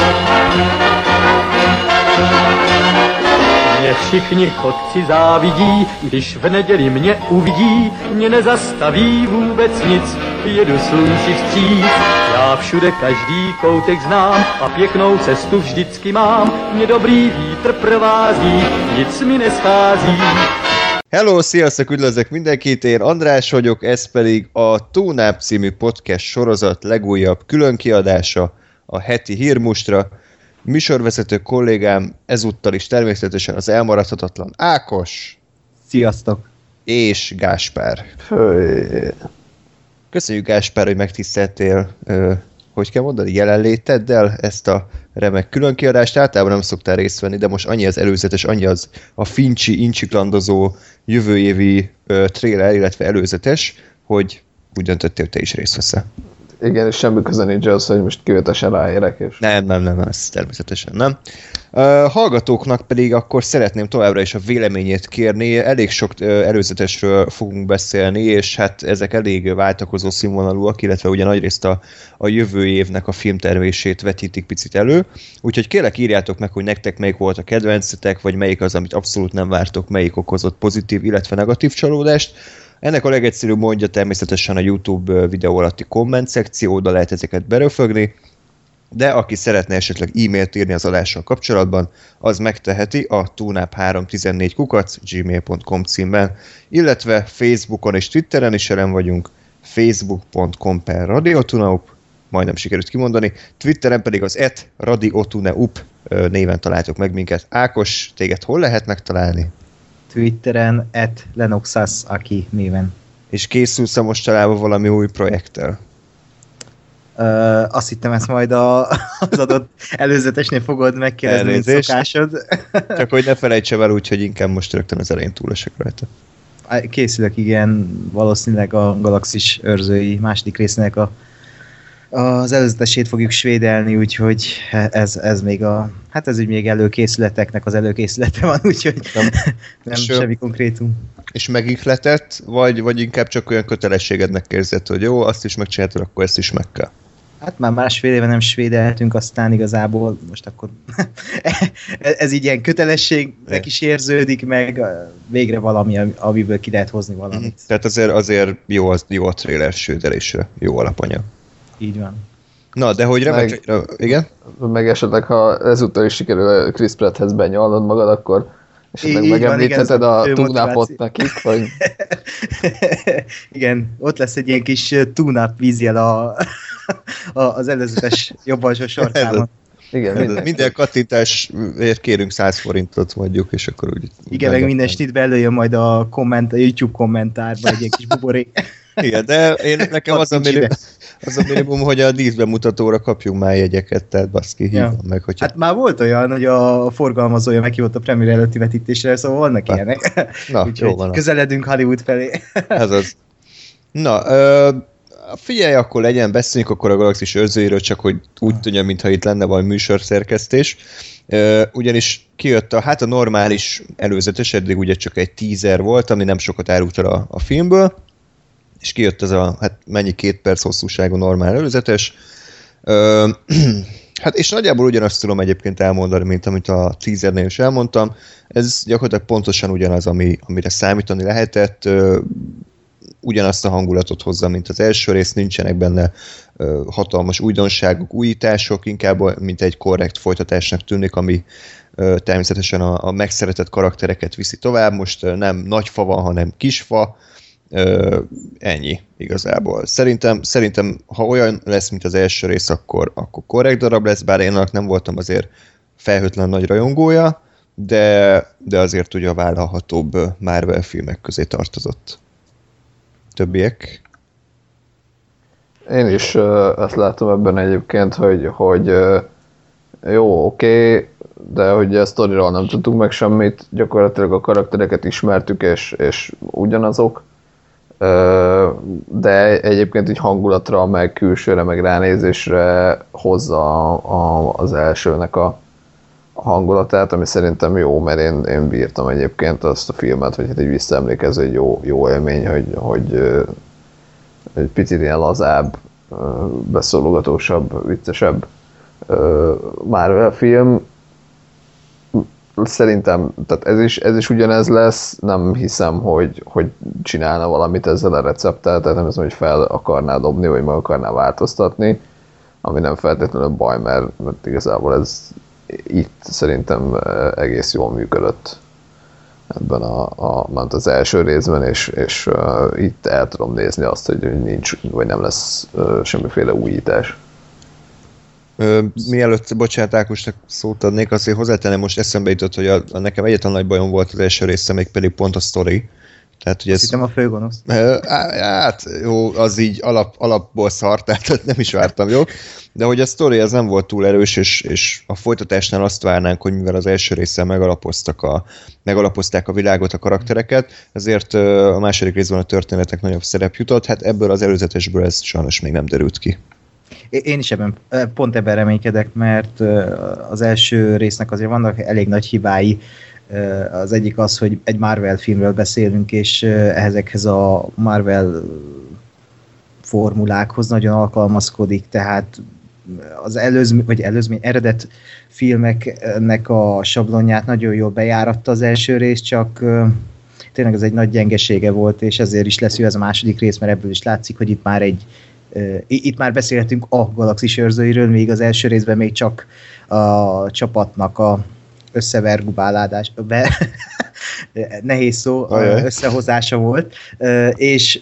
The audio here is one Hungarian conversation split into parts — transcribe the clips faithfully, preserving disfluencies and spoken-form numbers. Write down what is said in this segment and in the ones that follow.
Mě všichni chodci závidí, když v neděli mě uvidí, mě nezastaví vůbec nic, jedu slunci vstříc. Já všude každý koutek znám a pěknou cestu vždycky mám, mě dobrý vítr provází, nic mi neschází. Hello, sziasztok, üdvözlök mindenkit, én András vagyok, ez pedig a Tónáp című podcast sorozat legújabb különkiadása, a heti hírmustra. Műsorvezető kollégám ezúttal is természetesen az elmaradhatatlan Ákos. Sziasztok! És Gáspár. Főj. Köszönjük, Gáspár, hogy megtiszteltél, ö, hogy kell mondani, jelenléteddel ezt a remek különkiadást. Általában nem szoktál részt venni, de most annyi az előzetes, annyi az a fincsi, incsiklandozó jövő évi ö, trailer, illetve előzetes, hogy úgy döntöttél, te is részt veszel. Igen, és semmi köze nincs az, hogy most kivetesen ráérek. És... Nem, nem, nem, ez természetesen nem. Uh, hallgatóknak pedig akkor szeretném továbbra is a véleményét kérni. Elég sok uh, előzetesről fogunk beszélni, és hát ezek elég váltakozó színvonalúak, illetve ugye nagyrészt a, a jövő évnek a filmtermését vetítik picit elő. Úgyhogy kérlek, írjátok meg, hogy nektek melyik volt a kedvencetek, vagy melyik az, amit abszolút nem vártok, melyik okozott pozitív, illetve negatív csalódást. Ennek a legegyszerűbb módja természetesen a YouTube videó alatti komment szekció, oda lehet ezeket beröfögni, de aki szeretne esetleg e-mailt írni az adással kapcsolatban, az megteheti a tónáp három tizennégy kukac gmail pont com címben, illetve Facebookon és Twitteren is jelen vagyunk, facebook pont com per radiotunaup, majdnem sikerült kimondani, Twitteren pedig az et radiotuneup néven találtok meg minket. Ákos, téged hol lehet megtalálni? Twitteren et Lenoxas Aki néven. És készülsz mostanában valami új projekttel? Uh, azt hittem, ezt majd a, az adott előzetesnél fogod megkérdezni, mint szokásod. Csak hogy ne felejtsem el úgy, hogy inkább most rögtön az elején túlesek rajta. Készülök, igen, valószínűleg a Galaxis őrzői második résznek a az előzetesét fogjuk svédelni, úgyhogy ez, ez még a, hát ez úgy még előkészületeknek az előkészülete van, úgyhogy nem, nem semmi konkrétum. És megihletett, vagy, vagy inkább csak olyan kötelességednek érzed, hogy jó, azt is megcsináltad, akkor ezt is meg kell? Hát már másfél éve nem svédeltünk, aztán igazából most akkor ez így ilyen kötelességnek is érződik, meg végre valami, amiből ki lehet hozni valamit. Tehát azért, azért jó, az, jó a trailer svédelésre, jó alapanyag. Így van. Na, de hogy remek... Meg, igen? Meg esetleg, ha ezúttal is sikerül Chris Pratthez benyalnod magad, akkor esetleg megemlítheted a túnápot nekik, vagy... Igen, ott lesz egy ilyen kis túnáp vízjel a, a, az előzetes jobb alsó sarkában. Igen, minden, minden kattintásért kérünk száz forintot mondjuk, és akkor úgy... Igen, meg minden snitbe előjön majd a, komment, a YouTube kommentárban egy ilyen kis buborék. Igen, de én nekem az a, minimum, az a minimum, hogy a díszbemutatóra kapjunk már jegyeket, tehát baszki, hívom ja. meg. Hogyha... Hát már volt olyan, hogy a forgalmazója meghívott a premier előtti vetítésre, szóval vannak hát. ilyenek. Na, jó van. Közeledünk Hollywood felé. Ez az. Na, ö, figyelj, akkor legyen, beszéljünk akkor a Galaxis őrzőiről, csak hogy úgy tűnje, mintha itt lenne valami műsorszerkesztés. Ö, ugyanis kijött a, hát a normális előzetes, eddig ugye csak egy teaser volt, ami nem sokat árult el a, a filmből, és kijött ez a, hát mennyi két perc hosszúságú normál előzetes. Ö, hát és nagyjából ugyanazt tudom egyébként elmondani, mint amit a teasernél is elmondtam. Ez gyakorlatilag pontosan ugyanaz, ami, amire számítani lehetett. Ö, ugyanazt a hangulatot hozza, mint az első rész, nincsenek benne ö, hatalmas újdonságok, újítások, inkább mint egy korrekt folytatásnak tűnik, ami ö, természetesen a, a megszeretett karaktereket viszi tovább. Most ö, nem nagy fa van, hanem kis fa. Ö, ennyi igazából. Szerintem, szerintem, ha olyan lesz, mint az első rész, akkor, akkor korrekt darab lesz, bár én annak nem voltam azért felhőtlen nagy rajongója, de, de azért ugye a vállalhatóbb Marvel filmek közé tartozott. Többiek? Én is uh, ezt látom ebben egyébként, hogy, hogy uh, jó, oké, okay, de hogy a sztoriról nem tudtunk meg semmit, gyakorlatilag a karaktereket ismertük, és, és ugyanazok. De egyébként így hangulatra, meg külsőre, meg ránézésre hozza a, a, az elsőnek a, a hangulatát, ami szerintem jó, mert én, én bírtam egyébként azt a filmet, hogy hát egy visszaemlékező egy jó, jó élmény, hogy, hogy egy picit ilyen lazább, beszólogatósabb, viccesebb. Marvel film. Szerintem, tehát ez is, ez is ugyanez lesz, nem hiszem, hogy, hogy csinálna valamit ezzel a recepttel, tehát nem hiszem, hogy fel akarná dobni, vagy meg akarná változtatni, ami nem feltétlenül baj, mert, mert igazából ez itt szerintem egész jól működött ebben a, a ment az első részben, és, és uh, itt el tudom nézni azt, hogy nincs, vagy nem lesz uh, semmiféle újítás. Ö, mielőtt, bocsánat, Ákosnak szót adnék, azért hozzátennem, most eszembe jutott, hogy a, a nekem egyetlen nagy bajom volt az első része, még pedig pont a sztori. Tehát, hogy ez... Hittem a főgonosz. Hát, jó, az így alap, alapból szar, tehát nem is vártam, jó? De hogy a sztori az nem volt túl erős, és, és a folytatásnál azt várnánk, hogy mivel az első résszel megalapoztak a, megalapozták a világot, a karaktereket, ezért a második részben a történetek nagyobb szerep jutott, hát ebből az előzetesből ez sajnos még nem derült ki. Én is ebben, pont ebben reménykedek, mert az első résznek azért vannak elég nagy hibái. Az egyik az, hogy egy Marvel filmről beszélünk, és ezekhez a Marvel formulákhoz nagyon alkalmazkodik, tehát az előzmény, vagy előzmény eredet filmeknek a sablonját nagyon jól bejáratta az első rész, csak tényleg ez egy nagy gyengesége volt, és ezért is lesz jó ez a második rész, mert ebből is látszik, hogy itt már egy Uh, itt már beszélhetünk a galaxis őrzőiről, még az első részben még csak a csapatnak a összevergubáládás, be, nehéz szó, Ajaj. összehozása volt, uh, és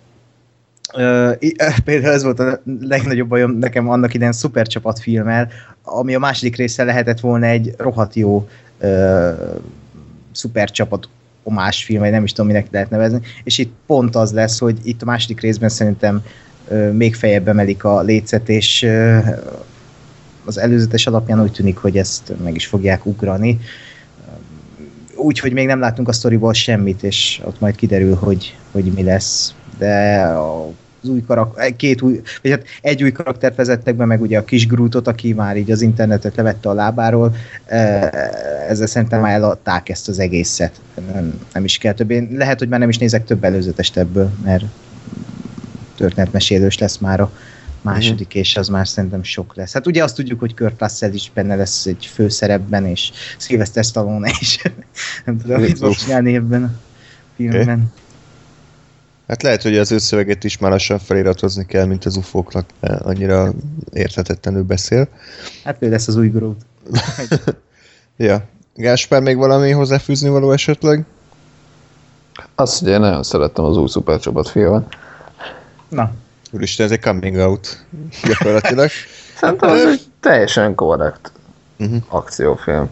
uh, például ez volt a legnagyobb bajom nekem annak idején szupercsapatfilmmel, ami a második része lehetett volna egy rohadt jó uh, szupercsapat omásfilm, vagy nem is tudom, minek lehet nevezni, és itt pont az lesz, hogy itt a második részben szerintem még feljebb emelik a lécet, és az előzetes alapján úgy tűnik, hogy ezt meg is fogják ugrani. Úgyhogy még nem látunk a sztoriból semmit, és ott majd kiderül, hogy, hogy mi lesz. De az új karakter, két új, vagy hát egy új karaktert vezettek be, meg ugye a kis Grootot, aki már így az internetet levette a lábáról, ezzel szerintem már eladták ezt az egészet. Nem, nem is kell több. Én lehet, hogy már nem is nézek több előzetest ebből, mert történetmesélős lesz már a második, uh-huh. és az már szerintem sok lesz. Hát ugye azt tudjuk, hogy Kurt Russell is benne lesz egy főszerepben, és Sylvester Stallone is. Nem tudom, mit fog csinálni ebben a filmben. Okay. Hát lehet, hogy az ő szöveget is már lassan feliratozni kell, mint az ufóknak, annyira érthetetlenül beszél. Hát ő lesz az új Groot. Ja. Gáspár, még valami hozzáfűzni való esetleg? Azt, hogy én nagyon szerettem az új szupercsapat filmet. Na. Úristen, ez egy coming out gyakorlatilag. Szerintem ez egy teljesen korrekt uh-huh. akciófilm.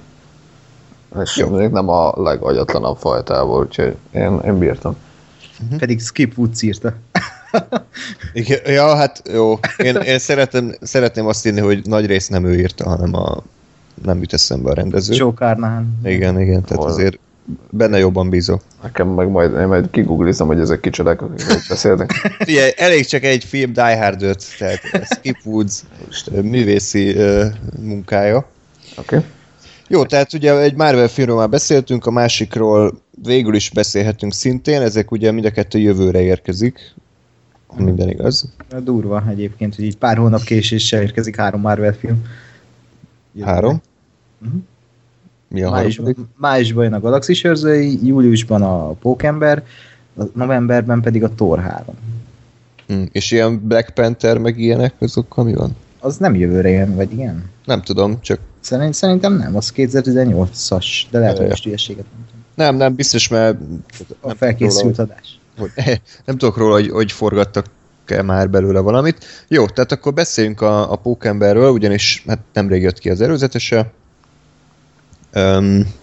És még nem a legagyatlanabb fajtából, úgyhogy én, én bírtam. Uh-huh. Pedig Skip Woods írta. Igen, ja, hát jó. Én, én szeretem, szeretném azt írni, hogy nagy rész nem ő írta, hanem a nem jut eszembe a rendező. Joe Carnahan. Igen, igen, tehát Hol? Azért benne jobban bízok. Nekem meg majd, én majd kigooglizom, hogy ezek kicsodák, akikről beszélnek. Figyelj, elég csak egy film, Die Hard öt, tehát Skip Woods művészi uh, munkája. Oké. Okay. Jó, tehát ugye egy Marvel filmről már beszéltünk, a másikról végül is beszélhetünk szintén, ezek ugye mind a kettő jövőre érkezik, minden igaz. Durva egyébként, hogy így pár hónap késéssel érkezik három Marvel film. Jövőre. Három? Uh-huh. Mi a májusban, májusban jön a Galaxis őrzői, júliusban a Pókember, novemberben pedig a Thor három. Hmm, és ilyen Black Panther meg ilyenek, azokkal mi van? Az nem jövőre jön, vagy igen? Nem tudom, csak... Szerint, szerintem nem, az kétezer-tizennyolcas, de lehet, hogy most hülyeséget mondtam. Nem, nem, biztos, mert... A felkészült róla, adás. Hogy, hogy, nem tudok róla, hogy, hogy forgattak-e már belőle valamit. Jó, tehát akkor beszéljünk a, a Pókemberről, ugyanis hát nemrég jött ki az előzetese. Um,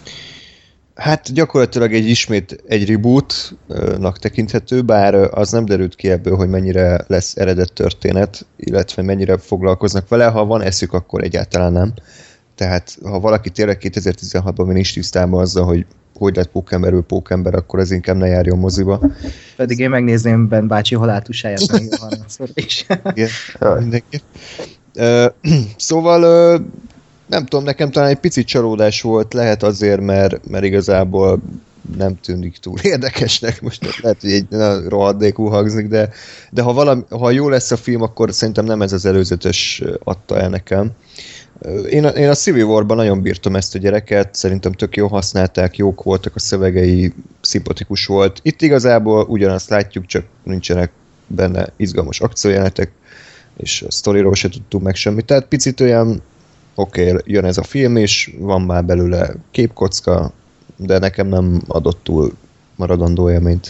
hát gyakorlatilag egy ismét egy rebootnak tekinthető, bár az nem derült ki ebből, hogy mennyire lesz eredet történet, illetve mennyire foglalkoznak vele. Ha van eszük, akkor egyáltalán nem. Tehát ha valaki tényleg kétezer-tizenhatban még nincs tisztában azzal, hogy hogy lett Pókemberről Pókember, akkor az inkább ne járjon moziba. Pedig én megnézném Ben bácsi haláltusáját meg a harmadszor is. Igen, mindenki. Uh, szóval uh, nem tudom, nekem talán egy picit csalódás volt, lehet azért, mert, mert igazából nem tűnik túl érdekesnek. Most lehet, hogy egy rohadékú hangzik, de, de ha, valami, ha jó lesz a film, akkor szerintem nem ez az előzetes adta el nekem. Én a, én a Civil War-ban nagyon bírtam ezt a gyereket, szerintem tök jól használták, jók voltak a szövegei, szimpatikus volt. Itt igazából ugyanazt látjuk, csak nincsenek benne izgalmas akciójelenetek, és a sztoriról se tudtunk meg semmit. Tehát picit olyan, oké, okay, jön ez a film, és van már belőle képkocka, de nekem nem adott túl maradandó élményt.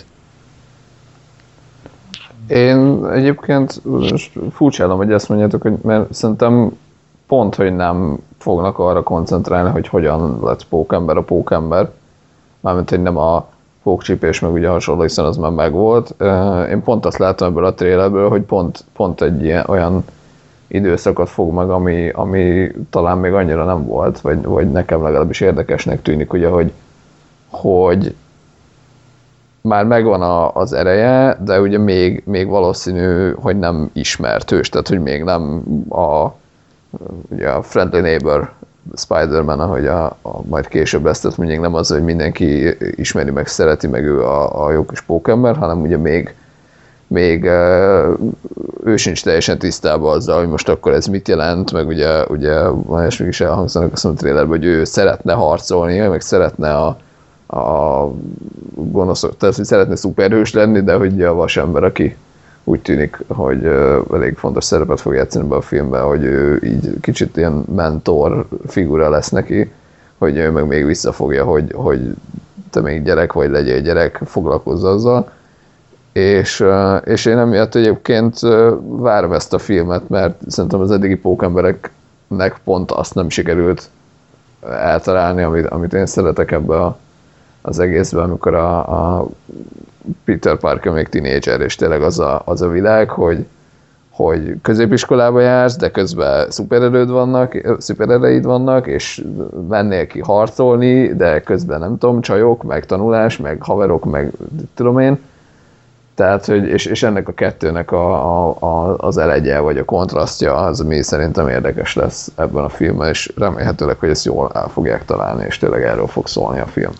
Én egyébként furcsálom, hogy ezt mondjátok, hogy mert szerintem pont, hogy nem fognak arra koncentrálni, hogy hogyan lett pókember a pókember. Mármint, hogy nem a pókcsípés, meg ugye hasonló, hiszen az már megvolt. Én pont azt látom ebből a trailerből, hogy pont, pont egy ilyen, olyan időszakot fog meg, ami, ami talán még annyira nem volt, vagy, vagy nekem legalábbis érdekesnek tűnik, ugye, hogy, hogy már megvan a, az ereje, de ugye még, még valószínű, hogy nem ismertős, tehát hogy még nem a, ugye a Friendly Neighbor Spider-Man, ahogy a, a majd később lesz, tehát még nem az, hogy mindenki ismeri, meg szereti, meg ő a, a jó kis pókember, hanem ugye még, még ő sincs teljesen tisztában azzal, hogy most akkor ez mit jelent, meg ugye, ugye és mégis elhangzanak azt mondom a trailerben, hogy ő szeretne harcolni, meg szeretne a, a gonoszok, tehát hogy szeretne szuperhős lenni, de hogy a vasember, aki úgy tűnik, hogy elég fontos szerepet fog játszani be a filmben, hogy ő így kicsit ilyen mentor figura lesz neki, hogy ő meg még visszafogja, hogy, hogy te még gyerek vagy, legyél gyerek, foglalkozz azzal. És, és én emiatt egyébként várom ezt a filmet, mert szerintem az eddigi pókembereknek pont azt nem sikerült eltalálni, amit, amit én szeretek ebbe a, az egészben, amikor a, a Peter Parker még tínédzser, és tényleg az a, az a világ, hogy, hogy középiskolába jársz, de közben szupererőd vannak, szuperereid vannak, és mennél ki harcolni, de közben nem tudom, csajok, meg tanulás, meg haverok, meg tudom én. Tehát, hogy, és, és ennek a kettőnek a, a, a, az elegye, vagy a kontrasztja az, ami szerintem érdekes lesz ebben a filmben, és remélhetőleg, hogy ezt jól el fogják találni, és tényleg erről fog szólni a film.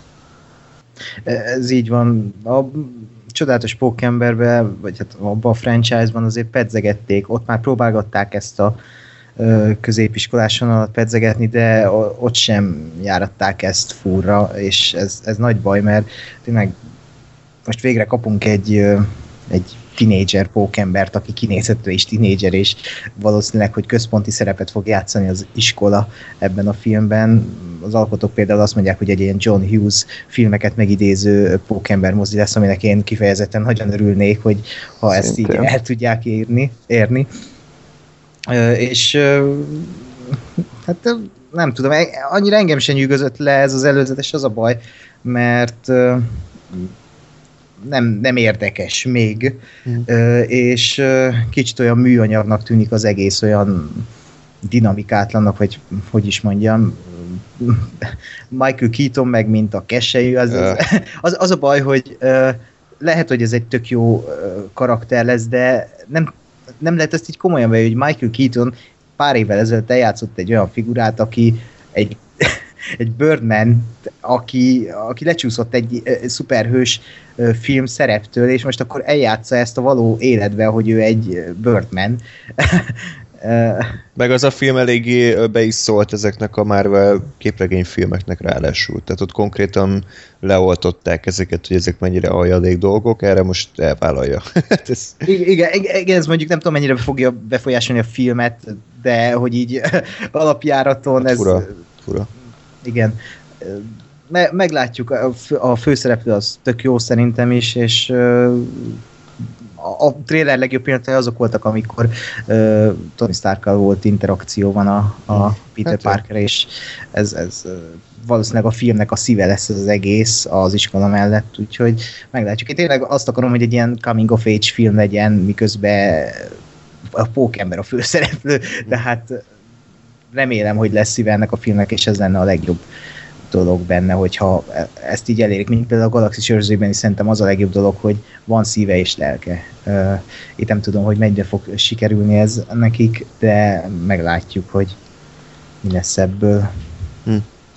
Ez így van. A csodálatos pókemberben, vagy hát abban a franchise-ban azért pedzegették, ott már próbálgatták ezt a középiskolás vonalat pedzegetni, de ott sem járatták ezt furra, és ez, ez nagy baj, mert tényleg most végre kapunk egy, egy tinédzser pókembert, aki kinézhető és tinédzser, és valószínűleg, hogy központi szerepet fog játszani az iskola ebben a filmben. Az alkotók például azt mondják, hogy egy ilyen John Hughes filmeket megidéző pókember mozi lesz, aminek én kifejezetten nagyon örülnék, hogy ha ezt Szintén. így el tudják érni, érni. És hát nem tudom, annyira engem sem nyűgözött le ez az előzetes, az a baj, mert Nem, nem érdekes még, mm. és kicsit olyan műanyagnak tűnik az egész, olyan dinamikátlannak, vagy hogy is mondjam, Michael Keaton meg, mint a keselyű, az, az, az, az a baj, hogy lehet, hogy ez egy tök jó karakter lesz, de nem, nem lehet ezt így komolyan venni, hogy Michael Keaton pár évvel ezelőtt eljátszott egy olyan figurát, aki egy egy Birdman, aki, aki lecsúszott egy uh, szuperhős uh, film szereptől, és most akkor eljátsza ezt a való életbe, hogy ő egy uh, Birdman. uh, Meg az a film eléggé be is szólt ezeknek a Marvel képregényfilmeknek ráadásul. Tehát ott konkrétan leoltották ezeket, hogy ezek mennyire aljadék dolgok, erre most elvállalja. ez... igen, igen, ez mondjuk nem tudom, mennyire fogja befolyásolni a filmet, de hogy így alapjáraton ez... Fura, fura. Igen. Me- meglátjuk, a, fő, a főszereplő az tök jó szerintem is, és uh, a, a trailer legjobb pillanatai azok voltak, amikor uh, Tony Starkkal volt interakcióban a, a Peter hát Parker, és ez, ez uh, valószínűleg a filmnek a szíve lesz ez az egész az iskola mellett, úgyhogy meglátjuk. Én tényleg azt akarom, hogy egy ilyen coming of age film legyen, miközben a pókember a főszereplő, de hát remélem, hogy lesz szíve ennek a filmnek, és ez lenne a legjobb dolog benne, hogyha ezt így elérik, mint például a Galaxis őrzőben is szerintem az a legjobb dolog, hogy van szíve és lelke. Itt nem tudom, hogy mennyire fog sikerülni ez nekik, de meglátjuk, hogy mi lesz ebből. Hm.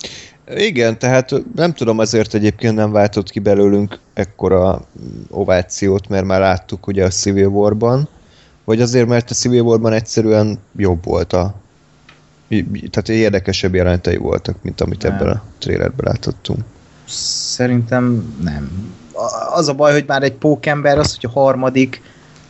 Igen, tehát nem tudom, azért egyébként nem váltott ki belőlünk ekkora ovációt, mert már láttuk ugye a Civil War-ban, vagy azért, mert a Civil War-ban egyszerűen jobb volt a... Tehát érdekesebb jelenetei voltak, mint amit nem. ebben a trailerben láthattunk. Szerintem nem. Az a baj, hogy már egy pókember, az, hogy a harmadik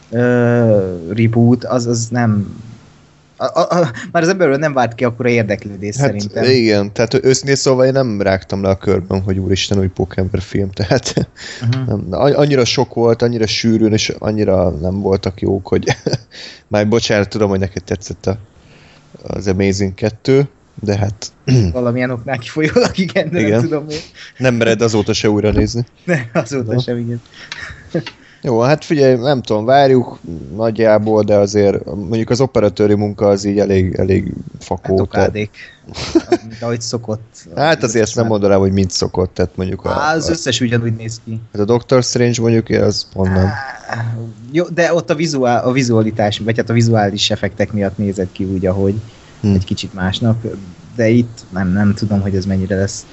uh, reboot, az, az nem... A, a, a, már az emberről nem várt ki akkora érdeklődés hát szerintem. Igen, tehát őszintén szóval én nem rágtam le a körben, hogy úristen, új pókember film, tehát uh-huh. nem, annyira sok volt, annyira sűrűn, és annyira nem voltak jók, hogy már bocsánat, tudom, hogy neked tetszett a, az Amazing kettő, de hát... Valamilyen oknál kifolyólag, igen, de igen. Nem tudom én. Nem mered azóta se újra nézni. Nem, azóta sem, igen. Jó, hát figyelj, nem tudom, várjuk nagyjából, de azért mondjuk az operatőri munka az így elég, elég fakó. Hát okádék, tehát... ahogy szokott. Hát azért ezt nem mondanám, hogy mind szokott, tehát mondjuk a... Á, az a, összes ugyanúgy néz ki. Hát a Doctor Strange mondjuk, az pont nem. Jó, de ott a, vizuál, a vizualitás, vagy hát a vizuális effektek miatt nézett ki úgy, ahogy hmm. egy kicsit másnak, de itt nem, nem tudom, hogy ez mennyire lesz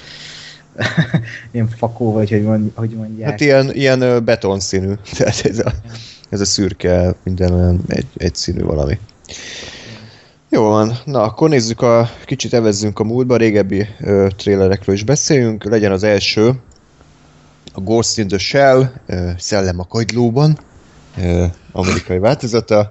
ilyen fakó, vagy hogy, mond, hogy mondják. Hát ilyen, ilyen betonszínű, tehát ez a, ez a szürke, minden olyan egy, egy színű valami. Jó van, na akkor nézzük, a kicsit evezzünk a múltba, régebbi ö, trailerekről is beszéljünk. Legyen az első, a Ghost in the Shell, ö, Szellem a kagylóban, ö, amerikai változata.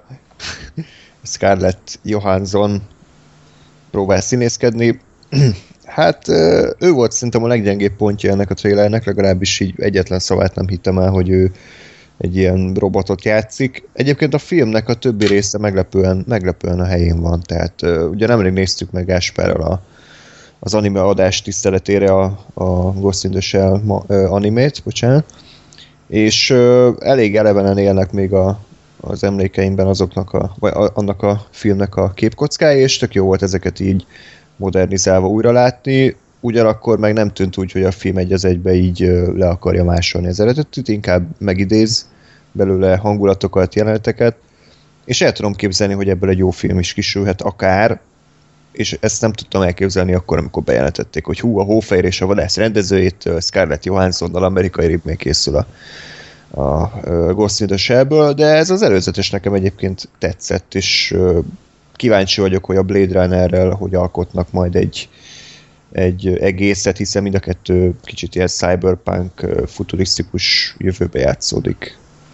Scarlett Johansson próbál színészkedni. Hát ő volt szerintem a leggyengébb pontja ennek a trailernek, legalábbis így egyetlen szavát nem hittem el, hogy ő egy ilyen robotot játszik. Egyébként a filmnek a többi része meglepően, meglepően a helyén van, tehát ugye nemrég néztük meg Gáspárral a, az anime adás tiszteletére a, a Ghost in the Shell animét, bocsánat, és elég elevenen élnek még a, az emlékeimben azoknak a, vagy annak a filmnek a képkockái, és tök jó volt ezeket így modernizálva újra látni, ugyanakkor meg nem tűnt úgy, hogy a film egy az egybe így le akarja másolni az eredetet, inkább megidéz belőle hangulatokat, jeleneteket, és el tudom képzelni, hogy ebből egy jó film is kisülhet akár, és ezt nem tudtam elképzelni akkor, amikor bejelentették, hogy hú, a Hófehér és a Vadász rendezőjétől Scarlett Johanssonnal amerikai remake készül a, a Ghost in the Shell-ből, de ez az előzetes nekem egyébként tetszett, és kíváncsi vagyok, hogy a Blade Runnerrel hogy alkotnak majd egy, egy egészet, hiszen mind a kettő kicsit ilyen cyberpunk, futurisztikus jövőbe játszódik.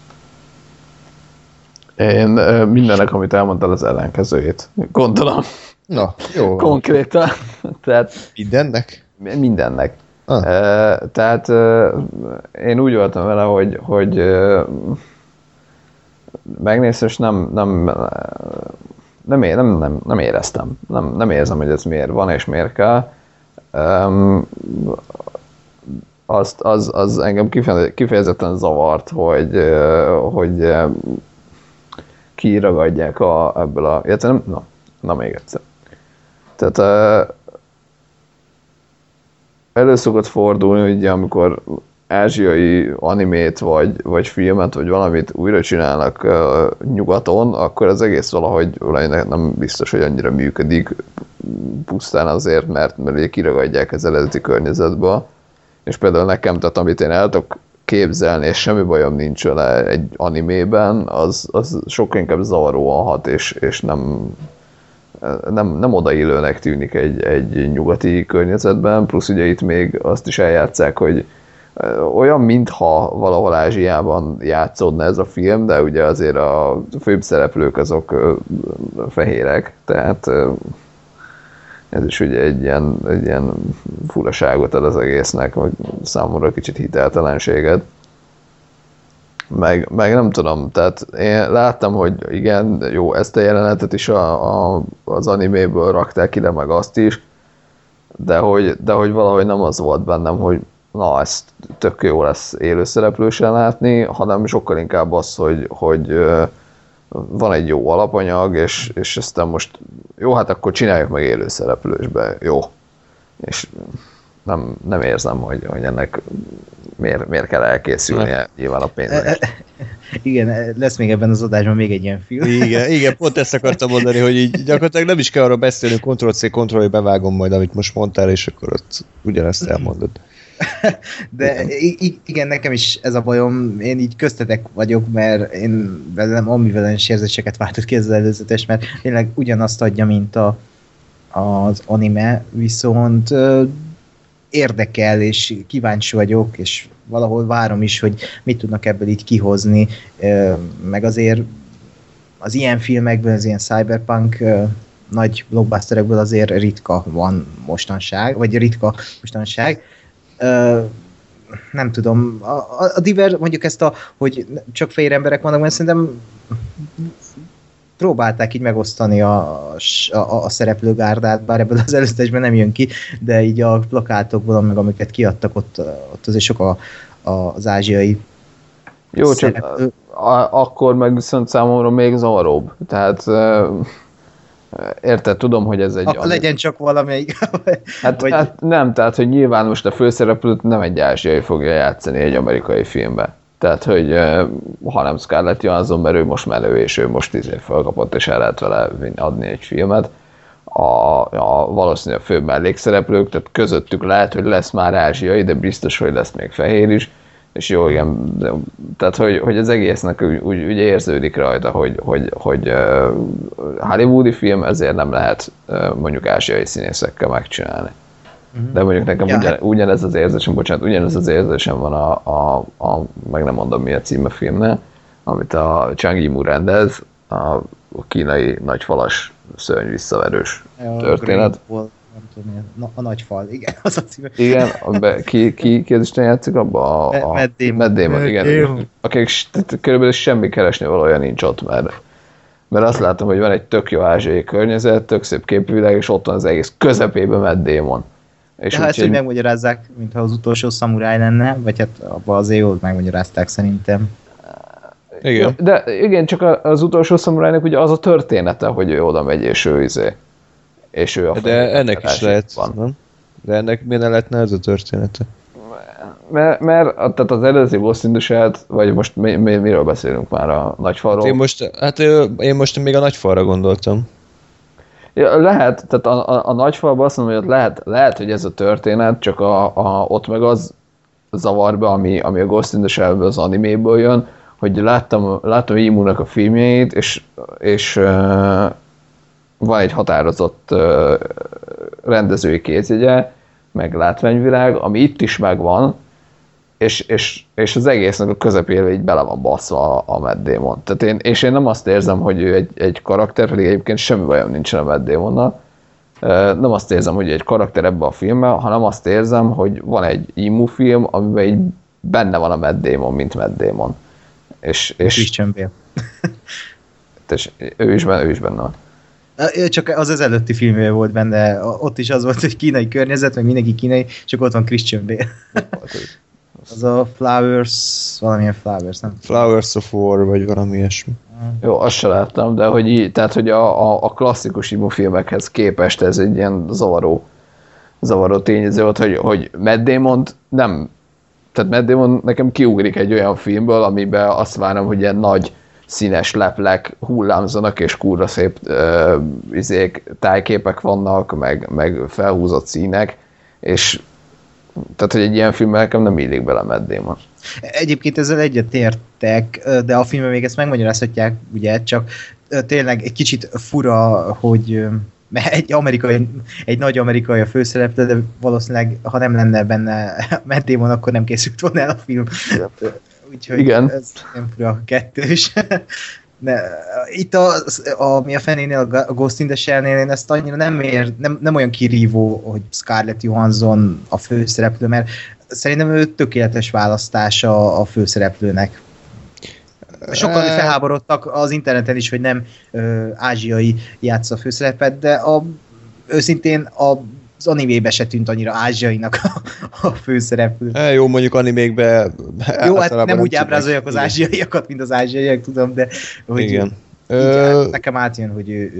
Én mindennek, amit elmondtál, az ellenkezőjét gondolom. Na, jó. Konkrétan. Tehát mindennek? Mindennek. Ah. Tehát én úgy voltam vele, hogy, hogy megnéztem, és nem, nem Nem, é, nem, nem, nem éreztem. Nem, nem érzem, hogy ez miért van és miért kell. Um, azt, az, az engem kifejezetten zavart, hogy, hogy kiragadják a, ebből a... Illetve nem, na, na még egyszer. Tehát uh, elő szokott fordulni, ugye, amikor ázsiai animét, vagy, vagy filmet, vagy valamit újra csinálnak uh, nyugaton, akkor az egész valahogy nem biztos, hogy annyira működik, pusztán azért, mert, mert ugye kiragadják az eredeti környezetből. És például nekem, tehát amit én el tudok képzelni, és semmi bajom nincs vele egy animében, az, az sokkal inkább zavaróan hat, és, és nem, nem, nem odaillőnek tűnik egy, egy nyugati környezetben, plusz ugye itt még azt is eljátszák, hogy olyan, mintha valahol Ázsiában játszódna ez a film, de ugye azért a főbb szereplők azok fehérek, tehát ez is ugye egy ilyen, egy ilyen furaságot ad az egésznek, vagy számomra kicsit hiteltelenséget. Meg, meg nem tudom, tehát én láttam, hogy igen, jó, ezt a jelenetet is a, a, az animéből rakták ide, meg azt is, de hogy, de hogy valahogy nem az volt bennem, hogy na, ez tök jó lesz élőszereplősen látni, hanem sokkal inkább az, hogy, hogy van egy jó alapanyag, és, és aztán most jó, hát akkor csináljuk meg élőszereplősbe, jó. És nem, nem érzem, hogy, hogy ennek miért, miért kell elkészülnie nyilván a pénznek. Igen, lesz még ebben az adásban még egy ilyen film. Igen, igen, pont ezt akartam mondani, hogy így gyakorlatilag nem is kell arra beszélni, Ctrl-C, Ctrl-V bevágom majd, amit most mondtál, és akkor ott ugyanezt elmondod. De igen. igen, nekem is ez a bajom, én így köztetek vagyok, mert én velem ambivalens érzéseket váltott ki ez az előzetes, mert tényleg ugyanazt adja, mint a, az anime, viszont érdekel, és kíváncsi vagyok, és valahol várom is, hogy mit tudnak ebből így kihozni, meg azért az ilyen filmekből, az ilyen cyberpunk nagy blockbusterekből azért ritka van mostanság, vagy ritka mostanság. Nem tudom, a, a Diver, mondjuk ezt a, hogy csak fehér emberek vannak, mert szerintem próbálták így megosztani a, a, a szereplőgárdát, bár ebből az előzetesben nem jön ki, de így a plakátokból, meg amiket kiadtak, ott, ott azért sok a, a, az ázsiai jó, szereplő. Csak a, akkor meg viszont számomra még zavaróbb. Tehát érted, tudom, hogy ez egy... Akkor legyen csak valamelyik. Hát, vagy... hát nem, tehát, hogy nyilván most a főszereplőt nem egy ázsiai fogja játszani egy amerikai filmbe. Tehát, hogy hanem Scarlett Johansson, mert ő most menő, és ő most izé felkapott, és el lehet vele adni egy filmet. A, a valószínűleg a fő mellékszereplők, tehát közöttük lehet, hogy lesz már ázsiai, de biztos, hogy lesz még fehér is. És jó, igen, de, tehát, hogy, hogy az egésznek úgy, úgy, úgy érződik rajta, hogy, hogy, hogy uh, hollywoodi film, ezért nem lehet uh, mondjuk ázsiai színészekkel megcsinálni. Uh-huh. De mondjuk nekem ja, ugyan, hát... ugyanez az érzésem, bocsánat, ugyanez az érzésem van a, a, a meg nem mondom mi a címe filmnél, amit a Zhang Yimou rendez, a kínai nagyfalas szörny visszaverős ja, történet. Nem tudom, na, a nagy fal, igen, az a címe. Igen, be, ki, ki, ki az Isten játszik abba? A, a Matt Damon. Matt Damon, igen. Akik körülbelül semmi keresni valója nincs ott, mert, mert azt látom, hogy van egy tök jó ázsiai környezet, tök szép képvilág, és ott van az egész közepében Matt Damon. És ha ezt, hogy megmagyarázzák, mintha az utolsó szamuráj lenne, vagy hát abban azért jól megmagyarázták szerintem. Igen. De igen, csak az utolsó szamurájnak ugye az a története, hogy ő oda megy, és ő izé. És ő a de ennek is lehet, van. Nem? De ennek miért ne lehetne ez a története? Mert, mert tehát az előző Ghost in the Shell, vagy most mi, mi, miről beszélünk már, a nagyfalról? Hát én most, hát én most még a nagyfalra gondoltam. Ja, lehet, tehát a, a, a nagyfalban azt mondom, hogy lehet, lehet, hogy ez a történet, csak a, a, ott meg az zavar be, ami, ami a Ghost in the Shell-ből, az animéből jön, hogy láttam, láttam Yimou-nak a filmjeit, és, és uh, van egy határozott uh, rendezői kézjegye, meg látványvilág, ami itt is megvan, és, és, és az egésznek a közepére így bele van baszva a, a Matt Damon. Tehát én, és én nem azt érzem, hogy ő egy, egy karakter, pedig egyébként semmi bajom nincsen a Matt Damonnal. Uh, nem azt érzem, hogy egy karakter ebben a filmben, hanem azt érzem, hogy van egy Yimou film, amiben így benne van a Matt Damon, mint Matt Damon. És, és, Christian Bale. és ő, is benne, ő is benne van. Csak az az előtti filmje volt benne, ott is az volt, hogy kínai környezet, meg mindenki kínai, csak ott van Christian Bale. Az a Flowers, valamilyen Flowers, nem? Flowers of War, vagy valami ilyesmi. Jó, azt se láttam, de hogy így, tehát, hogy a, a, a klasszikus Yimou filmekhez képest ez egy ilyen zavaró, zavaró tényező volt, hogy, hogy Matt Damont nem, tehát Matt Damon nekem kiugrik egy olyan filmből, amiben azt várom, hogy ilyen nagy színes leplek hullámzanak, és kurva szép uh, izék, tájképek vannak, meg, meg felhúzott színek, és tehát, hogy egy ilyen filmben nekem nem illik bele Matt Damon. Egyébként ezzel egyetértek, de a filmben még ezt megmagyarázhatják, ugye, csak tényleg egy kicsit fura, hogy egy amerikai, egy nagy amerikai a főszereplő, de valószínűleg, ha nem lenne benne Matt Damon, akkor nem készült volna el a film. Úgyhogy igen. Ez nem fura kettős. Ne, itt a, a, mi a fenénél, a Ghost in the Shell-nél én ezt annyira nem ér, nem, nem olyan kirívó, hogy Scarlett Johansson a főszereplő, mert szerintem ő tökéletes választás a, a főszereplőnek. Sokan e... felháborodtak az interneten is, hogy nem ö, ázsiai játsza a főszerepet, de a, őszintén a az animébe se tűnt annyira ázsiainak a, a főszereplő. E, jó, mondjuk animékben... Jó, hát nem, nem úgy ábrázolják az ázsiaiakat, mint az ázsiaiak, tudom, de hogy igen. Ö... nekem átjön, hogy ő, ő.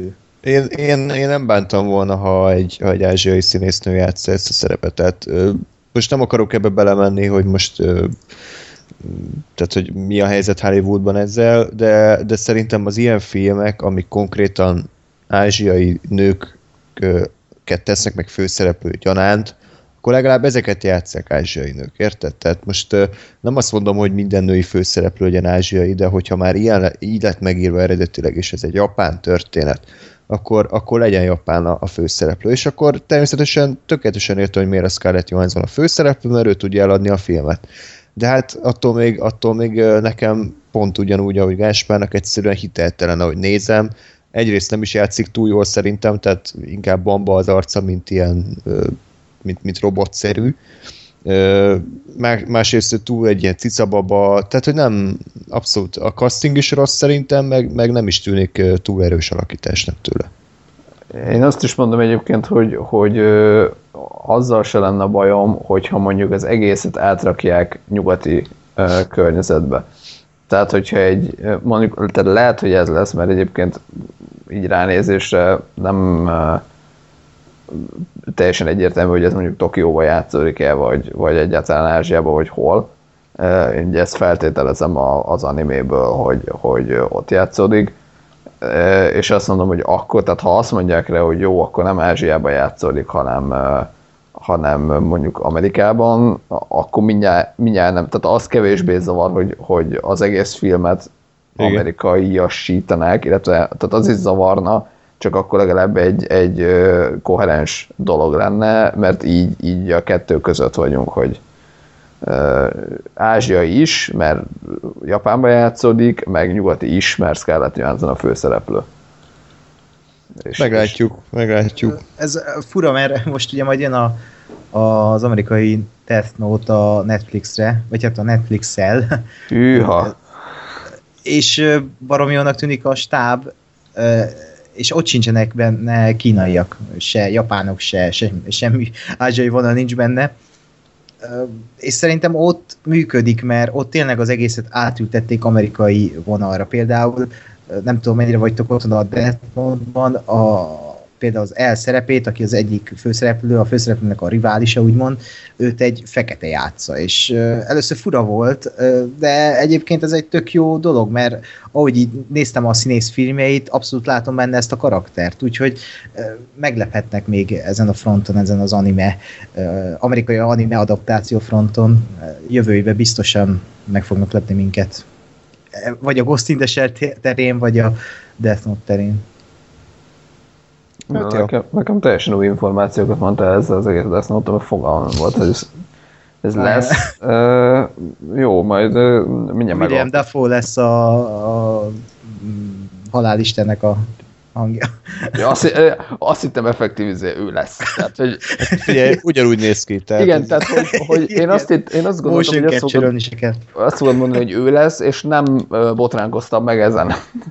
Én, én, én nem bántam volna, ha egy, ha egy ázsiai színésznő játsza ezt a szerepet. Tehát, ö, most nem akarok ebbe belemenni, hogy most ö, tehát, hogy mi a helyzet Hollywoodban ezzel, de, de szerintem az ilyen filmek, amik konkrétan ázsiai nőket tesznek meg főszereplő gyanánt, akkor legalább ezeket játsszák ázsiai nők, érted? Tehát most ö, nem azt mondom, hogy minden női főszereplő legyen ázsiai, de hogyha már ilyen, így lett megírva eredetileg, és ez egy japán történet, akkor, akkor legyen japán a, a főszereplő. És akkor természetesen tökéletesen értem, hogy miért a Scarlett Johansson a főszereplő, mert ő tudja eladni a filmet. De hát attól még, attól még nekem pont ugyanúgy, ahogy Gáspárnak egyszerűen hiteltelen, ahogy nézem. Egyrészt nem is játszik túl jól szerintem, tehát inkább bamba az arca, mint ilyen, mint, mint robotszerű. Másrészt túl egy ilyen cicababa, tehát hogy nem, abszolút a casting is rossz szerintem, meg, meg nem is tűnik túl erős alakításnak tőle. Én azt is mondom egyébként, hogy, hogy ö, azzal se lenne bajom, hogyha mondjuk az egészet átrakják nyugati ö, környezetbe. Tehát, hogyha egy, mondjuk, tehát lehet, hogy ez lesz, mert egyébként így ránézésre nem ö, teljesen egyértelmű, hogy ez mondjuk Tokióba játszódik el, vagy, vagy egyáltalán Ázsiába, vagy hol. Én ezt feltételezem az animéből, hogy, hogy ott játszódik. És azt mondom, hogy akkor, tehát ha azt mondják rá, hogy jó, akkor nem Ázsiában játszódik, hanem, hanem mondjuk Amerikában, akkor mindjárt, mindjárt nem. Tehát az kevésbé zavar, hogy, hogy az egész filmet amerikaiasítanák, illetve tehát az is zavarna, csak akkor legalább egy, egy koherens dolog lenne, mert így, így a kettő között vagyunk, hogy ázsiai is, mert Japánban játszódik, meg nyugati is, mert Scarlett Johansson a főszereplő. És, meglátjuk, és meglátjuk. Ez fura, mert most ugye majd jön a, a, az amerikai Death Note a Netflixre, vagy hát a Netflix-el. Hűha! És baromi jónak tűnik a stáb, és ott sincsenek benne kínaiak, se japánok, se, se semmi ázsiai vonal nincs benne. És szerintem ott működik, mert ott tényleg az egészet átültették amerikai vonalra. Például, nem tudom mennyire vagytok otthon a Death Note-ban, a, például az El szerepét, aki az egyik főszereplő, a főszereplőnek a riválisa, úgymond, őt egy fekete játsza, és először fura volt, de egyébként ez egy tök jó dolog, mert ahogy így néztem a színész filmjeit, abszolút látom benne ezt a karaktert, úgyhogy meglephetnek még ezen a fronton, ezen az anime, amerikai anime adaptáció fronton, jövőjébe biztosan meg fognak lepni minket. Vagy a Ghost in the Shell terén, vagy a Death Note terén. Hát nekem, nekem teljesen új információkat mondta ezzel az egész Death Note, mert fogalmam volt, hogy ez, ez lesz. uh, jó, majd uh, mindjárt meg. William Dafoe lesz a, a halálistennek a hangja. Ja, azt, azt hittem effektív, ő lesz. Tehát, hogy... Ugye, ugyanúgy néz ki. Tehát igen, ez... tehát hogy, hogy én, azt hitt, én azt gondoltam, hogy azt fogod, azt fogod mondani, hogy ő lesz, és nem botránkoztam meg ezen.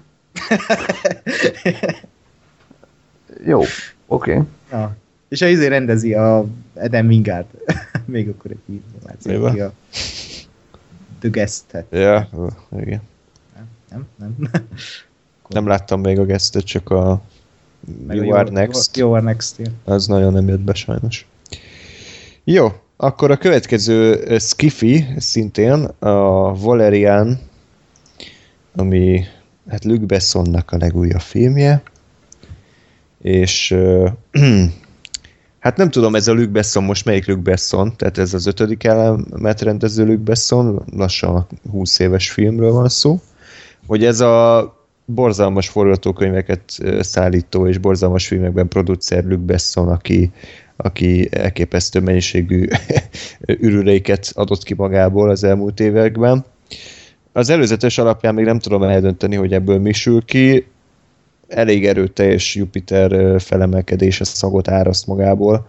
Jó, oké. Okay. Ja. És a izé rendezi a Adam Wingard. Még akkor egy információ ki a The Guest-et. Ja, igen. Nem, nem. Nem láttam még a Guest-et, csak a You Are Next. You Are Next, ja. Az nagyon nem jött be sajnos. Jó, akkor a következő Skiffy szintén a Valerian, ami hát Luc Bessonnak a legújabb filmje, és uh, hát nem tudom, ez a Luc Besson, most melyik Luc Besson, tehát ez az ötödik elemet rendező Luc Besson, lassan húsz éves filmről van szó, hogy ez a borzalmas forgatókönyveket szállító és borzalmas filmekben producer Luc Besson, aki, aki elképesztő mennyiségű ürüléket adott ki magából az elmúlt években. Az előzetes alapján még nem tudom eldönteni, hogy ebből mi sül ki. Elég erőteljes Jupiter felemelkedés a szagot áraszt magából,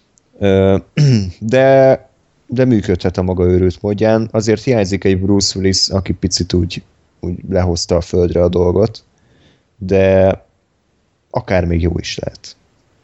de, de működhet a maga őrült módján. Azért hiányzik egy Bruce Willis, aki picit úgy, úgy lehozta a földre a dolgot, de akár még jó is lehet.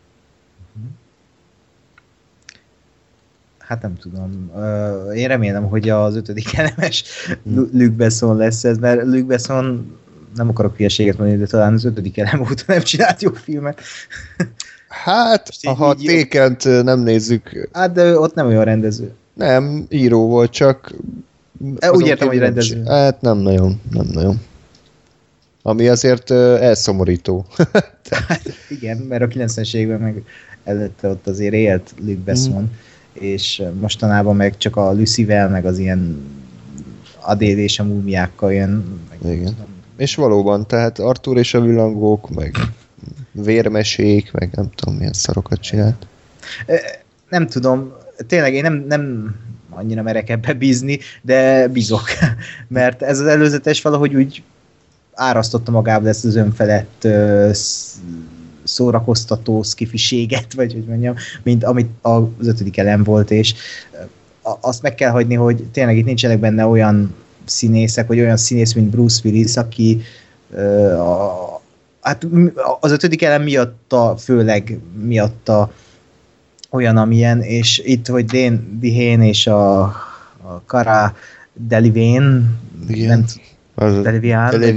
Hát nem tudom. Én remélem, hogy az ötödik elemes Luc Besson lesz ez, mert Luc Besson nem akarok hülyeséget mondani, de talán az ötödik elem óta nem csinált jó filmet. Hát, ha a Tékent nem nézzük... Hát, de ott nem olyan rendező. Nem, író volt, csak... Úgy értem, hogy rendező. Hát nem nagyon, nem nagyon. Ami azért uh, elszomorító. Hát, igen, mert a kilencvenes években meg előtte ott azért élt Luc Besson, mm. és mostanában meg csak a Lucy-vel, meg az ilyen Adél és a múmiákkal jön. Meg igen. És valóban, tehát Arthur és a villangók, meg vérmesék, meg nem tudom milyen szarokat csinált. Nem tudom, tényleg én nem, nem annyira merek ebbe bízni, de bízok. Mert ez az előzetes valahogy úgy árasztotta magából ezt az önfelett szórakoztató szkifiséget, vagy hogy mondjam, mint amit az ötödik elem volt, és azt meg kell hagyni, hogy tényleg itt nincsenek benne olyan színészek, vagy olyan színész, mint Bruce Willis, aki a, hát az ötödik elem miatta, főleg miatta olyan, amilyen, és itt, hogy Dane DeHaan és a, a Cara Delevingne, nem, Delevingne, nem,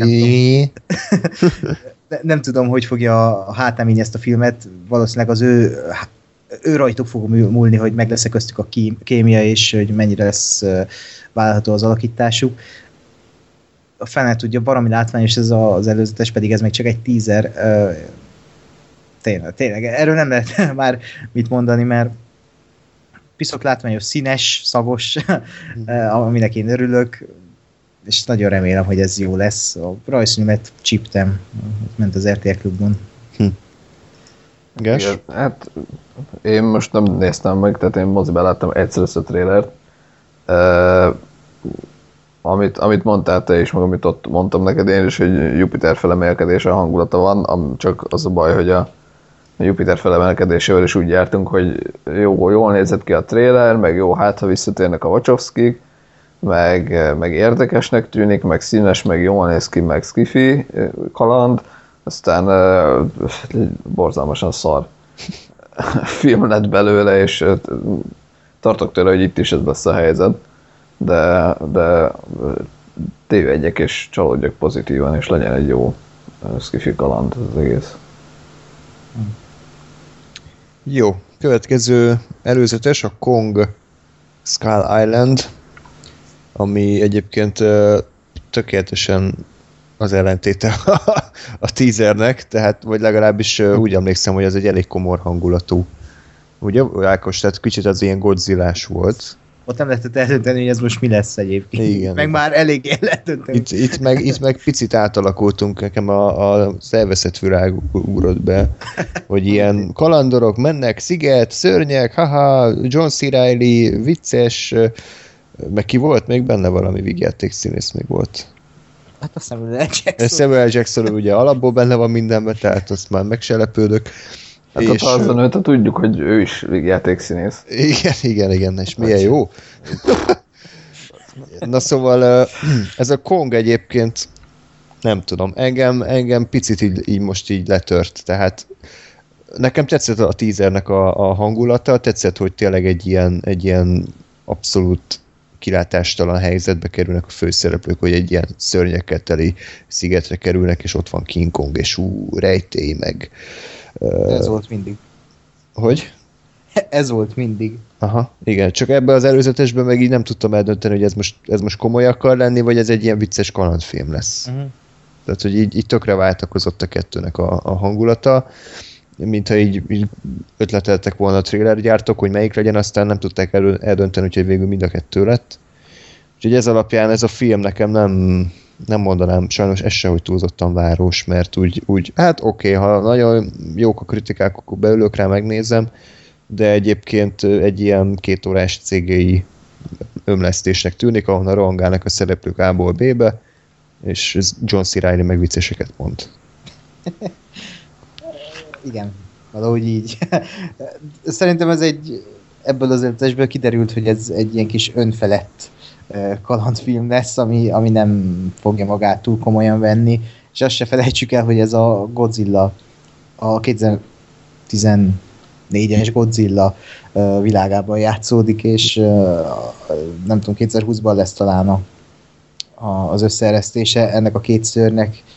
nem, nem tudom, hogy fogja hátámítani ezt a filmet, valószínűleg az ő, ő rajtuk fog múlni, hogy meg lesz-e köztük a kémia, és hogy mennyire lesz vállalható az alakításuk. A fene tudja, baromi látványos ez az előzetes, pedig ez még csak egy teaser. Tényleg, tényleg, erről nem lehet már mit mondani, mert piszok látványos, színes, szagos, aminek én örülök, és nagyon remélem, hogy ez jó lesz. A rajzfilmet csíptem, ment az er té el Klubon. Hm. Igen, hát én most nem néztem meg, tehát én moziban láttam egyszer ezt a trélert. Uh, amit, amit mondtál te is, meg amit ott mondtam neked én is, hogy Jupiter felemelkedése hangulata van, csak az a baj, hogy a A Jupiter felemelkedésével is úgy jártunk, hogy jó, jól nézett ki a trailer, meg jó, hát ha visszatérnek a Wachowskik, meg, meg érdekesnek tűnik, meg színes, meg jól néz ki, meg skifi kaland, aztán uh, borzalmasan szar film lett belőle, és uh, tartok tőle, hogy itt is ez lesz a helyzet, de, de tévedjek és csalódjak pozitívan, és legyen egy jó uh, skifi kaland az egész. Jó, következő előzetes a Kong Skull Island, ami egyébként uh, tökéletesen az ellentéte a teasernek, tehát, vagy legalábbis uh, úgy emlékszem, hogy ez egy elég komor hangulatú. Ugye, Ákos, tehát kicsit az ilyen Godzilla-s volt. Ott nem lehetett eldönteni, hogy ez most mi lesz egyébként. Igen. Meg már elég el lehet dönteni. Itt, itt, meg, itt meg picit átalakultunk, nekem a, a elveszett virág ugrott be, hogy ilyen kalandorok mennek, sziget, szörnyek, haha, John C. Reilly, vicces, meg ki volt még benne valami vígjáték színész még volt. Hát a Samuel Jackson. Samuel Jackson ugye alapból benne van mindenben, tehát azt már meg se lepődök. Hát és ott azon őt, tudjuk, hogy ő is játékszínész. Igen, igen, igen, és milyen jó. Na szóval ez a Kong egyébként, nem tudom, engem, engem picit így, így most így letört, tehát nekem tetszett a teasernek a, a hangulata, tetszett, hogy tényleg egy ilyen, egy ilyen abszolút kilátástalan helyzetbe kerülnek a főszereplők, hogy egy ilyen szörnyekkel teli szigetre kerülnek, és ott van King Kong, és ú, rejtély, meg ez volt mindig. Hogy? Ez volt mindig. Aha, igen. Csak ebben az előzetesben meg így nem tudtam eldönteni, hogy ez most, ez most komoly akar lenni, vagy ez egy ilyen vicces kalandfilm lesz. Uh-huh. Tehát, hogy így, így tökre váltakozott a kettőnek a, a hangulata, mintha így, így ötleteltek volna a trailergyártók, hogy melyik legyen, aztán nem tudták el, eldönteni, úgyhogy végül mind a kettő lett. Úgyhogy ez alapján ez a film nekem nem... nem mondanám, sajnos ez se, hogy túlzottan város, mert úgy, úgy hát oké, okay, ha nagyon jók a kritikák, akkor beülök rá, megnézem, de egyébként egy ilyen kétórás cégei ömlesztésnek tűnik, ahonnan rohangálnak a szereplők A-ból B-be, és John C. Reilly meg vicceseket mond. Igen, valahogy így. Szerintem ez egy, ebből az előzetesből kiderült, hogy ez egy ilyen kis önfelett kalandfilm lesz, ami, ami nem fogja magát túl komolyan venni, és azt se felejtsük el, hogy ez a Godzilla, a kétezer-tizennégyes Godzilla világában játszódik, és nem tudom, kétezer-húszban lesz talán a, a, az összeeresztése ennek a két szőrnek,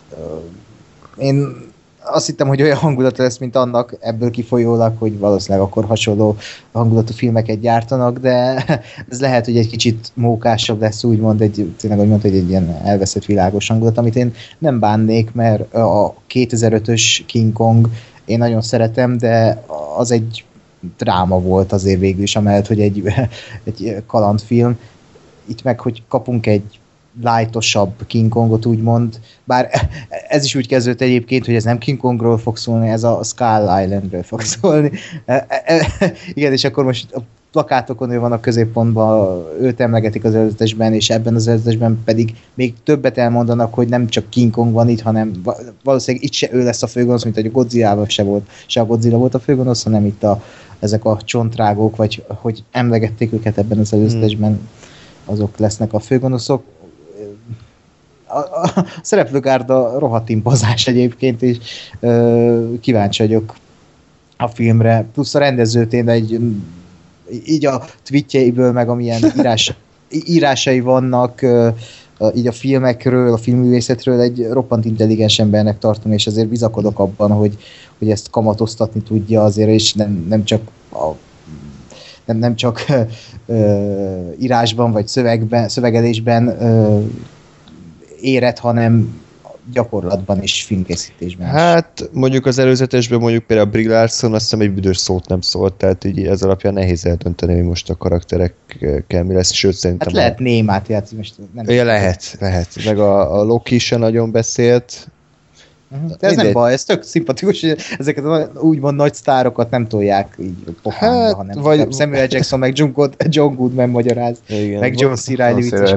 én azt hittem, hogy olyan hangulata lesz, mint annak, ebből kifolyólag, hogy valószínűleg akkor hasonló hangulatú filmeket gyártanak, de ez lehet, hogy egy kicsit mókásabb lesz, úgymond egy, tényleg, hogy mondta, hogy egy ilyen elveszett világos hangulat, amit én nem bánnék, mert a kétezer-ötös King Kong én nagyon szeretem, de az egy dráma volt azért végül is, amellett, hogy egy, egy kalandfilm. Itt meg, hogy kapunk egy lightosabb King Kongot, úgymond, bár ez is úgy kezdődött egyébként, hogy ez nem King Kongról fog szólni, ez a Skull Islandről fog szólni. Igen, és akkor most a plakátokon ő van a középpontban, őt emlegetik az előzetesben, és ebben az előzetesben pedig még többet elmondanak, hogy nem csak King Kong van itt, hanem valószínűleg itt se ő lesz a főgonosz, mint hogy a Godzilla-val se volt, se a Godzilla volt a főgonosz, hanem itt a, ezek a csontrágók, vagy hogy emlegették őket ebben az előzetesben, azok lesznek a főgonoszok. A, a, a szereplőgárda rohadt impozás egyébként, és ö, kíváncsi vagyok a filmre. Plusz a rendező tényleg egy, így a tweetjeiből, meg amilyen írás, írásai vannak ö, így a filmekről, a filmművészetről egy roppant intelligens embernek tartom, és azért bizakodok abban, hogy, hogy ezt kamatoztatni tudja azért, és nem, nem csak a nem, nem csak ö, írásban, vagy szövegben, szövegelésben ö, érett, hanem gyakorlatban és filmkészítésben. Hát mondjuk az előzetesben mondjuk például a Brie Larson azt hiszem egy büdös szót nem szólt, tehát így ez alapján nehéz eldönteni, hogy most a karakterekkel mi lesz, sőt szerintem... Hát lehet a... némát játszani, most nem... Ja, lehet, lehet. Meg a, a Loki sem nagyon beszélt. Uh-huh. De ez nem baj, ez tök szimpatikus, hogy ezeket a úgymond nagy sztárokat nem tolják így pofánba, hát, hanem vagy... Samuel Jackson, meg John, God, John Goodman magyaráz, igen, meg John C. Reilly vicces.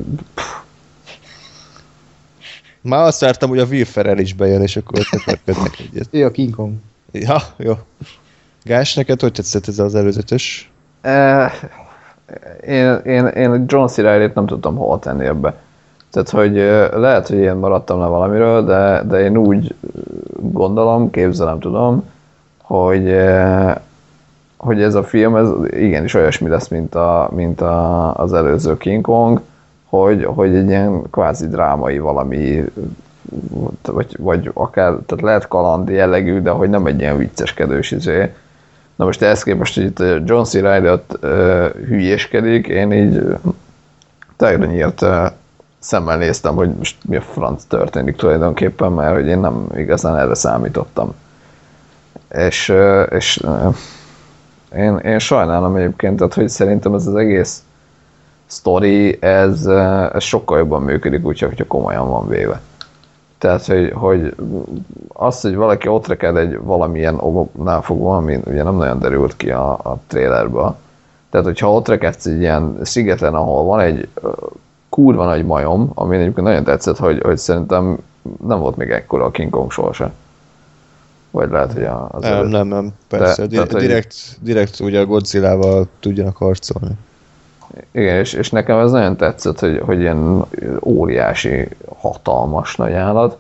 Már azt vártam, hogy a Will Ferrell is bejön, és akkor tekerkednek egyet. Ő a King Kong. Ja, jó. Gás, neked hogy tetszett ez az előzetes? Uh, én, én, én John C. Reillyt nem tudtam hol tenni ebbe. Tehát, hogy lehet, hogy én maradtam le valamiről, de, de én úgy gondolom, képzelem tudom, hogy, hogy ez a film, ez igenis olyasmi lesz, mint, a, mint a, az előző King Kong, hogy, hogy egy ilyen kvázi drámai valami, vagy, vagy akár, tehát lehet kaland jellegű, de hogy nem egy ilyen vicceskedős izé. Na most ehhez képest, hogy itt John C. Reilly ott uh, hülyéskedik, én így teljesen nyílt uh, szemmel néztem, hogy most mi a franc történik tulajdonképpen, mert hogy én nem igazán erre számítottam. És, uh, és uh, én, én sajnálom egyébként, tehát, hogy szerintem ez az egész sztori, ez, ez sokkal jobban működik úgy, hogyha komolyan van véve. Tehát, hogy, hogy az, hogy valaki ott reked egy valamilyen oknál fogva, ami ugye nem nagyon derült ki a, a trailerből. Tehát, hogyha ott rekedsz egy ilyen szigeten, ahol van egy kurva nagy majom, ami egyébként nagyon tetszett, hogy, hogy szerintem nem volt még ekkora a King Kong sohasem. Vagy lehet, hogy az Nem, előtt. nem, nem, persze. De, direkt, direkt, direkt ugye a Godzilla-val tudjanak harcolni. Igen, és, és nekem ez nagyon tetszett, hogy, hogy ilyen óriási, hatalmas nagy állat.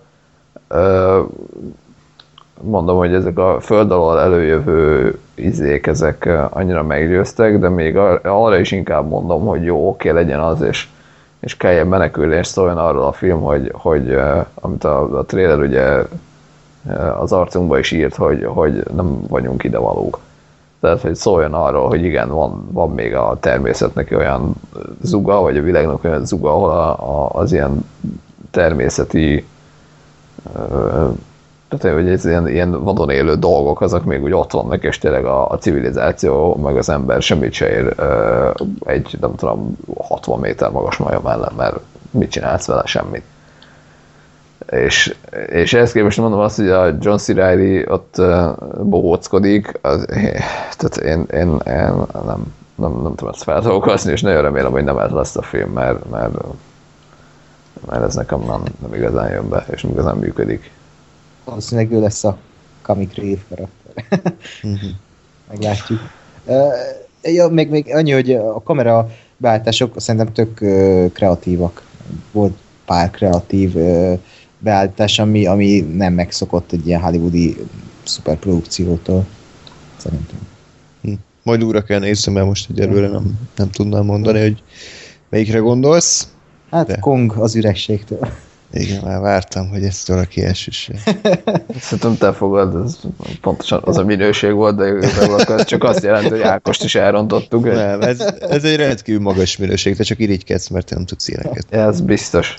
Mondom, hogy ezek a föld alól előjövő izék, ezek annyira meggyőztek, de még arra is inkább mondom, hogy jó, oké, legyen az, és, és kelljen menekülni, és szóljon arról a film, hogy, hogy amit a, a trailer ugye az arcunkba is írt, hogy, hogy nem vagyunk idevalók. Tehát, hogy szóljon arról, hogy igen, van, van még a természetnek olyan zuga, vagy a világnak olyan zuga, ahol a, a, az ilyen természeti, ö, tehát, hogy ez ilyen, ilyen vadon élő dolgok, azok még úgy ott vannak, és tényleg a, a civilizáció, meg az ember semmit se ér ö, egy, nem tudom, hatvan méter magas majom ellen, mert mit csinálsz vele? Semmit. És, és ehhez képest mondom azt, hogy a John C. Reilly ott uh, bohóckodik, az, tehát én, én, én nem, nem, nem tudom ezt feldolgozni, és nagyon remélem, hogy nem ez lesz a film, mert, mert, mert ez nekem nem, nem igazán jön be, és nem igazán működik. Valószínűleg ő lesz a comic relief karakter. Meglátjuk. Uh, ja, még, még annyi, hogy a kamera beállítások szerintem tök uh, kreatívak. Volt pár kreatív uh, beállítás, ami, ami nem megszokott egy ilyen hollywoodi szuperprodukciótól. Szerintem. Hm. Majd újra kell nézzem, mert most egyelőre nem, nem tudnám mondani, hogy melyikre gondolsz. Hát de. Kong az ürességtől. Igen, már vártam, hogy ezt valaki elsüsse. Szerintem te fogad, ez pontosan az a minőség volt, de igazából ez csak azt jelenti, hogy Ákost is elrontottuk. Nem, ez, ez egy rendkívül magas minőség, te csak irigykedsz, mert te nem tudsz ilyeneket. Ez biztos.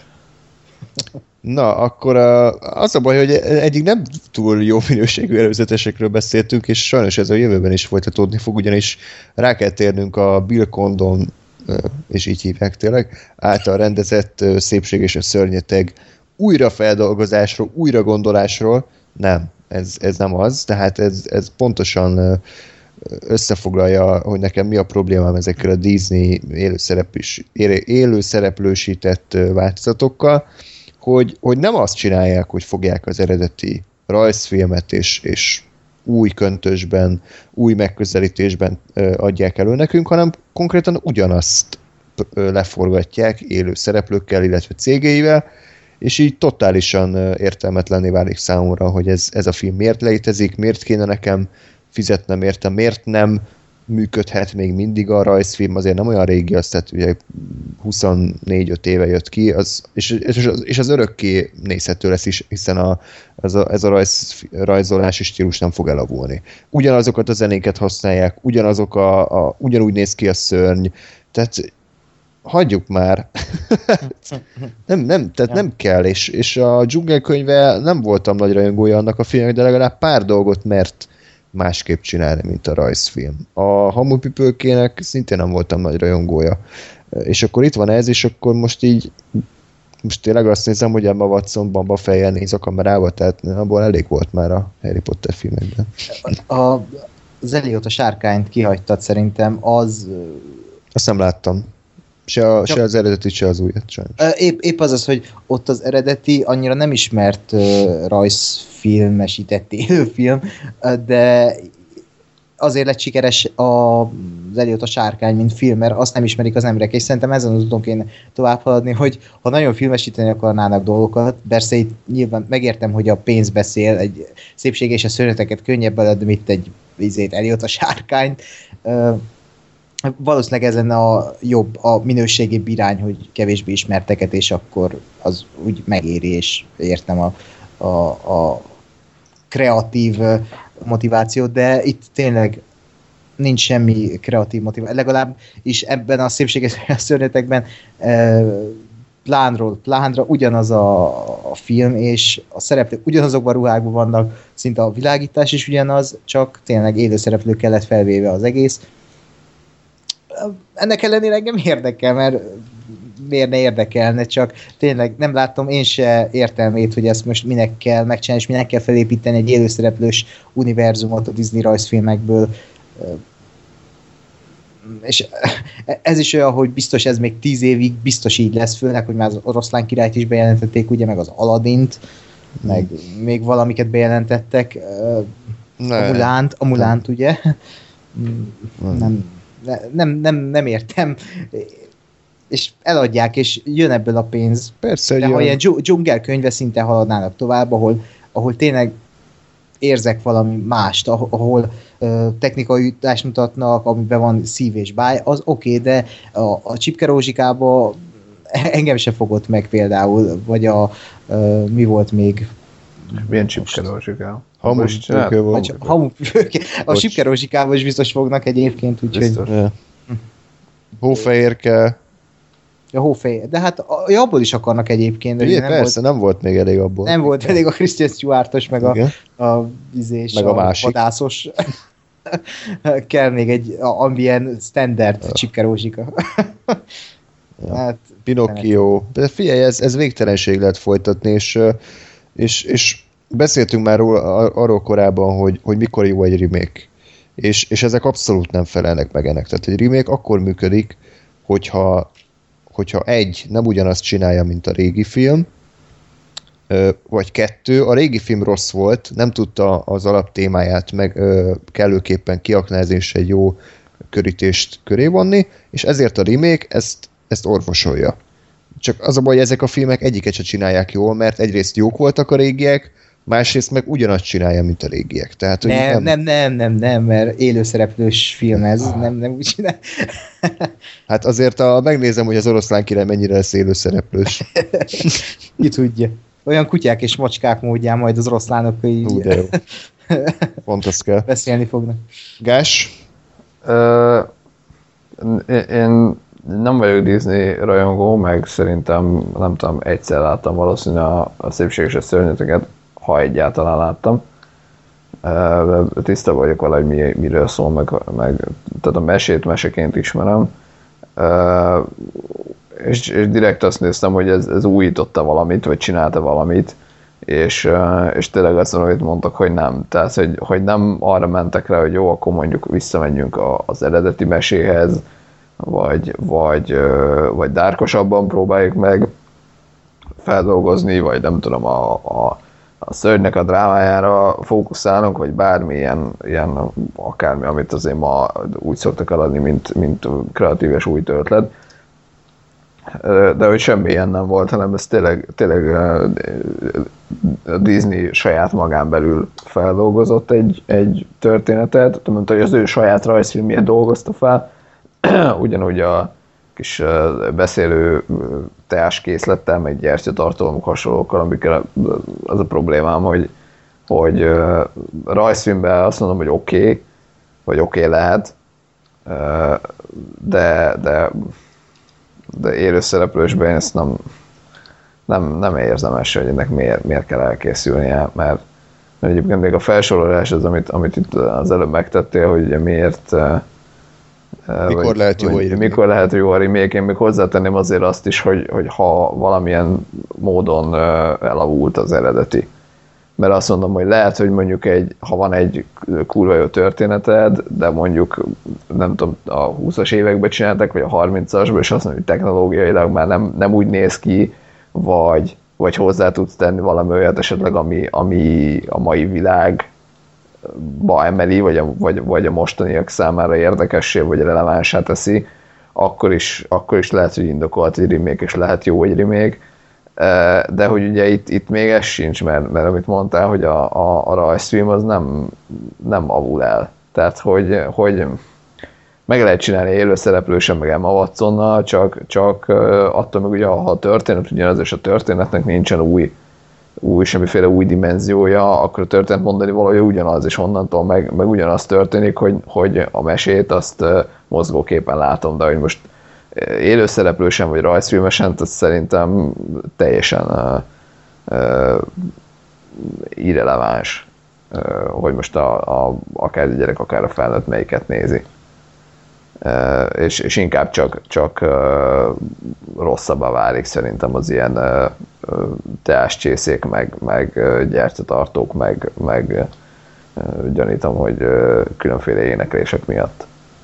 Na, akkor a, az a baj, hogy egyik nem túl jó minőségű előzetesekről beszéltünk, és sajnos ez a jövőben is folytatódni fog, ugyanis rá kell térnünk a Bill Condon, és így hívják tényleg, által rendezett Szépség és a szörnyeteg újrafeldolgozásról, újragondolásról. Nem, ez, ez nem az, tehát ez, ez pontosan összefoglalja, hogy nekem mi a problémám ezekkel a Disney élőszereplős, élőszereplősített változatokkal, hogy, hogy nem azt csinálják, hogy fogják az eredeti rajzfilmet és, és új köntösben, új megközelítésben adják elő nekünk, hanem konkrétan ugyanazt leforgatják élő szereplőkkel, illetve cégeivel, és így totálisan értelmetlenné válik számomra, hogy ez, ez a film miért létezik, miért kéne nekem fizetnem érte, miért nem működhet még mindig a rajzfilm, azért nem olyan régi, azt tehát ugye huszonnégy-öt éve jött ki, az, és, és, az, és az örökké nézhető lesz is, hiszen a, ez a, ez a rajz, rajzolási stílus nem fog elavulni. Ugyanazokat a zenéket használják, ugyanazok a, a, ugyanúgy néz ki a szörny, tehát hagyjuk már. nem, nem, tehát ja. nem kell, és, és a dzsungelkönyve nem voltam nagy rajongója annak a filmnek, de legalább pár dolgot mert másképp csinálni, mint a rajzfilm. A Hamupipőkének szintén nem voltam nagy rajongója. És akkor itt van ez, és akkor most így most tényleg azt nézem, hogy Emma Watson bamba fejjel néz a kamerába, tehát abból elég volt már a Harry Potter filmekben. A, az Elliot a sárkányt kihagytad szerintem, az... Azt nem láttam. Se, a, se az eredeti, se az újat, sajnos. Épp, épp az az, hogy ott az eredeti annyira nem ismert uh, rajzfilmesített élőfilm, uh, de azért lett sikeres a, az Elliot a sárkány, mint film, mert azt nem ismerik az emberek, és szerintem ezen az úton kéne tovább haladni, hogy ha nagyon filmesíteni akarnának dolgokat, persze itt nyilván megértem, hogy a pénz beszél, egy Szépség és a szörnyeteket könnyebb eladni, mint egy vizét, Elliot a sárkányt. Uh, Valószínűleg ez lenne a jobb, a minőségibb irány, hogy kevésbé ismerteket, és akkor az úgy megéri, és értem a, a, a kreatív motivációt, de itt tényleg nincs semmi kreatív motiváció. Legalább is ebben a Szépséges szörnyetekben e, plánról plánra ugyanaz a, a film, és a szereplők ugyanazokban a ruhákban vannak, szinte a világítás is ugyanaz, csak tényleg élő szereplőkkel lett felvéve az egész. Ennek ellenére engem érdekel, mert miért ne érdekelne, csak tényleg nem látom én se értelmét, hogy ezt most minek kell megcsinálni, és minek kell felépíteni egy élőszereplős univerzumot a Disney rajzfilmekből. És ez is olyan, hogy biztos ez még tíz évig biztos így lesz, főleg, hogy már az Oroszlán királyt is bejelentették, ugye, meg az Aladint, hmm. meg még valamiket bejelentettek. Ne. A Mulánt, a Mulánt, ugye? Hmm. Nem Nem, nem, nem értem. És eladják, és jön ebből a pénz. Persze, de ha ilyen dzsungelkönyve szinten haladnának tovább, ahol, ahol tényleg érzek valami mást, ahol uh, technikai jutást mutatnak, amiben van szív és báj, az oké, okay, de a, a Csipke Rózsikába engem se fogott meg például, vagy a uh, mi volt még? Milyen Csipke Rózsikába? Hamupipőke volt. A Csipke Rózsikába is biztos fognak egyébként, úgyhogy... Ja. Hófehérke. Ja, hófehér. De hát a, ja, abból is akarnak egyébként. Ugye, nem persze, volt, nem volt még elég abból. Nem volt elég a Christian Stewartos, meg igen. a, a vizés, meg a, a másik. Vadászos. Kell még egy amilyen standard ja. Csipke Rózsika. Ja. Hát, Pinocchio. De figyelj, ez, ez végtelenség lehet folytatni, és, és, és beszéltünk már róla, arról korábban, hogy, hogy mikor jó egy remake. És, és ezek abszolút nem felelnek meg ennek. Tehát egy remake akkor működik, hogyha, hogyha egy, nem ugyanazt csinálja, mint a régi film, vagy kettő, a régi film rossz volt, nem tudta az alaptémáját meg kellőképpen kiaknázni és egy jó körítést köré vonni, és ezért a remake ezt, ezt orvosolja. Csak az a baj, hogy ezek a filmek egyiket se csinálják jól, mert egyrészt jók voltak a régiek, másrészt meg ugyanazt csinálja, mint a régiek. Tehát, hogy nem, nem... nem, nem, nem, nem, mert élőszereplős film ez, nem, nem úgy csinál. Hát azért a, megnézem, hogy az oroszlán király mennyire lesz élőszereplős. Ki tudja. Olyan kutyák és macskák módján majd az oroszlánok Hú, de jó. Pont azt kell. beszélni fognak. Gás? Ö, én nem vagyok Disney rajongó, meg szerintem, nem tudom, egyszer láttam valószínűleg a, a Szépséges és a Szörnyeteket, ha egyáltalán láttam. Ö, tiszta vagyok vele, hogy mi, miről szól, meg, meg tehát a mesét meseként ismerem. Ö, és, és direkt azt néztem, hogy ez, ez újította valamit, vagy csinálta valamit, és, és tényleg azt mondom, amit mondtak, hogy nem. Tehát, hogy, hogy nem arra mentek rá, hogy jó, akkor mondjuk visszamegyünk az eredeti meséhez, vagy, vagy, vagy dárkosabban próbáljuk meg feldolgozni, vagy nem tudom, a, a, a szörnynek a drámájára fókuszálunk, vagy bármilyen ilyen, akármi, amit azért ma úgy szoktak eladni, mint, mint kreatív és új ötlet. De hogy semmi ilyen nem volt, hanem ez tényleg, tényleg a Disney saját magán belül feldolgozott egy, egy történetet, mondta, hogy az ő saját rajzfilmjét dolgozta fel, ugyanúgy a kis beszélő teáskészlettel, meg gyertyatartalomok hasonlókkal, amikkel az a problémám, hogy, hogy rajzfilmben azt mondom, hogy oké, okay, vagy oké okay lehet, de, de de élőszereplősben ezt nem, nem, nem érdemes, hogy ennek miért, miért kell elkészülnie, mert, mert egyébként még a felsorolás az, amit, amit itt az előbb megtettél, hogy ugye miért mikor vagy, lehet jó a remake. Mikor lehet jó a remake, én még hozzátenném azért azt is, hogy, hogy ha valamilyen módon elavult az eredeti. Mert azt mondom, hogy lehet, hogy mondjuk egy, ha van egy kurva jó történeted, de mondjuk nem tudom, a húszas években csináltak, vagy a harmincasban, és azt mondom, hogy technológiailag már nem, nem úgy néz ki, vagy, vagy hozzá tudsz tenni valami olyat esetleg, ami, ami a mai világba emeli, vagy a, vagy, vagy a mostaniak számára érdekessé, vagy relevánsá teszi, akkor is, akkor is lehet, hogy indokolt egy remake, és lehet jó egy remake. De hogy ugye itt, itt még ez sincs, mert, mert amit mondtál, hogy a, a, a rajzfilm az nem, nem avul el. Tehát, hogy, hogy meg lehet csinálni élőszereplősen, meg Emma Watsonnal, csak, csak attól meg ugye, ha a történet ugyanaz, és a történetnek nincsen új, új, semmiféle új dimenziója, akkor a történet mondani valahogy ugyanaz, és onnantól meg, meg ugyanaz történik, hogy, hogy a mesét azt mozgóképpen látom, de hogy most élőszereplősen vagy rajzfilmesen, tehát szerintem teljesen uh, uh, irreleváns, uh, hogy most a, a, akár a gyerek, akár a felnőtt melyiket nézi. Uh, és, és inkább csak, csak uh, rosszabbá válik szerintem az ilyen uh, teáscsészék, meg, meg uh, gyertyatartók, meg, meg uh, gyanítom, hogy uh, különféle éneklések miatt.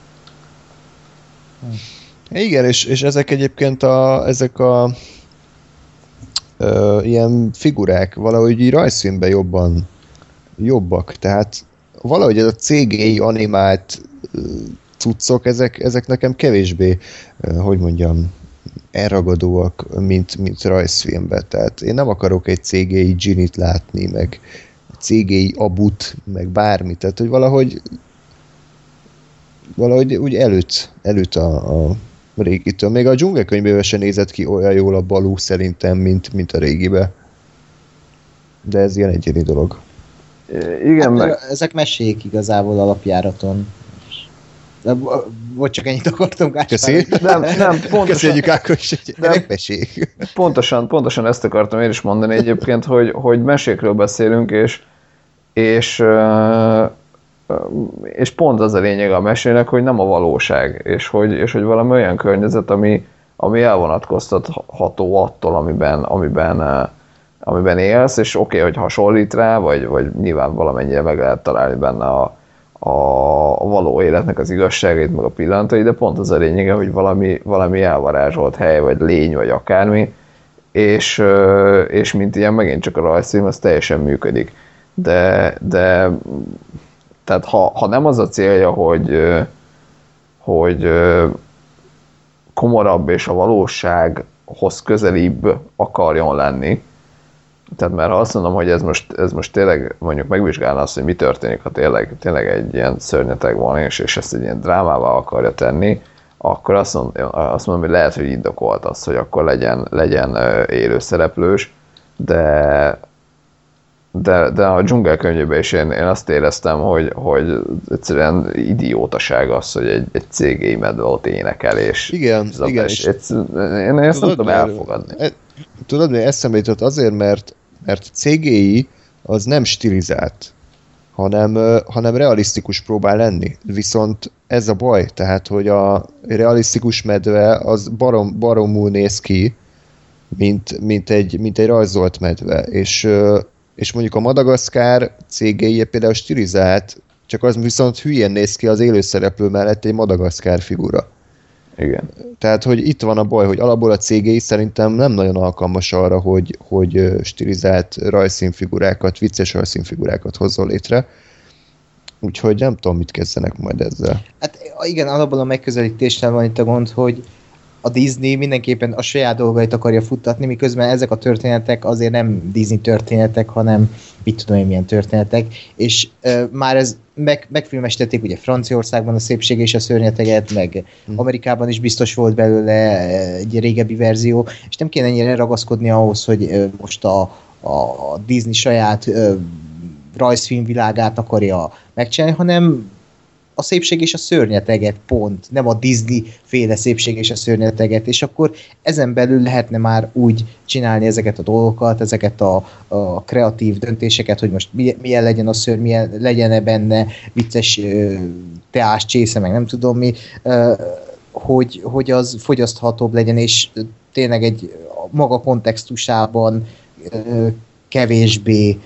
Igen, és, és ezek egyébként a, ezek a ö, ilyen figurák valahogy így rajzfilmben jobban jobbak, tehát valahogy ez a cé gé i animált ö, cuccok, ezek, ezek nekem kevésbé, ö, hogy mondjam, elragadóak, mint, mint rajzfilmben, tehát én nem akarok egy cé gé i Ginnyt látni, meg cé gé i Abut, meg bármit, tehát hogy valahogy valahogy úgy előtt, előtt a, a régitől. Még a dzsungelkönyvből sem nézett ki olyan jól a Balú szerintem, mint, mint a régibe. De ez ilyen egyéni dolog. Igen, hát, meg... Ezek mesék igazából alapjáraton. De, vagy csak ennyit akartam, Gáspár. Köszi. Nem, nem, pontosan, Köszönjük, Ákos, hogy nem, mesék. Pontosan, pontosan ezt akartam én is mondani egyébként, hogy, hogy mesékről beszélünk, és, és és pont az a lényeg a mesének, hogy nem a valóság, és hogy, és hogy valami olyan környezet, ami, ami elvonatkoztatható attól, amiben, amiben, amiben élsz, és oké, okay, hogy hasonlít rá, vagy, vagy nyilván valamennyire meg lehet találni benne a, a, a való életnek az igazságait, meg a pillanatai, de pont az a lényege, hogy valami, valami elvarázsolt hely, vagy lény, vagy akármi, és, és mint ilyen megint csak a rajzfilm, az teljesen működik. De, de tehát ha, ha nem az a célja, hogy, hogy komorabb és a valósághoz közelibb akarjon lenni, Tehát már ha azt mondom, hogy ez most, ez most tényleg mondjuk megvizsgálna azt, hogy mi történik, ha tényleg, tényleg egy ilyen szörnyeteg van, és, és ezt egy ilyen drámává akarja tenni, akkor azt mondom, azt mondom, hogy lehet, hogy indokolt az, hogy akkor legyen, legyen élő szereplős, de, de, de a dzsungelkönyvében is én, én azt éreztem, hogy, hogy egyszerűen idiótaság az, hogy egy, egy cé gé í medve ott énekel, és igen, igen, és és én ezt nem tudom elfogadni. E, tudod, mi eszembe jutott azért, mert, mert cé gé í az nem stilizált, hanem, hanem realisztikus próbál lenni. Viszont ez a baj, tehát, hogy a realisztikus medve az barom, baromul néz ki, mint, mint, egy, mint egy rajzolt medve. És, és mondjuk a Madagaszkár cé gé í például stilizált, csak az viszont hülyén néz ki az élőszereplő mellett egy Madagaszkár figura. Igen. Tehát, hogy itt van a baj, hogy alapból a cé gé í szerintem nem nagyon alkalmas arra, hogy, hogy stilizált rajzszínfigurákat, vicces rajzszínfigurákat hozzon létre. Úgyhogy nem tudom, mit kezdenek majd ezzel. Hát igen, alapból a megközelítésnél van itt a gond, hogy a Disney mindenképpen a saját dolgait akarja futtatni, miközben ezek a történetek azért nem Disney történetek, hanem mit tudom én milyen történetek, és uh, már ez meg, megfilmesítették ugye Franciaországban a Szépség és a szörnyeteget, meg hmm. Amerikában is biztos volt belőle egy régebbi verzió, és nem kéne ennyire ragaszkodni ahhoz, hogy uh, most a, a Disney saját uh, rajzfilmvilágát akarja megcsinálni, hanem a Szépség és a szörnyeteget, pont. Nem a Disney féle Szépség és a szörnyeteget, és akkor ezen belül lehetne már úgy csinálni ezeket a dolgokat, ezeket a, a kreatív döntéseket, hogy most milyen legyen a szörny, milyen legyen-e benne vicces teás csésze, meg nem tudom mi, hogy, hogy az fogyaszthatóbb legyen, és tényleg egy maga kontextusában kevésbé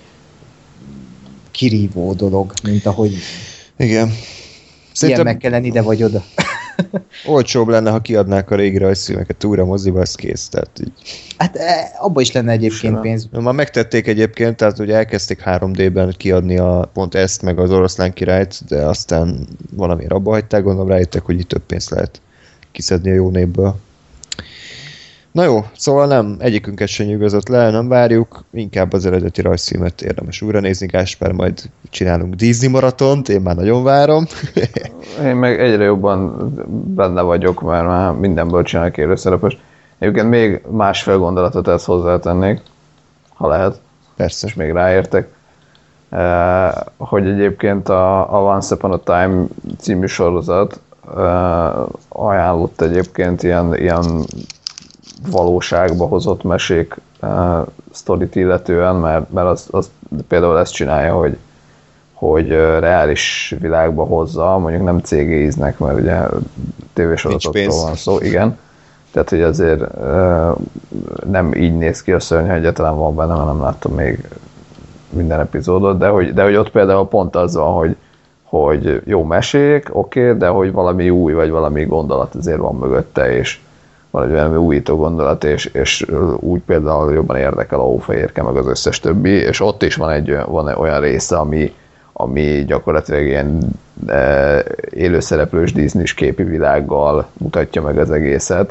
kirívó dolog, mint ahogy igen. Szerintem ilyen meg kell lenni ide vagy oda. Olcsóbb lenne, ha kiadnák a régi rajzfilmeket újra moziba, az kész. Tehát így. Hát abban is lenne egyébként Sima. pénz. Már megtették egyébként, tehát ugye elkezdték három dé-ben kiadni a, pont ezt, meg az Oroszlán királyt, de aztán valamiért abba hagyták, gondolom rájöttek, hogy itt több pénzt lehet kiszedni a jó névből. Na jó, szóval nem, egyikünket sem nyugodott le, nem várjuk, inkább az eredeti rajzfilmet érdemes újra nézni, Gáspár, majd csinálunk Disney maratont, én már nagyon várom. Én meg egyre jobban benne vagyok, mert már mindenből csinálok élőszerepes. Egyébként még másfél gondolatot ezt hozzátennék, ha lehet. Persze. És még ráértek. Eh, hogy egyébként a, a Once Upon a Time című sorozat eh, ajánlott egyébként ilyen, ilyen valóságba hozott mesék uh, sztorit illetően, mert, mert az, az például ezt csinálja, hogy, hogy uh, reális világba hozza, mondjuk nem cé gé íznek, mert ugye tévésorozatról van szó, igen. Tehát, hogy azért uh, nem így néz ki a szörny, ha egyáltalán van benne, mert nem láttam még minden epizódot, de hogy, de hogy ott például pont az van, hogy, hogy jó mesék, oké, okay, de hogy valami új, vagy valami gondolat azért van mögötte, és valami újító gondolat, és, és úgy például jobban érdekel a Hófehérke, meg az összes többi, és ott is van egy van olyan része, ami, ami gyakorlatilag ilyen e, élőszereplős Disney-s képi világgal mutatja meg az egészet.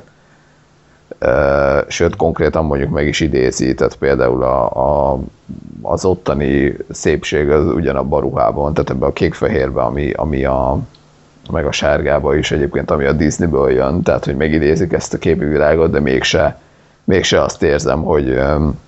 E, sőt, konkrétan mondjuk meg is idézi, tehát például a, a, az ottani szépség az ugyanabban a ruhában, tehát ebben a kék-fehérben, ami, ami a meg a sárgába is egyébként, ami a Disneyből jön, tehát, hogy megidézik ezt a képi világot, de mégse, mégse azt érzem, hogy,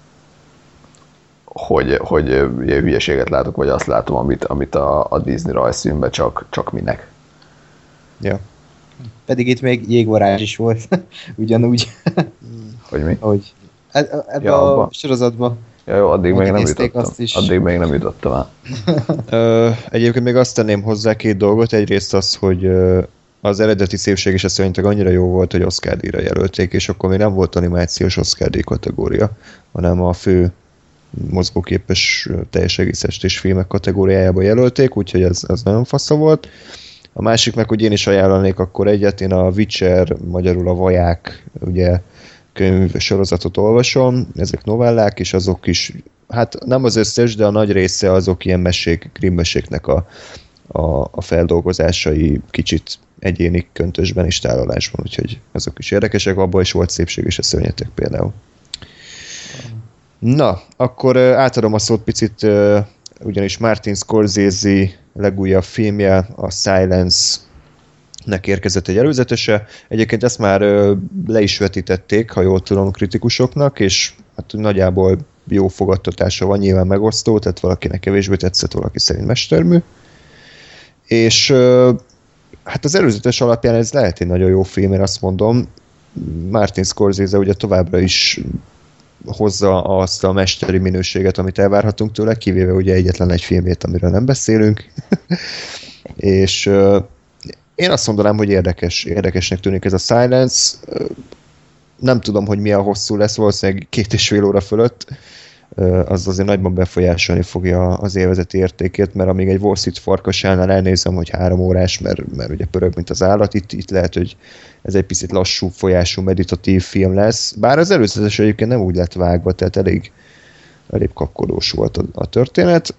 hogy, hogy hülyeséget látok, vagy azt látom, amit, amit a, a Disney rajzfilmben csak, csak minek. Ja. Pedig itt még jégvarázs is volt, ugyanúgy. Hogy mi? Hogy ebben ja, a sorozatban. Ja, jó, addig még nem jutottam. Addig még nem jutottam el. Ö, egyébként még azt tenném hozzá két dolgot. Egyrészt az, hogy ö, az eredeti Szépség és a szörnyeteg annyira jó volt, hogy Oscar-díjra jelölték, és akkor még nem volt animációs Oscar-díj kategória, hanem a fő mozgóképes teljes egész estés filmek kategóriájába jelölték, úgyhogy ez, ez nagyon fasza volt. A másik meg, hogy én is ajánlanék akkor egyet, én a Witcher, magyarul a Vaják, ugye könyv sorozatot olvasom, ezek novellák, és azok is, hát nem az összes, de a nagy része azok ilyen mesék, krimmeséknek a, a, a feldolgozásai kicsit egyéni köntösben és tálalásban, úgyhogy azok is érdekesek, abban is volt Szépség és a szörnyeteg például. Na, akkor uh, átadom a szót picit, uh, ugyanis Martin Scorsese legújabb filmje, a Silence-nek érkezett egy előzetese. Egyébként ezt már uh, le is vetítették, ha jól tudom, kritikusoknak, és hát nagyjából jó fogadtatása van, nyilván megosztó, tehát valakinek kevésbé tetszett, valaki szerint mestermű. És uh, hát az előzetes alapján ez lehet egy nagyon jó film, én azt mondom. Martin Scorsese ugye továbbra is hozza azt a mesteri minőséget, amit elvárhatunk tőle, kivéve ugye egyetlen egy filmét, amiről nem beszélünk. És uh, én azt mondanám, hogy érdekes, érdekesnek tűnik ez a Silence. Uh, nem tudom, hogy milyen hosszú lesz, valószínűleg két és fél óra fölött. Uh, az azért nagyban befolyásolni fogja az élvezeti értékét, mert amíg egy Wall Street farkasánál elnézem, hogy három órás, mert, mert ugye pörög, mint az állat, itt, itt lehet, hogy ez egy picit lassú folyású, meditatív film lesz. Bár az előzetes egyébként nem úgy lett vágva, tehát elég, elég kapkodós volt a, a történet.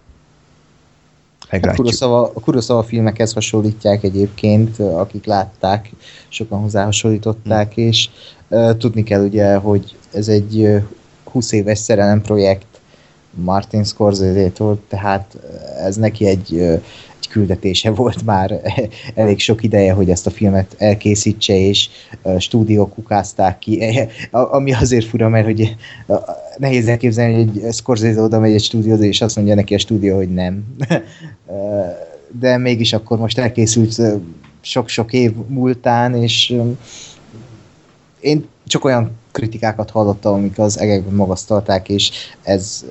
A Kurosawa, a Kurosawa filmekhez hasonlítják egyébként, akik látták, sokan hozzá hasonlították, hmm. és uh, tudni kell ugye, hogy ez egy uh, húsz éves szerelem projekt Martin Scorsese-től, tehát ez neki egy, egy küldetése volt már elég sok ideje, hogy ezt a filmet elkészítse, és stúdiók kukázták ki, ami azért fura, mert hogy nehéz elképzelni, hogy egy Scorsese oda megy egy stúdióba, és azt mondja neki a stúdió, hogy nem. De mégis akkor most elkészült sok-sok év múltán, és én csak olyan kritikákat hallottam, amik az egekben magasztalták, és ez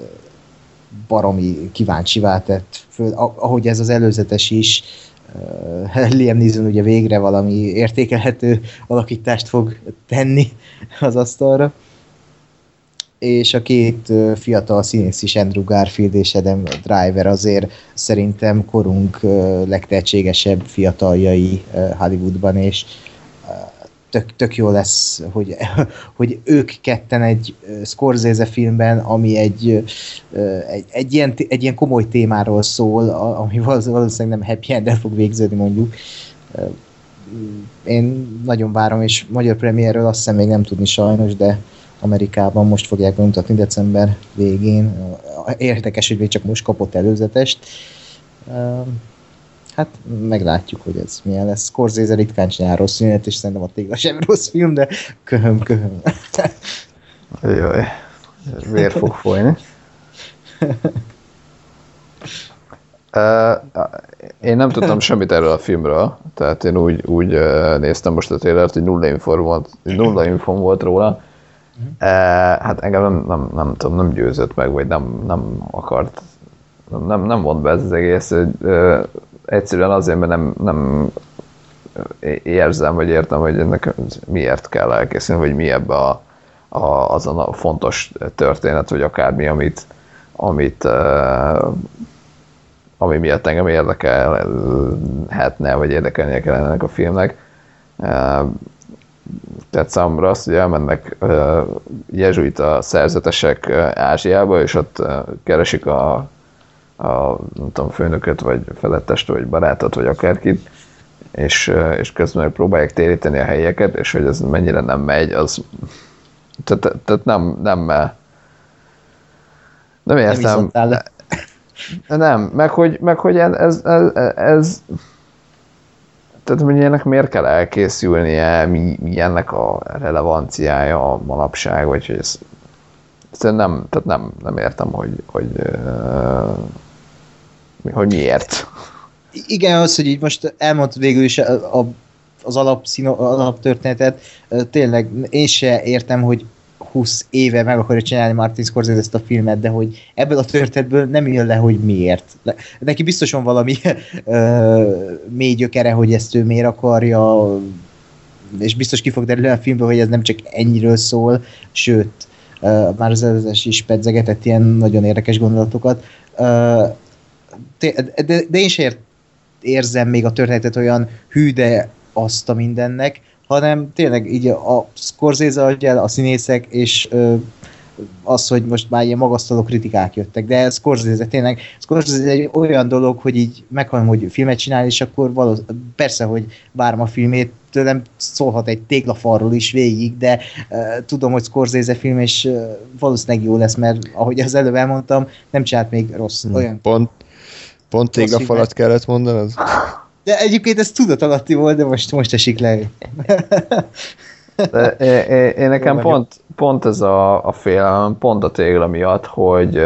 baromi kíváncsivá tett föl, ahogy ez az előzetes is. uh, Liam Neeson ugye végre valami értékelhető alakítást fog tenni az asztalra, és a két uh, fiatal színész is, Andrew Garfield és Adam Driver azért szerintem korunk uh, legtehetségesebb fiataljai uh, Hollywoodban, és Tök, tök jó lesz, hogy, hogy ők ketten egy Scorsese filmben, ami egy, egy, egy, ilyen, egy ilyen komoly témáról szól, ami valószínűleg nem happy end-el fog végződni mondjuk. Én nagyon várom, és magyar premierről azt hiszem még nem tudni sajnos, de Amerikában most fogják bemutatni december végén. Érdekes, hogy még csak most kapott előzetest. Hát meglátjuk, hogy ez milyen lesz. Scorsese ritkán csinál rossz filmet, és szerintem a Tégla sem rossz film, de köhöm, köhöm. Jaj, vér fog folyni. Uh, én nem tudtam semmit erről a filmről, tehát én úgy, úgy uh, néztem most a trailert, hogy nulla infom volt, nulla infom volt róla. Uh, hát engem nem, nem, nem tudom, nem győzött meg, vagy nem, nem akart, nem, nem vont be ez az egész, hogy uh, egyszerűen azért, mert nem, nem érzem, vagy értem, hogy ennek miért kell elkészülni, vagy mi ebbe a, a, azon a fontos történet, vagy akármi, amit, amit uh, ami miatt engem érdekelhetne, vagy érdekelnie kellene ennek a filmnek. Uh, tehát számomra azt, hogy elmennek uh, jezsuita szerzetesek Ázsiába, és ott uh, keresik a a nem tudom, főnököt, vagy felettest, vagy barátot, vagy akárkit, és, és közben próbálják téríteni a helyeket, és hogy ez mennyire nem megy, az tehát, tehát nem nem nem értem. Nem, nem meg hogy, meg hogy ez, ez, ez, ez tehát hogy ennek miért kell elkészülnie, mi, mi ennek a relevanciája a manapság, vagy hogy ez nem, tehát nem, nem értem, hogy, hogy, hogy miért. Igen, az, hogy így most elmondtad végül is a, a, az alaptörténetet, tényleg én se értem, hogy húsz éve meg akarja csinálni Martin Scorsese ezt a filmet, de hogy ebből a történetből nem jön le, hogy miért. Neki biztos van valami mély gyökere, hogy ezt ő miért akarja, és biztos ki fog derülni a filmből, hogy ez nem csak ennyiről szól, sőt, Uh, már az előzés is pedzegetett ilyen nagyon érdekes gondolatokat. Uh, de, de, de én sem ér, érzem még a történetet olyan hű, de azt a mindennek, hanem tényleg így a Scorsese adja el, a színészek, és uh, az, hogy most már ilyen magasztaló kritikák jöttek, de Scorsese tényleg, Scorsese egy olyan dolog, hogy így meghallom, hogy filmet csinál, és akkor valósz, persze, hogy várom a filmét, tőlem szólhat egy téglafalról is végig, de uh, tudom, hogy Scorsese film, és uh, valószínűleg jó lesz, mert ahogy az előbb elmondtam, nem csinált még rossz. Hmm. Olyan pont, pont téglafalat kellett mondanod? De egyébként ez tudatalatti volt, de most, most esik le. De én, én, én nekem pont, pont ez a, a félelem, pont a tégla miatt, hogy,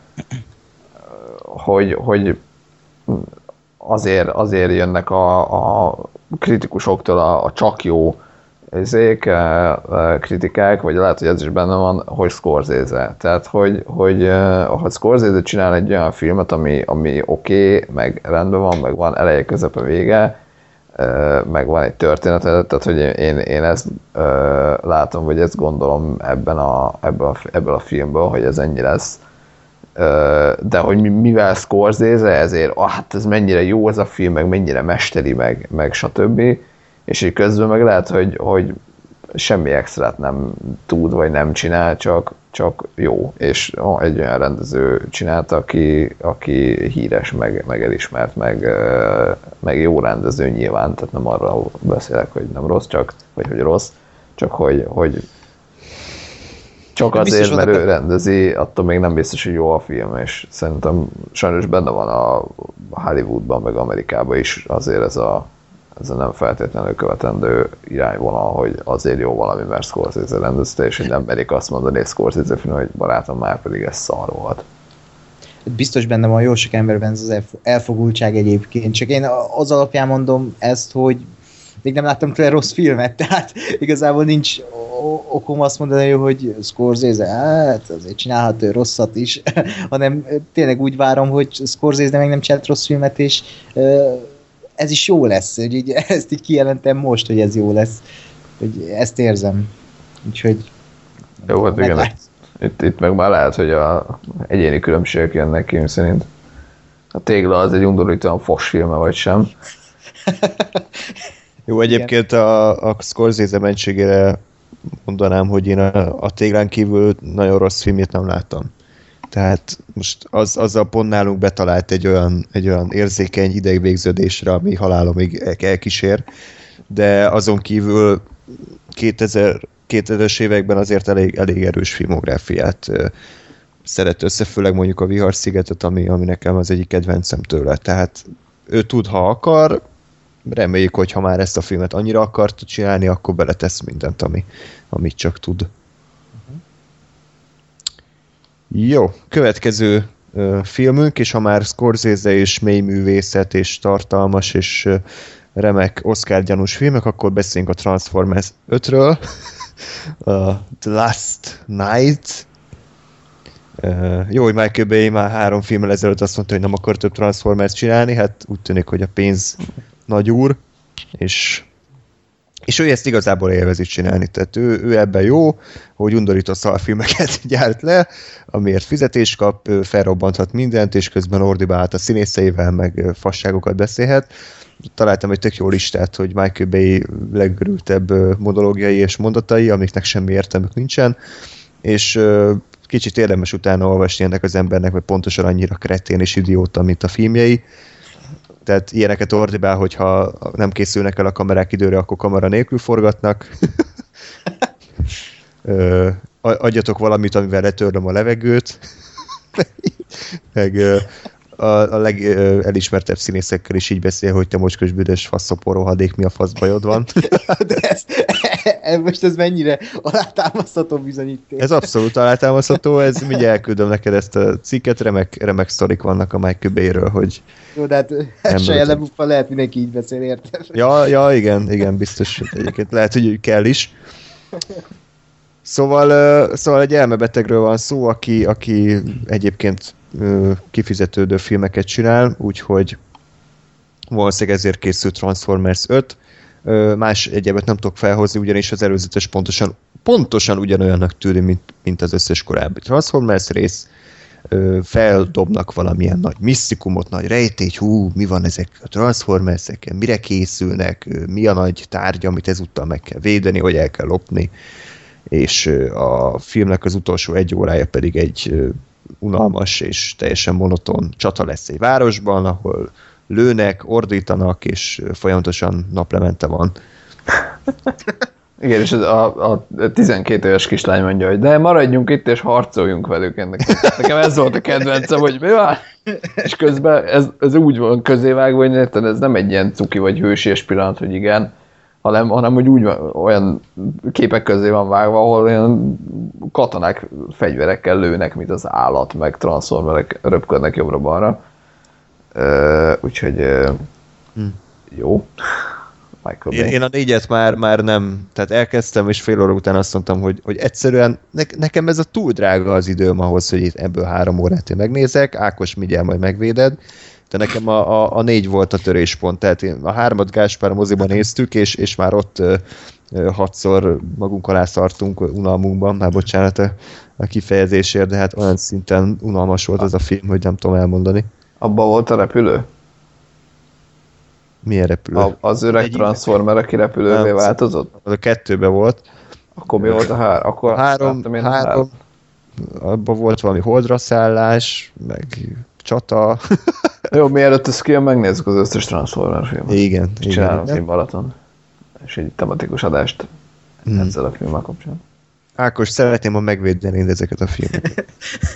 hogy, hogy azért, azért jönnek a, a kritikusoktól a, a csak jó ezék, kritikák, vagy lehet, hogy ez is benne van, hogy Scorsese. Tehát, hogy, hogy ha Scorsese csinál egy olyan filmet, ami, ami oké, okay, meg rendben van, meg van eleje, közepe, vége, meg van egy történet, tehát hogy én, én ezt uh, látom, vagy ezt gondolom ebben a, ebben a, ebből a filmből, hogy ez ennyi lesz. Uh, de hogy mivel Scorsese, ezért ah, hát ez mennyire jó ez a film, meg mennyire mesteri, meg, meg stb. És így közben meg lehet, hogy, hogy semmi extrát nem tud, vagy nem csinál, csak, csak jó. És oh, egy olyan rendező csinálta, aki, aki híres, meg, meg elismert, meg, meg jó rendező nyilván, tehát nem arra beszélek, hogy nem rossz, csak, vagy hogy rossz, csak hogy, hogy csak azért, mert ő rendezi, attól még nem biztos, hogy jó a film, és szerintem sajnos benne van a Hollywoodban, meg Amerikában is azért ez a ez a nem feltétlenül követendő irányvonal, hogy azért jó valami, mert Scorsese rendezte, és hogy nem merik azt mondani egy Scorsese film, hogy barátom, már pedig ez szar volt. Biztos benne van jó sok emberben ez az elfogultság egyébként, csak én az alapján mondom ezt, hogy még nem láttam tőle rossz filmet, tehát igazából nincs okom azt mondani, hogy Scorsese, hát azért csinálhat ő rosszat is, hanem tényleg úgy várom, hogy Scorsese meg nem csinált rossz filmet, és ez is jó lesz, hogy így, ezt így kijelentem most, hogy ez jó lesz, hogy ezt érzem. Úgyhogy... Jó, hát igen, itt, itt meg már lehet, hogy a egyéni különbségek jönnek ki, szerint a tégla az egy undorítóan fos filme, vagy sem. Jó, egyébként a, a Scorsese mentségére mondanám, hogy én a, a téglán kívül nagyon rossz filmét nem láttam. Tehát most az, azzal pont nálunk betalált egy olyan, egy olyan érzékeny idegvégződésre, ami halálomig elkísér, de azon kívül kétezres években azért elég, elég erős filmográfiát szeret össze, főleg mondjuk a Viharszigetet, ami, ami nekem az egyik kedvencem tőle. Tehát ő tud, ha akar, reméljük, hogy ha már ezt a filmet annyira akart csinálni, akkor beletesz mindent, ami, amit csak tud. Jó, következő uh, filmünk, és ha már Scorsese és mély művészet, és tartalmas, és uh, remek Oscar-gyanús filmek, akkor beszéljünk a Transformers ötről. uh, The Last Night. Uh, jó, hogy Michael Bay már három filmmel ezelőtt azt mondta, hogy nem akar több Transformers csinálni, hát úgy tűnik, hogy a pénz nagy úr, és És ő ezt igazából élvezi csinálni, tehát ő, ő ebben jó, hogy undorító szarfilmeket gyárt le, amiért fizetést kap, felrobbanthat mindent, és közben ordibálhat a színészeivel, meg fasságokat beszélhet. Találtam egy tök jó listát, hogy Michael Bay legörültebb monológiai és mondatai, amiknek semmi értelmük nincsen, és kicsit érdemes utána olvasni ennek az embernek, mert pontosan annyira kretén és idióta, mint a filmjei. Tehát ilyeneket ordibál, hogyha nem készülnek el a kamerák időre, akkor kamera nélkül forgatnak. Ö, adjatok valamit, amivel letörlöm a levegőt. Meg a, a legelismertebb színészekkel is így beszél, hogy te mocskos büdös faszoporohadék, mi a fasz bajod van. De ez, ez, most ez mennyire alátámasztható bizonyíték. Ez abszolút alátámasztható, ez mindjárt elküldöm neked ezt a cikket, remek, remek sztorik vannak a Michael Bay-ről, hogy... Jó, de hát saját lebuffa lehet mindenki így beszél, érted? Ja, ja, igen, igen, biztos. Egyébként lehet, hogy kell is. Szóval, szóval egy elmebetegről van szó, aki, aki egyébként kifizetődő filmeket csinál, úgyhogy valószínűleg ezért készült Transformers öt. Más egyébként nem tudok felhozni, ugyanis az előzetes pontosan, pontosan ugyanolyannak tűnik, mint, mint az összes korábbi Transformers rész. Feldobnak valamilyen nagy misztikumot, nagy rejtély, hú, mi van ezek a Transformers-eken, mire készülnek, mi a nagy tárgy, amit ezúttal meg kell védeni, hogy el kell lopni. és a filmnek az utolsó egy órája pedig egy unalmas és teljesen monoton csata lesz egy városban, ahol lőnek, ordítanak, és folyamatosan naplemente van. Igen, és a, a tizenkét éves kislány mondja, hogy de maradjunk itt, és harcoljunk velük ennek. Nekem ez volt a kedvencem, hogy mi van? És közben ez, ez úgy van közévágva, hogy érted, ez nem egy ilyen cuki vagy hősies pillanat, hogy igen, hanem, hanem hogy úgy van, olyan képek közé van vágva, ahol olyan katonák fegyverekkel lőnek, mint az állat, meg transformerek röpködnek jobbra-balra. Uh, úgyhogy uh, hm. jó. Én, én a négyet már, már nem, tehát elkezdtem, és fél óra után azt mondtam, hogy, hogy egyszerűen ne, nekem ez a túl drága az időm ahhoz, hogy itt ebből három órát én megnézek, Ákos, mindjárt majd megvéded, de nekem a, a, a négy volt a töréspont, tehát én a hármat Gáspár moziban néztük, és, és már ott ö, ö, hatszor magunk alá szartunk unalmunkban, már bocsánat a, a kifejezésért, de hát olyan szinten unalmas volt ez a film, hogy nem tudom elmondani. Abba volt a repülő? Milyen repülő? A, az öreg Transformer, aki repülővé nem, változott? Az a kettőben volt. Akkor mi volt a hár? Akkor a három, három, három. Abban volt valami holdra szállás, meg csata. Jó, mielőtt ezt kijön, megnézzük az összes Transformer filmet. Igen. Csinálom Film Balaton. És egy tematikus adást hmm. ezzel a filmmel kapcsolatban. Ákos, szeretném, ha megvédeni ezeket a filmeket.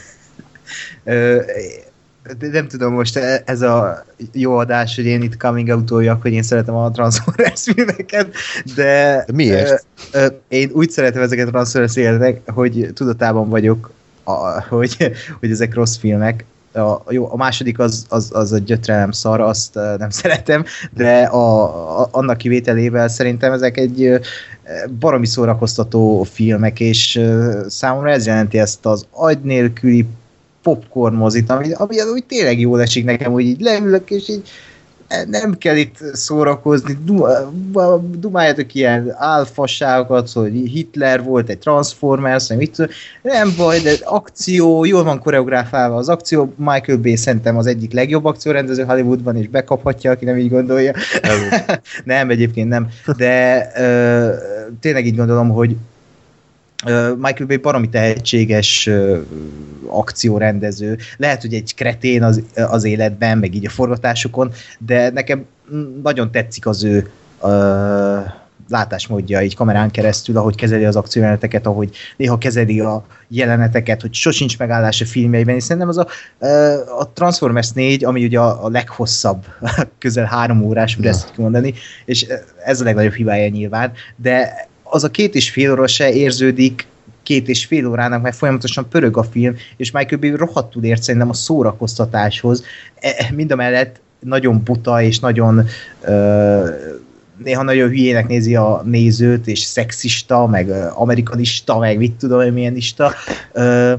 De nem tudom, most ez a jó adás, hogy én itt coming out-oljak, hogy én szeretem a Transformers filmeket, de... Miért? Ö, ö, én úgy szeretem ezeket a Transformers filmeket, hogy tudatában vagyok, a, hogy, hogy ezek rossz filmek. A, jó, a második az, az, az a gyötrelem szar, azt nem szeretem, de a, a, annak kivételével szerintem ezek egy baromi szórakoztató filmek, és számomra ez jelenti ezt az agy nélküli popcorn mozit, ami, ami úgy tényleg jól esik nekem, hogy így leülök, és így nem kell itt szórakozni, dumáljatok ilyen álfasságokat, hogy Hitler volt egy Transformers, nem, mit tudom, nem baj, de akció, jól van koreográfálva az akció, Michael Bay szerintem az egyik legjobb akciórendező Hollywoodban, és bekaphatja, aki nem így gondolja. Nem, egyébként nem, de ö, tényleg így gondolom, hogy Michael Bay baromi tehetséges uh, akciórendező. Lehet, hogy egy kretén az, az életben, meg így a forgatásokon, de nekem nagyon tetszik az ő uh, látásmódja így kamerán keresztül, ahogy kezeli az akciójeleneteket, ahogy néha kezeli a jeleneteket, hogy sosincs megállás a filmjeiben, és szerintem az a, uh, a Transformers négy, ami ugye a, a leghosszabb, közel három órás, úgy ezt mondani, és ez a legnagyobb hibája nyilván, de az a két és fél óra se érződik két és fél órának, mert folyamatosan pörög a film, és Michael Bay rohadtul ért szerintem a szórakoztatáshoz. E, mind a mellett nagyon buta, és nagyon uh, néha nagyon hülyének nézi a nézőt, és szexista, meg uh, amerikanista, meg mit tudom, hogy milyen ista. Uh,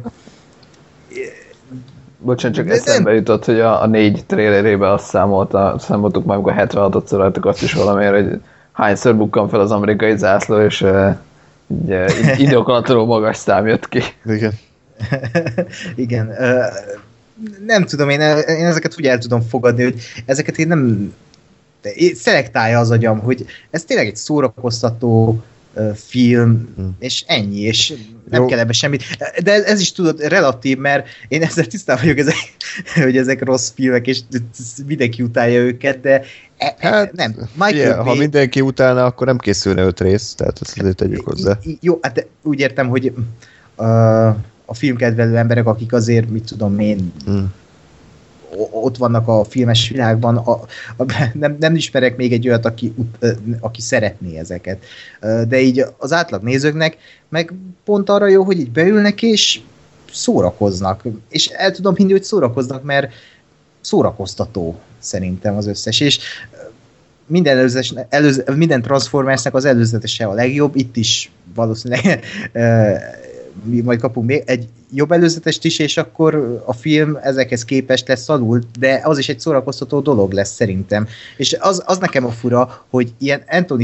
Bocsánat, csak eszembe jutott, hogy a, a négy trailerében azt számolta, számoltuk már, amikor hetvenhatodszor rajtuk azt is valamiért, hogy hányszor bukkan fel az amerikai zászló, és uh, így, időkalattól magas szám jött ki. Igen. Igen. Uh, nem tudom, én, én ezeket úgy el tudom fogadni, hogy ezeket én nem... Én szelektálja az agyam, hogy ez tényleg egy szórakoztató uh, film, hmm. és ennyi, és nem Jó. kell ebbe semmit. De ez, ez is tudod relatív, mert én ezzel tisztában vagyok, ezek, hogy ezek rossz filmek, és mindenki utálja őket, de hát, nem. Yeah, Bay... Ha mindenki utálna, akkor nem készülne öt rész, tehát ezt azért tegyük hozzá. Jó, hát úgy értem, hogy uh, a filmkedvelő emberek, akik azért, mit tudom én, hmm. ott vannak a filmes világban, a, a, nem, nem ismerek még egy olyat, aki, aki szeretné ezeket. De így az átlag nézőknek meg pont arra jó, hogy így beülnek és szórakoznak. És el tudom hinni, hogy szórakoznak, mert szórakoztató szerintem az összes. És minden, előzetes, előz, minden Transformersnek az előzetese a legjobb, itt is valószínűleg mi majd kapunk még egy jobb előzetest is, és akkor a film ezekhez képest lesz alul, de az is egy szórakoztató dolog lesz szerintem. És az, az nekem a fura, hogy ilyen Anthony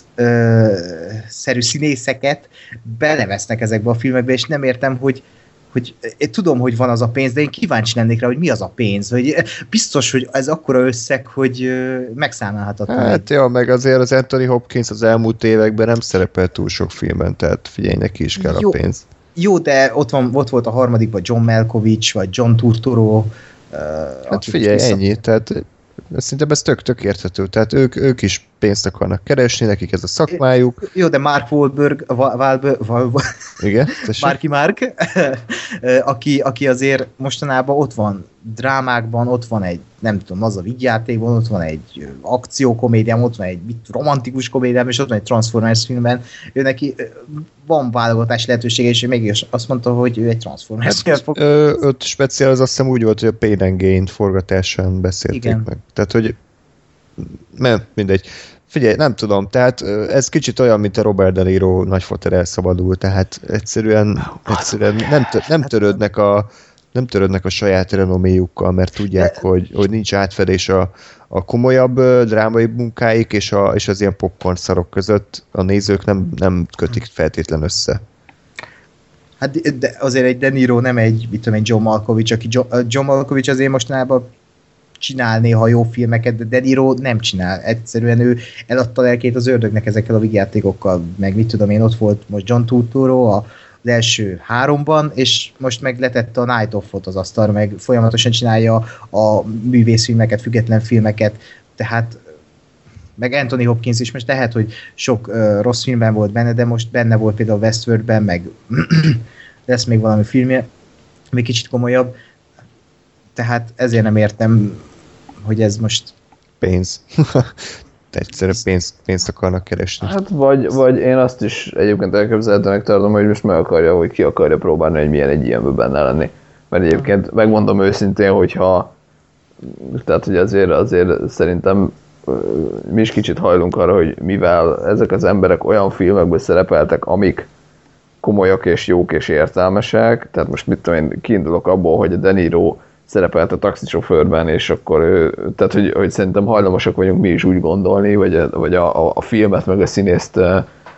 Hopkins-szerű színészeket belevesznek ezekbe a filmekbe, és nem értem, hogy hogy én tudom, hogy van az a pénz, de én kíváncsi lennék rá, hogy mi az a pénz. Hogy biztos, hogy ez akkora összeg, hogy megszámolhatatlan. Hát jó, meg azért az Anthony Hopkins az elmúlt években nem szerepel túl sok filmben, tehát figyelj, neki is kell jó, a pénz. Jó, de ott, van, ott volt a harmadikban John Malkovich, vagy John Turturro. Hát figyelj, vissza... ennyi, tehát szerintem ez tök-tök érthető, tehát ők, ők is pénzt akarnak keresni, nekik ez a szakmájuk. Jó, de Mark Wahlberg, Wahlberg, Wahlberg igen, Marky Mark, aki, aki azért mostanában ott van drámákban, ott van egy, nem tudom, az a vigyátékban, ott van egy akciókomédiám, ott van egy romantikus komédiám, és ott van egy Transformers filmben. Ő neki van válogatási lehetősége, és ő mégis azt mondta, hogy ő egy Transformers hát, fog... ö, Ott speciál az azt hiszem úgy volt, hogy a Pain and Gain forgatásán beszélték igen. meg. Tehát, hogy nem, mindegy. Figyelj, nem tudom, tehát ez kicsit olyan, mint a Robert De Niro nagyfoter elszabadul, tehát egyszerűen, egyszerűen nem, tör, nem törődnek a nem törődnek a saját renoméjukkal, mert tudják, hogy, hogy nincs átfedés a, a komolyabb drámai munkáik és, a, és az ilyen popcorn szarok között a nézők nem, nem kötik feltétlen össze. Hát de azért egy De Niro nem egy, mit tudom, egy John Malkovich, aki John, John Malkovich azért mostanában csinál néha jó filmeket, de De Niro nem csinál. Egyszerűen ő eladta lelkét az ördögnek ezekkel a vígjátékokkal, meg mit tudom én, ott volt most John Turturro a az első háromban, és most meg letette a Night of-ot az asztalra, meg folyamatosan csinálja a művészfilmeket, független filmeket, tehát meg Anthony Hopkins is most lehet, hogy sok uh, rossz filmben volt benne, de most benne volt például Westworldben, meg lesz még valami filmje, még kicsit komolyabb, tehát ezért nem értem, hogy ez most pénz. Egyszerűen pénzt, pénzt akarnak keresni. Hát vagy, vagy én azt is egyébként elképzelhetőnek tartom, hogy most meg akarja, hogy ki akarja próbálni, hogy milyen egy ilyenből benne lenni. Mert egyébként megmondom őszintén, hogyha tehát, hogy azért, azért szerintem mi is kicsit hajlunk arra, hogy mivel ezek az emberek olyan filmekben szerepeltek, amik komolyak és jók és értelmesek, tehát most mit tudom én, kiindulok abból, hogy a De Niro szerepelt a taxisofőrben, és akkor ő, tehát hogy, hogy szerintem hajlamosak vagyunk mi is úgy gondolni, vagy, vagy a, a, a filmet meg a színészt ö,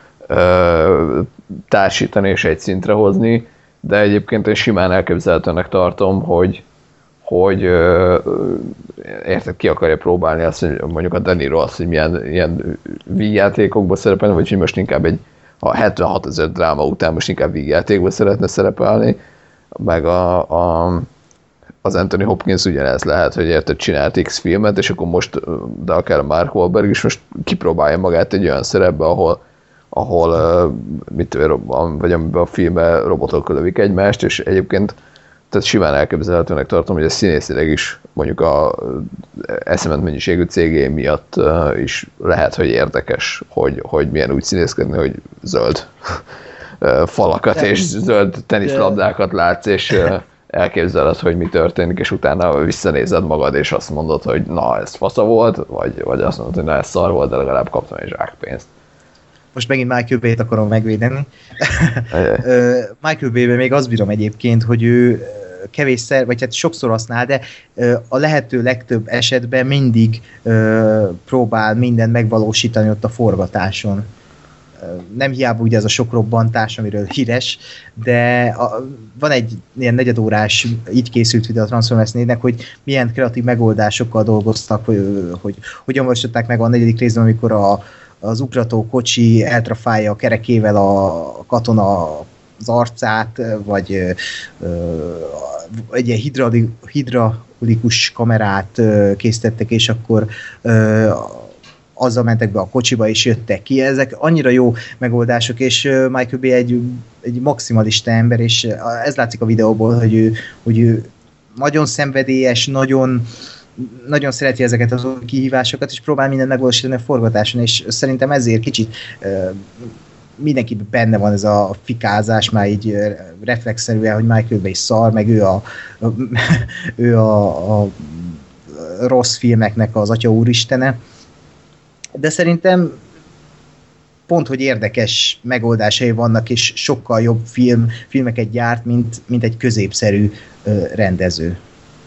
ö, társítani és egy szintre hozni, de egyébként én simán elképzelhetőnek tartom, hogy, hogy ö, érted, ki akarja próbálni azt, hogy mondjuk a De Niro azt, hogy milyen ilyen vígjátékokban szerepelni, vagy hogy most inkább egy a hetvenhat ezer dráma után most inkább vígjátékban szeretne szerepelni, meg a, a az Anthony Hopkins ugyanez lehet, hogy érted, csinált X filmet, és akkor most, de akár a Mark Wahlberg is most kipróbálja magát egy olyan szerepbe, ahol, ahol mit tudom, vagy amiben a filmben robotok lövik egymást, és egyébként tehát simán elképzelhetőnek tartom, hogy a színészileg is mondjuk a eszement mennyiségű cégé miatt is lehet, hogy érdekes, hogy, hogy milyen úgy színészkedni, hogy zöld falakat de, és zöld teniszlabdákat látsz, és elképzeled, hogy mi történik, és utána visszanézed magad, és azt mondod, hogy na, ez fasza volt, vagy, vagy azt mondod, hogy na, ez szar volt, de legalább kaptam egy zsákpénzt. Most megint Michael Bay-t akarom megvédeni. Michael Bay-ben még azt bírom egyébként, hogy ő kevésszer, vagy hát sokszor használ, de a lehető legtöbb esetben mindig próbál mindent megvalósítani ott a forgatáson. Nem hiába ugye ez a sok robbantás, amiről híres, de a, van egy ilyen negyedórás, így készült videó a Transformers négynek, hogy milyen kreatív megoldásokkal dolgoztak, hogy, hogy hogyan valósították meg a negyedik részben, amikor a, az ugrató kocsi eltrafálja a kerekével a katona az arcát, vagy ö, egy ilyen hidraulik, hidraulikus kamerát ö, készítettek, és akkor ö, azzal mentek be a kocsiba, és jöttek ki. Ezek annyira jó megoldások, és Michael Bay egy, egy maximalista ember, és ez látszik a videóból, hogy ő, hogy ő nagyon szenvedélyes, nagyon, nagyon szereti ezeket az kihívásokat, és próbál mindent megvalósítani a forgatáson, és szerintem ezért kicsit mindenkiben benne van ez a fikázás, már így reflexzerűen, hogy Michael Bay szar, meg ő a, ő a, a rossz filmeknek az atya úristene. De szerintem pont, hogy érdekes megoldásai vannak, és sokkal jobb film, filmeket gyárt, mint, mint egy középszerű ö, rendező.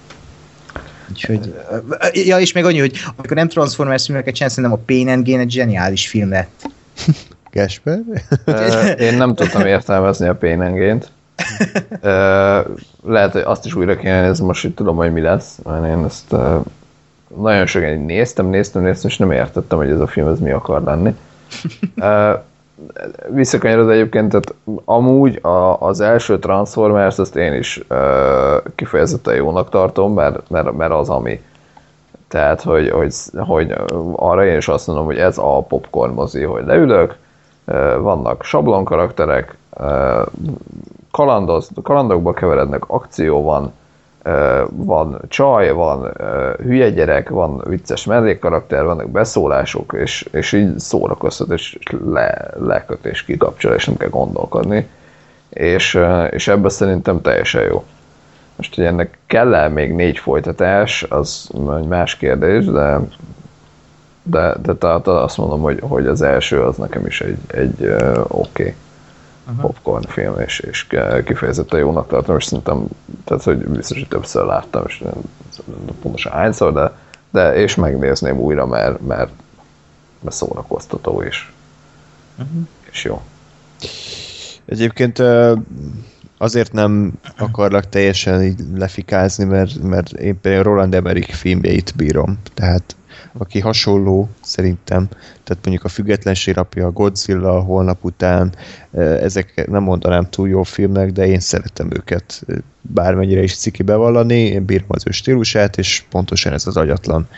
Úgyhogy, ja, és még annyi, hogy amikor nem Transformers filmeket csinál, szerintem a Pain and Gain egy zseniális film lett. Gasper? Én nem tudtam értelmezni a Pain and Gain-t. Lehet, hogy azt is újra kéne nézni most, hogy tudom, hogy mi lesz, mert én ezt nagyon sokan néztem, néztem, néztem, és nem értettem, hogy ez a film ez mi akar lenni. Visszakanyarod egyébként, tehát amúgy a, az első Transformers, azt én is kifejezetten jónak tartom, mert, mert, mert az ami. Tehát, hogy, hogy, hogy arra én is azt mondom, hogy ez a popcorn mozi, hogy leülök, vannak sablon karakterek, kalandoz, kalandokba keverednek, akció van, van csaj, van hülye gyerek, van vicces mellékkarakter, vannak beszólások, és, és így szórakoztat, és le, leköt és kikapcsol, és nem kell gondolkodni. És, és ebben szerintem teljesen jó. Most, hogy ennek kell-e még négy folytatás, az egy más kérdés, de, de, de tehát azt mondom, hogy, hogy az első az nekem is egy, egy uh, oké okay popcorn film, és, és kifejezetten jónak tartom, és szerintem, tehát, hogy biztos, hogy többször láttam, és pontosan hányszor, de, de és megnézném újra, mert, mert, mert szórakoztató is. Uh-huh. És jó. Egyébként azért nem akarlak teljesen így lefikázni, mert, mert én például Roland Emmerich filmjeit bírom, tehát aki hasonló szerintem, tehát mondjuk a Függetlenség Napja, a Godzilla, a Holnap után, ezek nem mondanám túl jó filmnek, de én szeretem őket bármennyire is ciki bevallani, én bírom az ő stílusát, és pontosan ez az agyatlan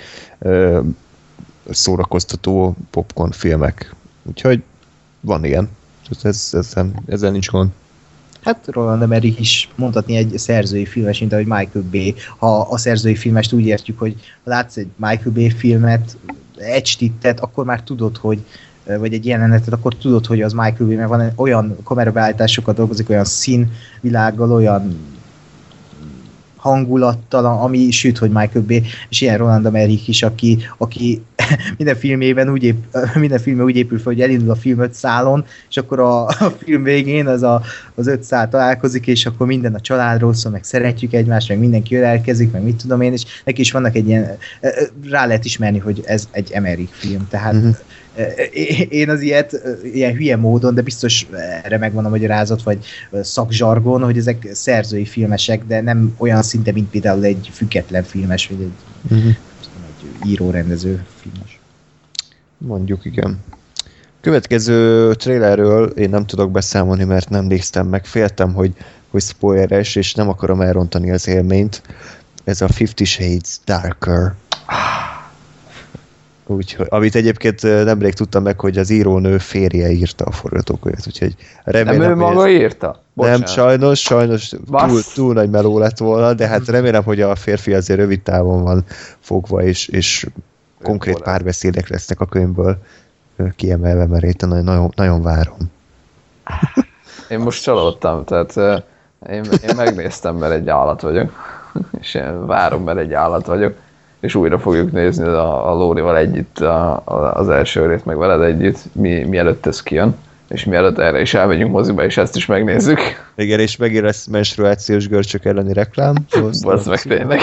szórakoztató popcorn filmek. Úgyhogy van ilyen. Ez, ezzel, ezzel nincs gond. Hát Roland Emmerich is mondhatni egy szerzői filmes, mint ahogy Michael Bay. Ha a szerzői filmest úgy értjük, hogy látsz egy Michael Bay filmet, egy stittet, akkor már tudod, hogy vagy egy jelenetet, akkor tudod, hogy az Michael Bay, mert van olyan kamerabeállításokat dolgozik, olyan színvilággal, olyan hangulattal, ami süt, hogy Michael Bay, és ilyen Roland Emmerich is, aki, aki minden filmében úgy, ép, minden filmben úgy épül fel, hogy elindul a film öt szálon, és akkor a, a film végén az, a, az öt szál találkozik, és akkor minden a családról szól, meg szeretjük egymást, meg mindenki ölelkezik, meg mit tudom én, és neki is vannak egy ilyen, rá lehet ismerni, hogy ez egy Emmerich film, tehát uh-huh. Én az ilyet, ilyen hülye módon, de biztos erre megvan a magyarázat, vagy szakzsargon, hogy ezek szerzői filmesek, de nem olyan szinte, mint például egy független filmes, vagy egy, uh-huh. egy író-rendező filmes. Mondjuk, igen. Következő trailerről én nem tudok beszámolni, mert nem néztem meg. Féltem, hogy, hogy spoileres, és nem akarom elrontani az élményt. Ez a Fifty Shades Darker. Úgyhogy, amit egyébként nemrég tudtam meg, hogy az írónő férje írta a forgatókönyvet, úgyhogy remélem, nem ő maga ez... írta? Bocsánat. Nem, sajnos, sajnos túl, túl nagy meló lett volna, de hát remélem, hogy a férfi azért rövid távon van fogva, és, és konkrét párbeszédek lesznek a könyvből kiemelve, mert itt nagyon, nagyon várom. Én most csalódtam, tehát én, én megnéztem, mert egy állat vagyok, és én várom, mert egy állat vagyok, és újra fogjuk nézni a, a Lórival együtt a, a, az első részt, meg veled együtt, mi, mielőtt ez kijön, és mielőtt erre is elmegyünk moziba, és ezt is megnézzük. Igen, és megint lesz menstruációs görcsök elleni reklám. Bazd meg tényleg.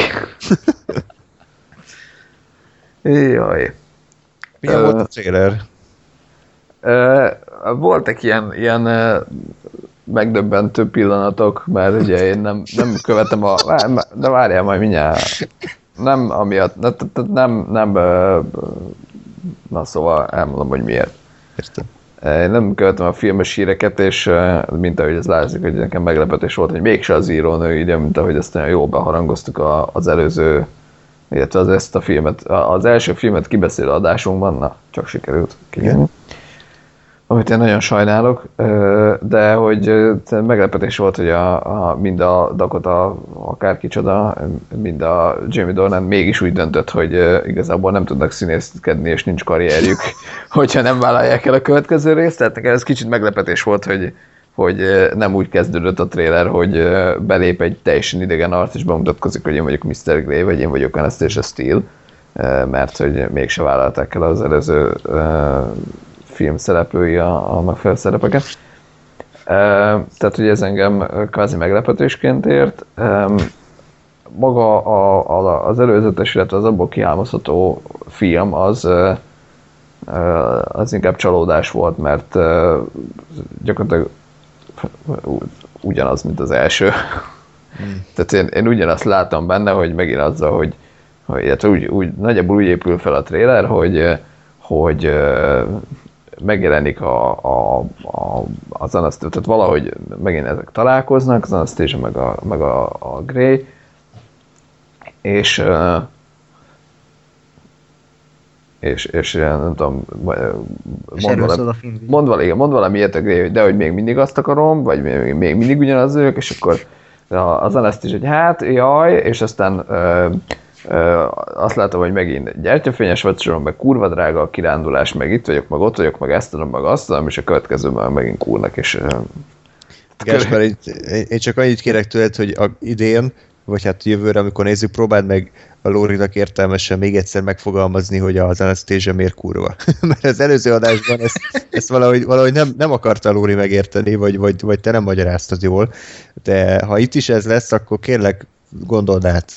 Jaj. Milyen uh, volt a trailer? Uh, voltak ilyen, ilyen uh, megdöbbentő pillanatok, mert ugye én nem, nem követem a... De várjál majd mindjárt. Nem amiatt, nem, nem, na szóval elmondom, hogy miért. Értem. Én nem követem a filmes híreket, és mint ahogy ez látszik, hogy nekem meglepetés volt, hogy mégse az írónő ide, mint ahogy ezt olyan jól beharangoztuk az előző, illetve az ezt a filmet, az első filmet kibeszélő adásunkban, na, csak sikerült kinyerni. Amit én nagyon sajnálok, de hogy meglepetés volt, hogy a, a, mind a Dakota, akárkicsoda, mind a Jamie Dornan mégis úgy döntött, hogy igazából nem tudnak színészkedni, és nincs karrierjük, hogyha nem vállalják el a következő részt. Tehát nekem ez kicsit meglepetés volt, hogy, hogy nem úgy kezdődött a trailer, hogy belép egy teljesen idegen arc, és bemutatkozik, hogy én vagyok miszter Grey, vagy én vagyok Anastasia Steele, mert hogy mégse vállalták el az előző film szereplői a, a megfelelő szerepeket. Uh, tehát, hogy ez engem kvázi meglepetésként ért. Um, maga a, a, az előzetes, illetve az abból kiálmozható film az, uh, az inkább csalódás volt, mert uh, gyakorlatilag ugyanaz, mint az első. Hmm. Tehát én, én ugyanazt látom benne, hogy megint azzal, hogy, hogy úgy, úgy, nagyjából úgy épül fel a trailer, hogy, hogy megjelenik a, a, a, az Anastasia, tehát valahogy megint ezek találkoznak, az Anastasia meg a, meg a, a Grey, és és, és nem tudom, mond valami, mond, valami, mond valami ilyet a Grey, de hogy még mindig azt akarom, vagy még, még mindig ugyanaz ők, és akkor az Anastasia, hogy hát, jaj, és aztán ö, ö, azt látom, hogy megint gyertyafényes vacsorom, meg kurva drága a kirándulás, meg itt vagyok, meg ott vagyok, meg ezt tudom, meg azt tudom, és a következőben megint kurnak, és... Gáspár, én, én csak annyit kérek tőled, hogy a idén, vagy hát jövőre, amikor nézzük, próbáld meg a Lórinak értelmesen még egyszer megfogalmazni, hogy az Anastasia miért kurva. Mert az előző adásban ezt, ezt valahogy, valahogy nem, nem akarta Lóri megérteni, vagy, vagy, vagy te nem magyaráztad jól, de ha itt is ez lesz, akkor kérlek, gondold át.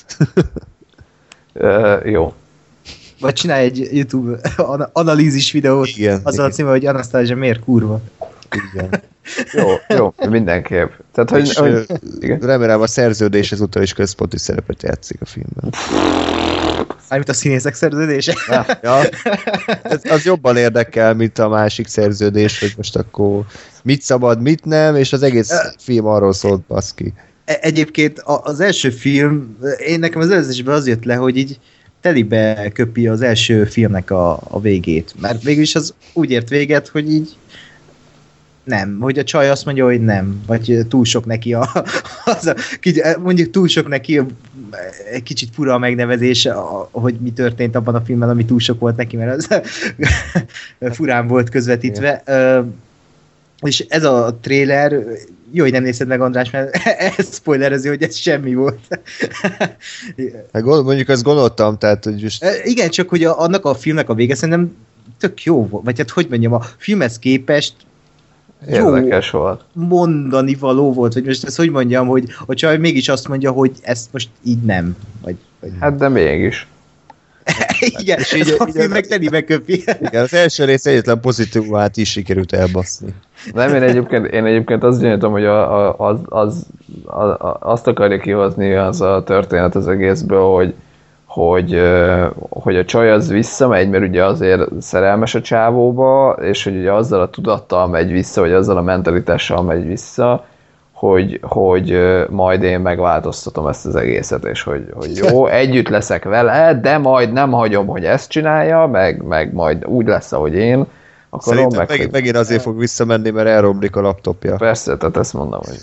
uh, jó. Vagy csinálj egy YouTube analízis videót, igen, azzal a címe, hogy Anastasia miért kurva. Igen. Jó, jó, mindenképp. Tehát, hogy, hogy, igen. Remélem a szerződés ezúttal is központi szerepet játszik a filmben. Mármint a színészek szerződése? Ja, ja. Ez, az jobban érdekel, mint a másik szerződés, hogy most akkor mit szabad, mit nem, és az egész film arról szólt, baszki. Egyébként az első film, én nekem az előzésben az jött le, hogy így telibe köpi az első filmnek a, a végét. Mert végülis az úgy ért véget, hogy így nem, hogy a csaj azt mondja, hogy nem, vagy túl sok neki a, az a mondjuk túl sok neki egy kicsit fura a megnevezés, hogy mi történt abban a filmben, ami túl sok volt neki, mert az furán volt közvetítve. Igen. És ez a trailer, jó, hogy nem nézted meg, András, mert ez spoilerezi, hogy ez semmi volt. Hát mondjuk azt gondoltam, tehát, hogy just... Igen, csak hogy a, annak a filmnek a vége szerintem tök jó volt, vagy hát hogy mondjam, a filmhez képest érdekes volt. Mondani való volt, vagy most ezt hogy mondjam, hogy a csaj mégis azt mondja, hogy ezt most így nem. Vagy, vagy hát de mégis. Igen, és így, a film meg telibe köpi. Igen, az első rész egyetlen pozitívumát is sikerült elbaszni. Nem, én egyébként, én egyébként azt gyanítom, hogy a, a, az, az, a, azt akarja kihozni az a történet az egészből, hogy Hogy, hogy a csaj az visszamegy, mert ugye azért szerelmes a csávóba, és hogy ugye azzal a tudattal megy vissza, vagy azzal a mentalitással megy vissza, hogy, hogy majd én megváltoztatom ezt az egészet, és hogy, hogy jó, együtt leszek vele, de majd nem hagyom, hogy ezt csinálja, meg, meg majd úgy lesz, ahogy én akarom. Szerintem meg, megint, megint azért fog visszamenni, mert elromlik a laptopja. Persze, tehát ezt mondom, hogy...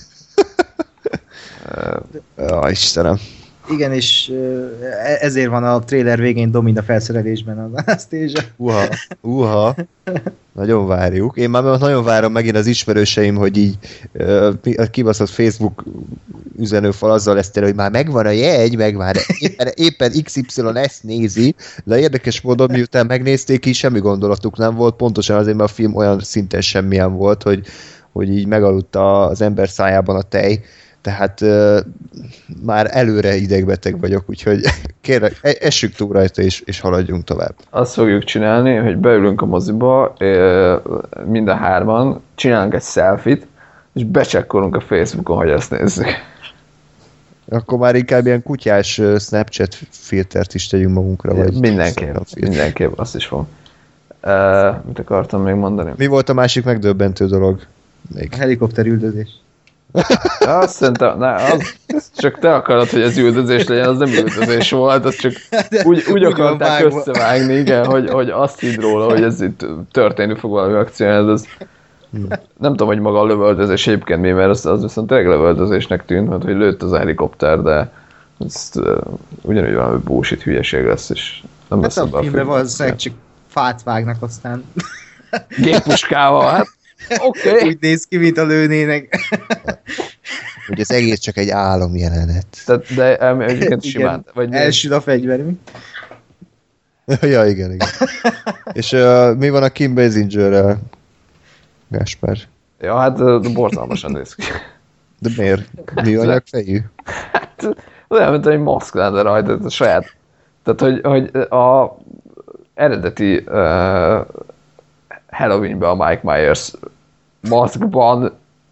Ja, Istenem. Igen, és ezért van a trailer végén Domina felszerelésben az Anastasia. Uha, uha. Nagyon várjuk. Én már nagyon várom megint az ismerőseim, hogy így a kibaszott Facebook üzenőfal azzal lesz tényleg, hogy már megvan a jegy, meg már éppen, éppen iksz ipszilon ezt nézi, de érdekes módon miután megnézték, így semmi gondolatuk nem volt, pontosan azért, mert a film olyan szinten semmilyen volt, hogy, hogy így megaludta az ember szájában a tej. Tehát uh, már előre idegbeteg vagyok, úgyhogy kérlek, essük túl rajta, és, és haladjunk tovább. Azt fogjuk csinálni, hogy beülünk a moziba, mind a hárman, csinálunk egy selfie-t, és becsekkolunk a Facebookon, hogy ezt nézzük. Akkor már inkább ilyen kutyás Snapchat filtert is tegyünk magunkra. Vagy mindenképp, mindenképp, azt is fogom. Uh, mit akartam még mondani? Mi volt a másik megdöbbentő dolog? Még. A helikopter üldözés. Ja, azt szerintem, na, az, csak te akarod, hogy ez üldözés legyen, az nem üldözés volt, az csak úgy, úgy akarták összevágni, igen, hogy, hogy azt hidd róla, hogy ez itt történni fog valami akció, ez az, nem tudom, hogy maga a lövöldözés egyébként mi, mert az, az viszont tényleg lövöldözésnek tűnt, mert hogy lőtt az a helikopter, de ez uh, ugyanúgy valami bullshit hülyeség lesz, és nem hát lesz a filmben valószínűleg csak fát vágnak aztán. Géppuskával, hát oké. Okay. Úgy néz ki, mint a lőnének. Hogy ez egész csak egy álom jelenet. Tehát, de egyébként simán. Vagy elsül a fegyver, mi? Ja, igen, igen. És uh, mi van a Kim Basinger-rel, Gáspár? Ja, hát uh, borzalmasan néz ki. De miért? Mi anyagfejű? Hát olyan, mint egy maszk lenne rajta, a saját. Tehát, hogy, hogy a eredeti uh, Halloweenben a Mike Myers maszkban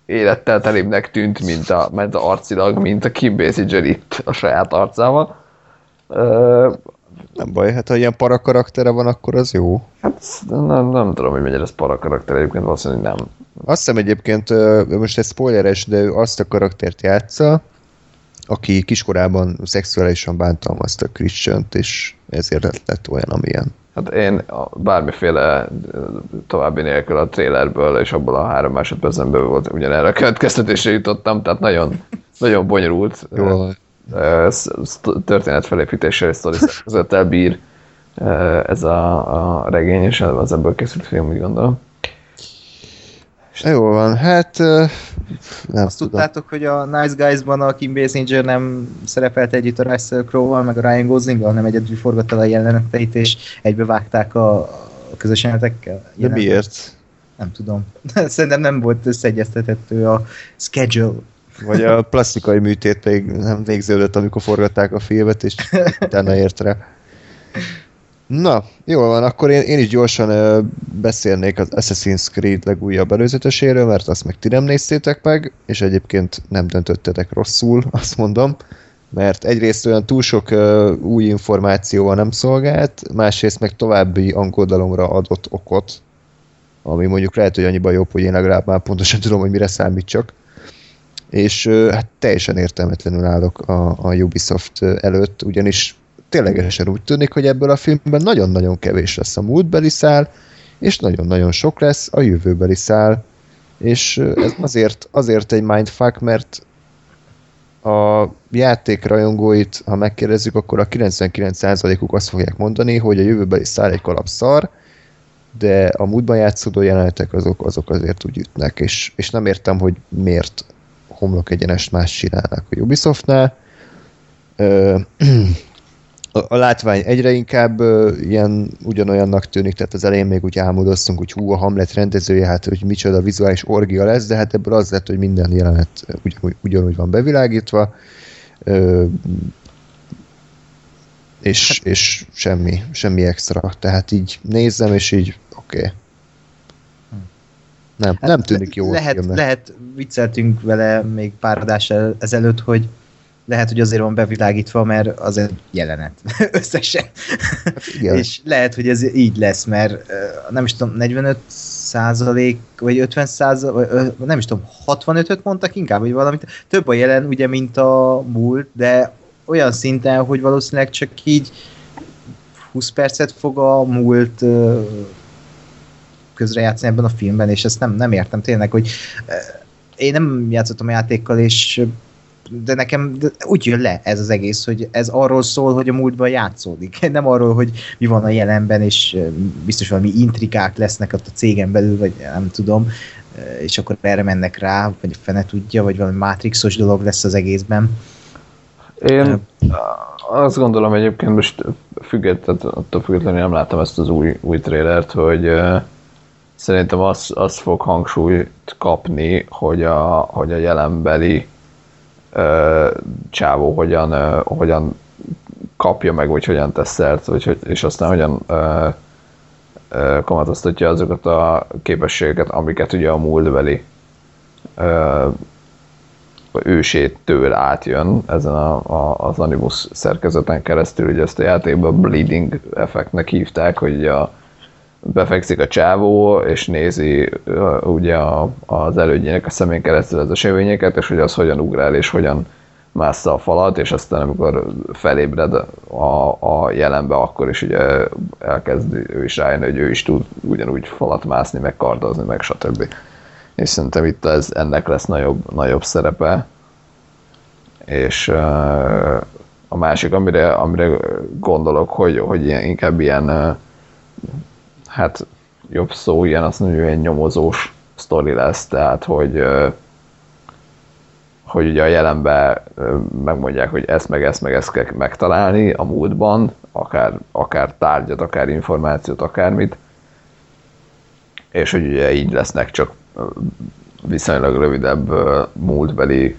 élettel telébbnek tűnt, mint a, mint a arcilag, mint a Kim Basinger itt a saját arcával. Uh, Nem baj, hát ha ilyen para karaktere van, akkor az jó. Hát nem, nem tudom, hogy mennyire ez para karakter, egyébként valószínűleg nem. Azt hiszem egyébként, most ez spoileres, de ő azt a karaktert játsza, aki kiskorában szexuálisan bántalmazta Christiant, és ezért lett, lett olyan, amilyen. Hát én bármiféle további nélkül a trailerből és abból a három másodpercemből volt ugyanerre a következtetésre jutottam, tehát nagyon, nagyon bonyolult Jó. történetfelépítéssel és sztori szerkezettel bír ez a, a regény, és az ebből készült film, úgy gondolom. Jól van, hát nem Azt tudom. tudtátok, hogy a Nice Guys-ban a Kim Basinger nem szerepelt együtt a Russell Crowe-val, meg a Ryan Gosling-gal, hanem egyedül forgatta a jeleneteit, és egybevágták a, a közös jelenetekkel. De miért? Nem tudom. Szerintem nem volt összeegyeztethető a schedule. Vagy a plastikai műtét pedig nem végződött, amikor forgatták a filmet, és utána ért rá. Na, jól van, akkor én, én is gyorsan uh, beszélnék az Assassin's Creed legújabb előzeteséről, mert azt meg ti nem néztétek meg, és egyébként nem döntöttetek rosszul, azt mondom, mert egyrészt olyan túl sok uh, új információval nem szolgált, másrészt meg további aggodalomra adott okot, ami mondjuk lehet, hogy annyiban jobb, hogy én legalább már pontosan tudom, hogy mire számítsak. És uh, hát teljesen értelmetlenül állok a, a Ubisoft előtt, ugyanis ténylegesen úgy tűnik, hogy ebből a filmben nagyon-nagyon kevés lesz a múltbeli szál, és nagyon-nagyon sok lesz a jövőbeli szál. És ez azért, azért egy mindfuck, mert a játékrajongóit, ha megkérdezzük, akkor a kilencvenkilenc százalékuk azt fogják mondani, hogy a jövőbeli szál egy kalap szar, de a múltban játszódó jelenetek azok, azok azért úgy ütnek, és, és nem értem, hogy miért homlok egyenest más csinálnak a Ubisoftnál. Ö, A, a látvány egyre inkább uh, ilyen ugyanolyannak tűnik, tehát az elején még úgy álmodoztunk, hogy hú, a Hamlet rendezője, hát hogy micsoda vizuális orgia lesz, de hát ebből az lett, hogy minden jelenet ugyanúgy, ugyanúgy van bevilágítva, uh, és, hát, és semmi, semmi extra. Tehát így nézzem, és így oké. Okay. Nem, hát nem tűnik jó. Lehet, lehet, vicceltünk vele még pár adás ezelőtt, hogy lehet, hogy azért van bevilágítva, mert az egy jelenet összesen. Hát és lehet, hogy ez így lesz, mert nem is tudom, negyvenöt százalék, vagy ötven százalék, nem is tudom, hatvanötöt mondtak inkább, vagy valamit. Több a jelen, ugye, mint a múlt, de olyan szinten, hogy valószínűleg csak így húsz percet fog a múlt közrejátszani ebben a filmben, és ezt nem, nem értem tényleg, hogy én nem játszottam a játékkal, és de nekem de úgy jön le ez az egész, hogy ez arról szól, hogy a múltban játszódik. Nem arról, hogy mi van a jelenben, és biztos valami intrikák lesznek ott a cégen belül, vagy nem tudom, és akkor erre mennek rá, vagy fene tudja, vagy valami Matrixos dolog lesz az egészben. Én azt gondolom egyébként, most függetlenül, attól függetlenül nem láttam ezt az új, új trailert, hogy szerintem az, az fog hangsúlyt kapni, hogy a, hogy a jelenbeli csávó hogyan, hogyan kapja meg, vagy hogyan tesz szert, vagy, és aztán hogyan ö, ö, kamatoztatja azokat a képességeket, amiket ugye a múltbeli ö, ősétől átjön ezen a, a, az Animus szerkezeten keresztül, ugye ezt a játékban bleeding effektnek hívták, hogy a, befekszik a csávó, és nézi uh, ugye a, az elődjének a szemén keresztül az eseményeket, és hogy az hogyan ugrál, és hogyan mássza a falat, és aztán amikor felébred a, a jelenbe, akkor is ugye elkezd ő is rájönni, hogy ő is tud ugyanúgy falat mászni, meg kardozni, meg stb. És szerintem itt ez, ennek lesz nagyobb, nagyobb szerepe. És uh, a másik, amire, amire gondolok, hogy, hogy ilyen, inkább ilyen uh, hát jobb szó, ilyen azt mondja, hogy egy nyomozós sztori lesz, tehát hogy hogy ugye a jelenben megmondják, hogy ezt meg ezt meg ezt kell megtalálni a múltban, akár, akár tárgyat, akár információt, akármit, és hogy ugye így lesznek csak viszonylag rövidebb múltbeli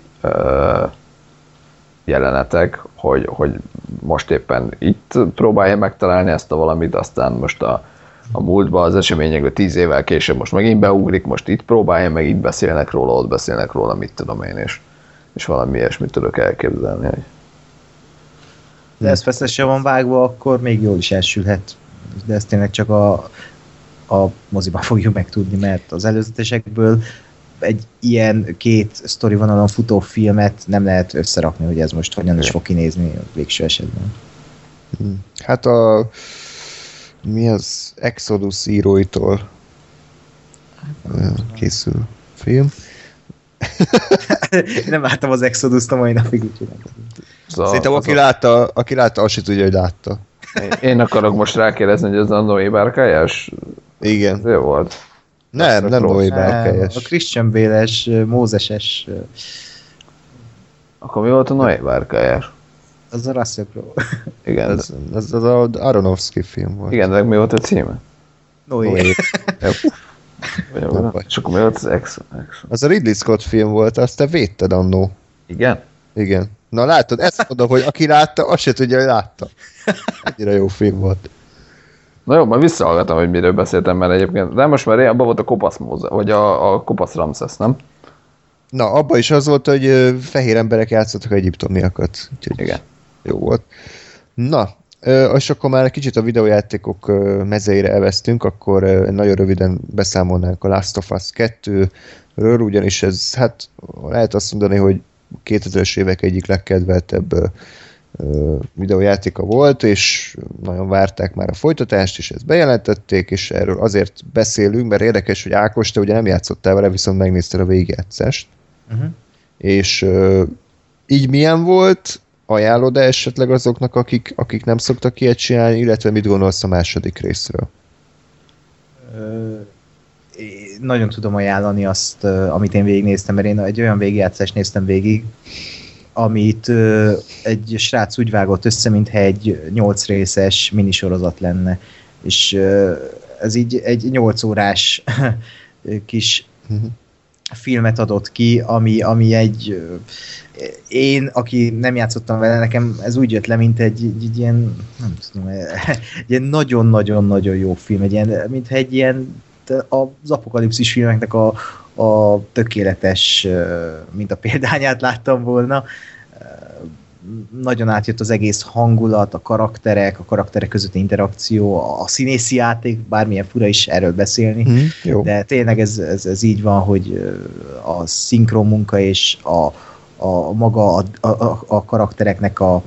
jelenetek, hogy, hogy most éppen itt próbálja megtalálni ezt a valamit, aztán most a a múltba az eseményekből tíz évvel később most megint beugrik, most itt próbálja, meg itt beszélnek róla, ott beszélnek róla, mit tudom én, és, és valami ilyesmit tudok elképzelni. Hogy... De ez feszese van vágva, akkor még jól is elsülhet. De ezt tényleg csak a, a moziban fogjuk megtudni, mert az előzetesekből egy ilyen két sztori vonalon futó filmet nem lehet összerakni, hogy ez most hogyan is fog kinézni a végső esetben. Hát a mi az Exodus íróitól készül film. Nem láttam az Exodus-t a mai napig, úgyhogy nem. Szóval szerintem aki látta, aki látta, azt se tudja, hogy látta. Én akarok most rákérdezni, hogy ez a Noé Bárkályás? Igen. Jó volt. Nem, nem Noé Bárkályás. A Christian Bale-es, Mózeses. Akkor mi volt a Noé Bárkályás? Az a Russell Crowe. Igen. Ez, ez az a Aronofsky film volt. Igen, de mi volt a címe? Noé. És akkor mi volt az Exo? Az a Ridley Scott film volt, azt te védted annó. Igen? Igen. Na látod, ezt mondom, hogy aki látta, azt se tudja, hogy látta. Ennyire jó film volt. Na jó, majd visszahallgatom, hogy miről beszéltem, mert egyébként, de most már abban volt a kopasz Móze, vagy a, a kopasz Ramszesz, nem? Na, abban is az volt, hogy fehér emberek játszottak egyiptomiakat. Úgyhogy igen. Jó volt. Na, és akkor már egy kicsit a videójátékok mezeire elvesztünk, akkor nagyon röviden beszámolnánk a Last of Us kettőről, ugyanis ez, hát lehet azt mondani, hogy kétezres évek egyik legkedveltebb videójátéka volt, és nagyon várták már a folytatást, és ezt bejelentették, és erről azért beszélünk, mert érdekes, hogy Ákos, te ugye nem játszottál vele, viszont megnézted a végigjátszást. Uh-huh. És uh, így milyen volt? Ajánlod-e esetleg azoknak, akik, akik nem szoktak ilyet csinálni, illetve mit gondolsz a második részről? Ö, nagyon tudom ajánlani azt, amit én végignéztem, mert én egy olyan végigjátszást néztem végig, amit ö, egy srác úgy vágott össze, mintha egy nyolc részes minisorozat lenne. És ö, ez így egy nyolc órás kis uh-huh. filmet adott ki, ami, ami egy... Ö, én, aki nem játszottam vele, nekem ez úgy jött le, mint egy, egy, egy ilyen, nem tudom, egy ilyen nagyon-nagyon-nagyon jó film, egy ilyen, mintha egy ilyen az apokalipszis filmeknek a, a tökéletes, mint a példányát láttam volna. Nagyon átjött az egész hangulat, a karakterek, a karakterek közötti interakció, a színészi játék, bármilyen fura is erről beszélni, mm, jó. De tényleg ez, ez, ez így van, hogy a szinkron munka és a, a maga a, a, a karaktereknek a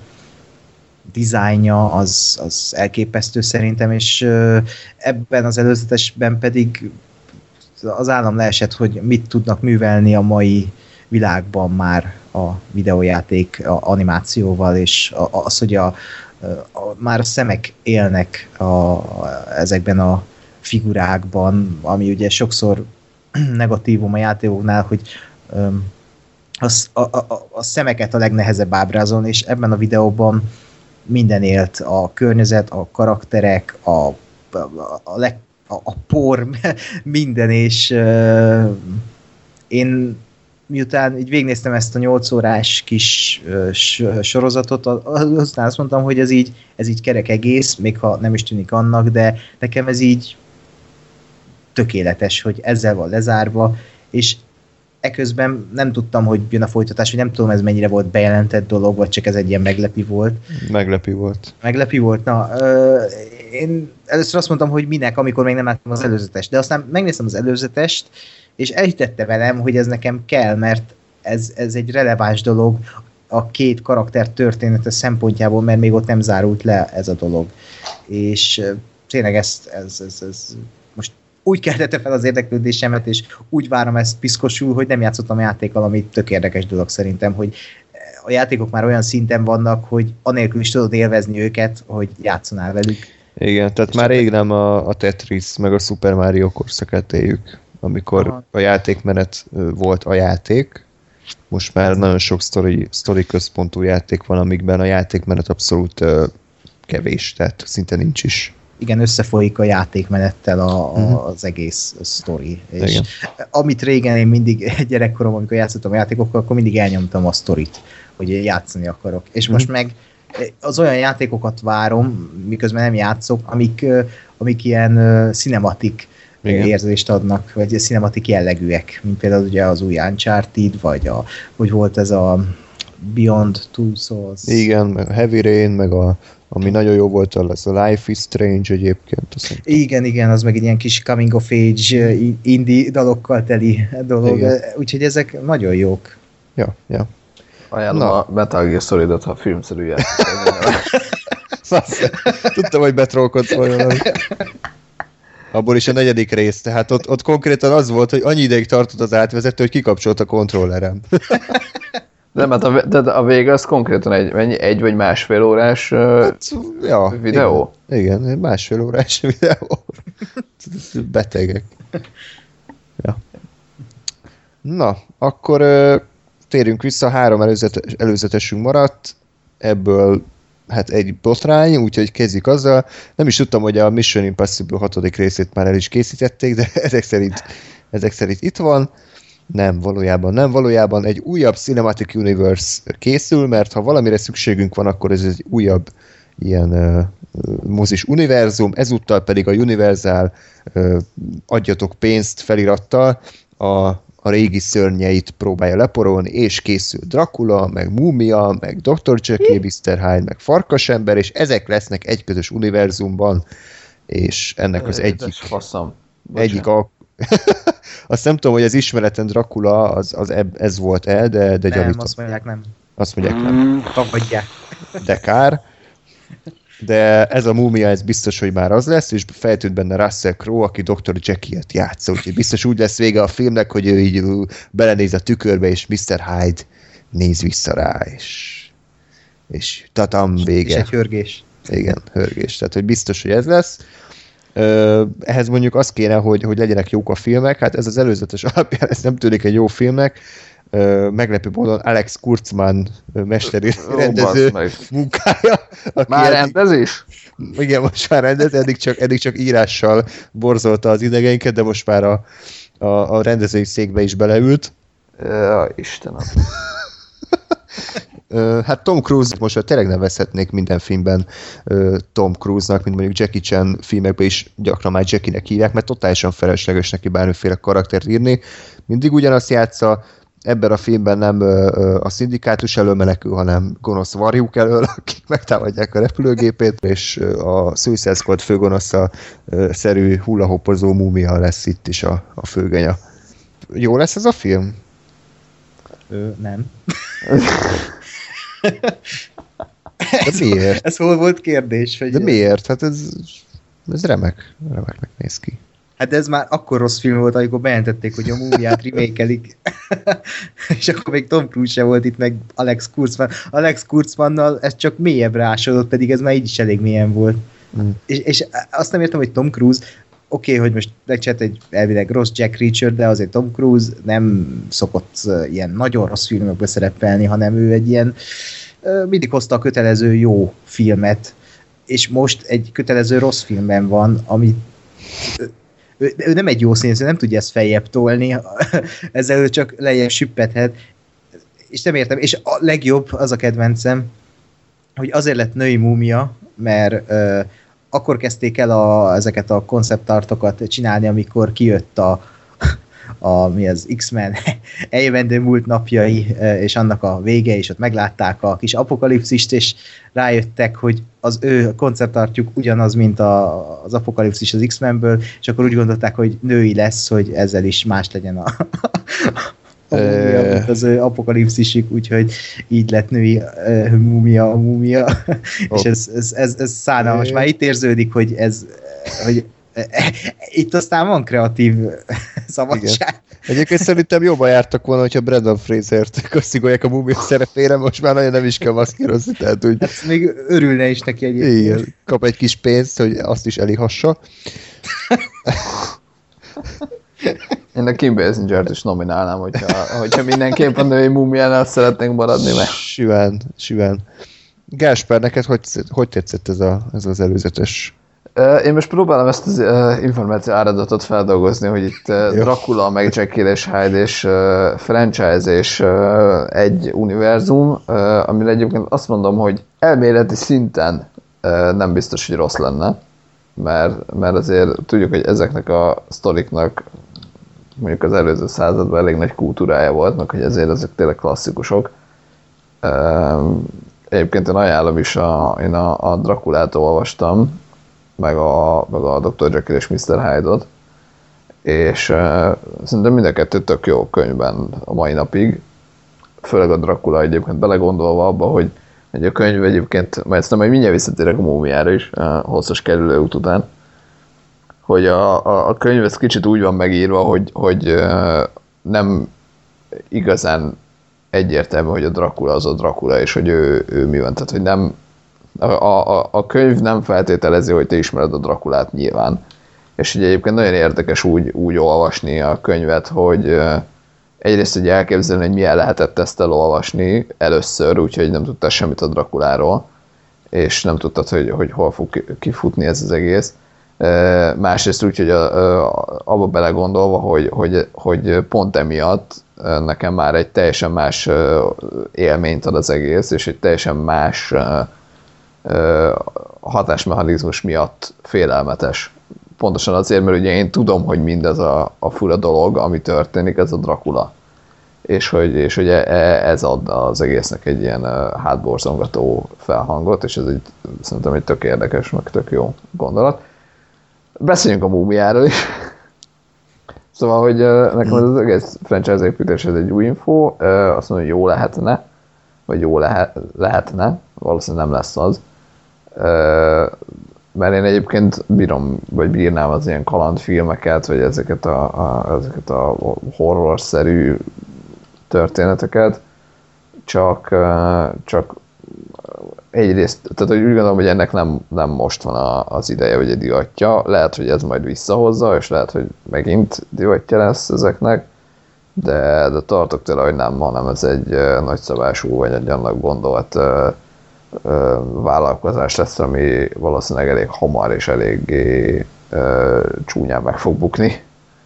dizájnja az, az elképesztő szerintem, és ebben az előzetesben pedig az állam leesett, hogy mit tudnak művelni a mai világban már a videójáték a animációval, és az, hogy a, a, már a szemek élnek a, a, ezekben a figurákban, ami ugye sokszor negatívum a játékoknál, hogy um, az, a, a, a szemeket a legnehezebb ábrázolni, és ebben a videóban minden élt, a környezet, a karakterek, a, a, a, leg, a, a por, minden, és uh, én miután így végignéztem ezt a nyolc órás kis uh, sorozatot, aztán azt mondtam, hogy ez így, ez így kerek egész, még ha nem is tűnik annak, de nekem ez így tökéletes, hogy ezzel van lezárva, és eközben nem tudtam, hogy jön a folytatás, hogy nem tudom, ez mennyire volt bejelentett dolog, vagy csak ez egy ilyen meglepi volt. Meglepi volt. Meglepi volt, na. Ö, én először azt mondtam, hogy minek, amikor még nem láttam az előzetest, de aztán megnéztem az előzetest, és elhitette velem, hogy ez nekem kell, mert ez, ez egy releváns dolog a két karakter története szempontjából, mert még ott nem zárult le ez a dolog. És tényleg ez, ez, ez, ez most úgy keltette fel az érdeklődésemet, és úgy várom ezt piszkosul, hogy nem játszottam a játékkal, ami tök érdekes dolog szerintem, hogy a játékok már olyan szinten vannak, hogy anélkül is tudod élvezni őket, hogy játszanál velük. Igen, tehát már rég nem a, a Tetris, meg a Super Mario korszakát éljük, amikor aha. a játékmenet volt a játék. Most már nagyon sok sztori, sztori központú játék van, amikben a játékmenet abszolút uh, kevés, tehát szinte nincs is. Igen, összefolyik a játékmenettel a, a, az egész sztori. És igen. Amit régen én mindig gyerekkorom, amikor játszottam a játékokkal, akkor mindig elnyomtam a sztorit, hogy játszani akarok. És mm. most meg az olyan játékokat várom, miközben nem játszok, amik amik ilyen uh, cinematik Igen. érzést adnak, vagy cinematik jellegűek, mint például ugye az új Uncharted, vagy a, hogy volt ez a Beyond Two Souls. Igen, meg a Heavy Rain, meg a, ami nagyon jó volt, az a Life is Strange egyébként. Igen, igen, az meg egy ilyen kis coming of age indie dalokkal teli dolog, igen. Úgyhogy ezek nagyon jók. Ja, ja. Ajánlom Na. a Metal Gear Solid-ot, ha filmszerű játék. Tudtam, hogy betrolkodsz valami. Abból is a negyedik rész, tehát ott, ott konkrétan az volt, hogy annyi ideig tartott az átvezető, hogy kikapcsolt a kontrollerem. De mert a, de a vége az konkrétan egy, mennyi, egy vagy másfél órás hát, ja, videó? Igen, igen, másfél órás videó. Betegek. Ja. Na, akkor térjünk vissza, három előzetes, előzetesünk maradt, ebből hát egy botrány, úgyhogy kezdjük azzal. Nem is tudtam, hogy a Mission Impossible hatodik részét már el is készítették, de ezek szerint, ezek szerint itt van. Nem, valójában nem. Valójában egy újabb Cinematic Universe készül, mert ha valamire szükségünk van, akkor ez egy újabb ilyen uh, mozis univerzum, ezúttal pedig a Universal uh, adjatok pénzt felirattal a a régi szörnyeit próbálja leporolni, és készül Dracula, meg Múmia, meg doktor Jekyll, miszter Hyde, meg Farkasember, és ezek lesznek egy közös univerzumban, és ennek az egyik... egyik a... Azt nem tudom, hogy az ismeretlen Dracula az, az ez volt-e, de, de nem, gyanítom. azt mondják nem. Azt mondják nem. Tagadják. De kár. De ez a Múmia, ez biztos, hogy már az lesz, és feltűnt benne Russell Crowe, aki doktor Jekyll-t játsza, úgyhogy biztos úgy lesz vége a filmnek, hogy ő így belenéz a tükörbe, és miszter Hyde néz vissza rá, és, és tatam, vége. És egy hörgés. Igen, hörgés. Tehát, hogy biztos, hogy ez lesz. Ehhez mondjuk az kéne, hogy, hogy legyenek jók a filmek, hát ez az előzetes alapján, ez nem tűnik egy jó filmnek, meglepő módon Alex Kurtzman mesteri oh, rendező munkája. Már rendezés? Igen, most már rendez, eddig csak, eddig csak írással borzolta az idegeinket, de most már a, a, a rendezői székbe is beleült. Ja, Istenem. Hát Tom Cruise, most már tényleg nevezhetnék minden filmben Tom Cruise-nak, mint mondjuk Jackie Chan filmekben is gyakran már Jackie-nek hívják, mert totálisan felesleges neki bármiféle karaktert írni. Mindig ugyanazt játsza, ebben a filmben nem a szindikátus elől menekül, hanem gonosz varjuk elől, akik megtámadják a repülőgépét, és a Suicide Squad főgonosza szerű hullahopozó múmia lesz itt is a, a főgenya. Jó lesz ez a film? Ö, nem. De miért? Ez hol volt kérdés? Hogy De miért? Hát ez, ez remek. Remeknek néz ki. Hát ez már akkor rossz film volt, amikor bejelentették, hogy a Múmiát remake-elik. És akkor még Tom Cruise se volt itt, meg Alex Kurtzman. Alex Kurtzmannal ez csak mélyebbre ásodott, pedig ez már így is elég mélyen volt. Mm. És, és azt nem értem, hogy Tom Cruise, oké, okay, hogy most megcsinált egy elvileg rossz Jack Reacher, de azért Tom Cruise nem szokott uh, ilyen nagyon rossz filmekbe szerepelni, hanem ő egy ilyen uh, mindig hozta a kötelező jó filmet, és most egy kötelező rossz filmben van, ami ő, ő nem egy jó színész, nem tudja ezt feljebb tolni, ezzel ő csak lejjebb süppethet, és nem értem, és a legjobb, az a kedvencem, hogy azért lett női múmia, mert uh, akkor kezdték el a, ezeket a konceptartokat csinálni, amikor kijött a, a mi az X-Men eljövendő múlt napjai, és annak a vége, és ott meglátták a kis apokalipszist, és rájöttek, hogy az ő konceptartjuk ugyanaz, mint a, az apokalipszis az X-Menből, és akkor úgy gondolták, hogy női lesz, hogy ezzel is más legyen a, a múmia, mint az ő apokalipszisük, úgyhogy így lett női uh, múmia a múmia, oh. És ez, ez, ez, ez szánalmas. Már itt érződik, hogy ez, hogy itt aztán van kreatív szabadság. Igen. Egyébként szerintem jobban jártak volna, hogyha Brendan Frasert kaszigolják a múmia szerepére, most már nagyon nem is kell maszkírozni, tehát úgy... Hát még örülne is neki egyébként. Igen, kap egy kis pénzt, hogy azt is elihassa. Én a Kim Basinger-t is nominálnám, hogyha, hogyha mindenképp a női múmiánál szeretnénk maradni, mert... Süven, süven. Gáspár, neked hogy, hogy tetszett ez, a, ez az előzetes? Én most próbálom ezt az uh, információ áradatot feldolgozni, hogy itt uh, Dracula, meg Jekyll és Hyde és uh, franchise és uh, egy univerzum, uh, amire egyébként azt mondom, hogy elméleti szinten uh, nem biztos, hogy rossz lenne, mert, mert azért tudjuk, hogy ezeknek a sztoriknak mondjuk az előző században elég nagy kultúrája volt, meg hogy ezért ezek tényleg klasszikusok. Egyébként én ajánlom is, a, én a, a Draculát olvastam, meg a, meg a doktor Jekyll és miszter Hyde-ot, és uh, szerintem mind a kettő tök jó könyvben a mai napig, főleg a Dracula egyébként belegondolva abba, hogy egy a könyv egyébként, mert ezt nem, hogy mindjárt visszatérek a múmiára is, uh, hosszas kerülőút után, hogy a, a, a könyv ez kicsit úgy van megírva, hogy, hogy uh, nem igazán egyértelmű, hogy a Dracula az a Dracula, és hogy ő, ő mi van. Tehát, hogy nem, a, a, a könyv nem feltételezi, hogy te ismered a Draculát nyilván. És ugye egyébként nagyon érdekes úgy, úgy olvasni a könyvet, hogy uh, egyrészt ugye elképzelni, hogy milyen lehetett ezt elolvasni először, úgyhogy nem tudtál semmit a Draculáról, és nem tudtad, hogy, hogy hol fog kifutni ez az egész. Uh, másrészt úgy, hogy a, a, abba belegondolva, hogy, hogy, hogy pont emiatt nekem már egy teljesen más uh, élményt ad az egész, és egy teljesen más uh, uh, hatásmechanizmus miatt félelmetes. Pontosan azért, mert ugye én tudom, hogy mindez a, a fura dolog, ami történik, ez a Dracula. És hogy, és hogy ez ad az egésznek egy ilyen uh, hátborzongató felhangot, és ez egy, szerintem egy tök érdekes, meg tök jó gondolat. Beszéljünk a múmiáról is. Szóval, hogy uh, nekem az egész franchise építés ez egy új info, uh, azt mondom, hogy jó lehetne, vagy jó lehet, lehetne, valószínűleg nem lesz az. Uh, mert én egyébként bírom, vagy bírnám az ilyen kalandfilmeket, vagy ezeket a, a, ezeket a horror-szerű történeteket, csak, uh, csak egyrészt, tehát úgy gondolom, hogy ennek nem, nem most van a, az ideje, vagy egy divatja. Lehet, hogy ez majd visszahozza, és lehet, hogy megint divatja lesz ezeknek, de, de tartok tőle, hogy nem, hanem ez egy uh, nagyszabású, vagy egy annak gondolt uh, uh, vállalkozás lesz, ami valószínűleg elég hamar és eléggé uh, csúnyán meg fog bukni.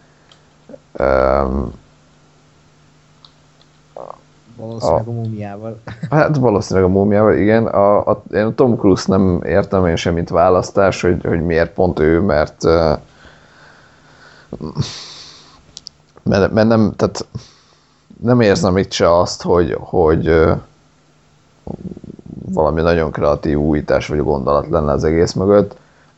Um, Valószínűleg a, a múmiával. Hát valószínűleg a múmiával, igen. A, a, én a Tom Cruise nem értem én sem, mint választás, hogy, hogy miért pont ő, mert, mert, mert nem, tehát nem érzem itt se azt, hogy, hogy valami nagyon kreatív újítás vagy gondolat lenne az egész mögött.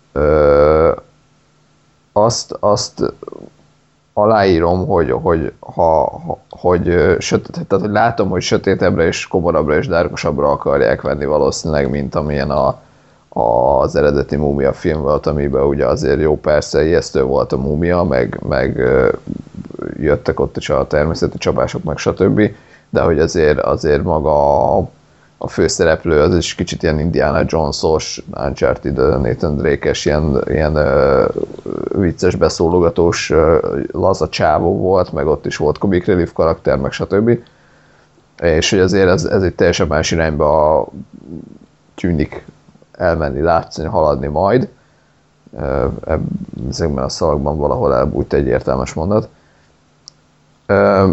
Azt, azt aláírom, hogy, hogy, ha, hogy, sötét, tehát, hogy látom, hogy sötétebbre és komorabbra és dárkosabbra akarják venni valószínűleg, mint amilyen a, a, az eredeti Múmia film volt, amiben ugye azért jó persze ijesztő volt a múmia, meg, meg jöttek ott is a természeti csapások, meg stb. De hogy azért, azért maga a, a főszereplő az is kicsit ilyen Indiana Jones-os, Uncharted, Nathan Drake-es, ilyen, ilyen uh, vicces beszólogatós uh, laza csávó volt, meg ott is volt comic relief karakter, meg stb. És hogy azért ez, ez egy teljesen más irányba tűnik elmenni, látszani, haladni majd. Uh, ezekben a szavakban valahol elbújt egy értelmes mondat. Uh,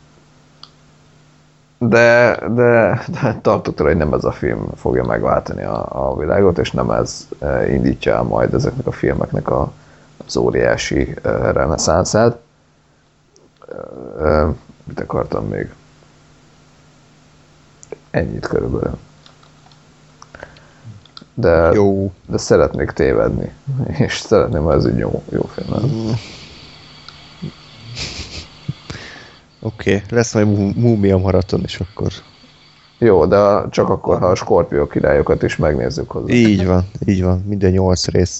De, de, de tartok tőle, hogy nem ez a film fogja megváltani a, a világot, és nem ez indítja el majd ezeknek a filmeknek a, az óriási uh, reneszánszát. Uh, mit akartam még? Ennyit körülbelül. De, jó. de szeretnék tévedni, és szeretném, hogy ez egy jó, jó film lesz. Mm. Oké, okay. Lesz majd múmia maraton, és akkor... Jó, de csak akkor, ha a Skorpió királyokat is megnézzük hozzá. Így van, így van, minden nyolc rész.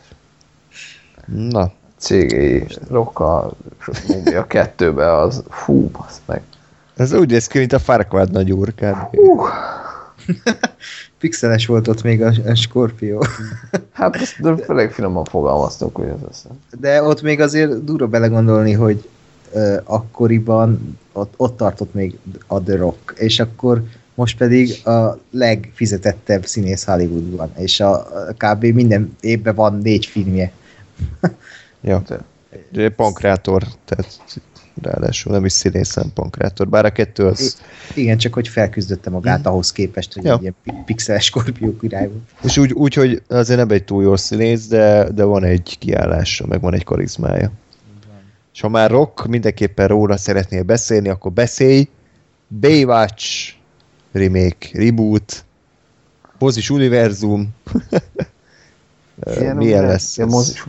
Na. cé gé í, Rocka, Múmia kettőbe az, fú, basz meg. Ez úgy néz ki, mint a Farquaad nagy úrkád. Hú. Pixeles volt ott még a, a Skorpió. Hát ezt elég finoman fogalmaztunk, hogy ez lesz. De ott még azért durva belegondolni, hogy uh, akkoriban ott, ott tartott még a The Rock, és akkor most pedig a legfizetettebb színész Hollywoodban, és a, a kb. Minden évben van négy filmje. Ja, pankrátor, tehát ráadásul nem is színészen Pankrátor, bár a kettő az... I- igen, csak hogy felküzdötte magát mm. ahhoz képest, hogy ja. egy ilyen pixeles Skorpió király volt. És úgy, úgy, hogy azért nem egy túl jó színész, de, de van egy kiállása, meg van egy karizmája. És ha már rock, mindenképpen róla szeretnél beszélni, akkor beszélj. Baywatch, remake, reboot, mozis univerzum. Ilyen milyen lesz ez? Mozis.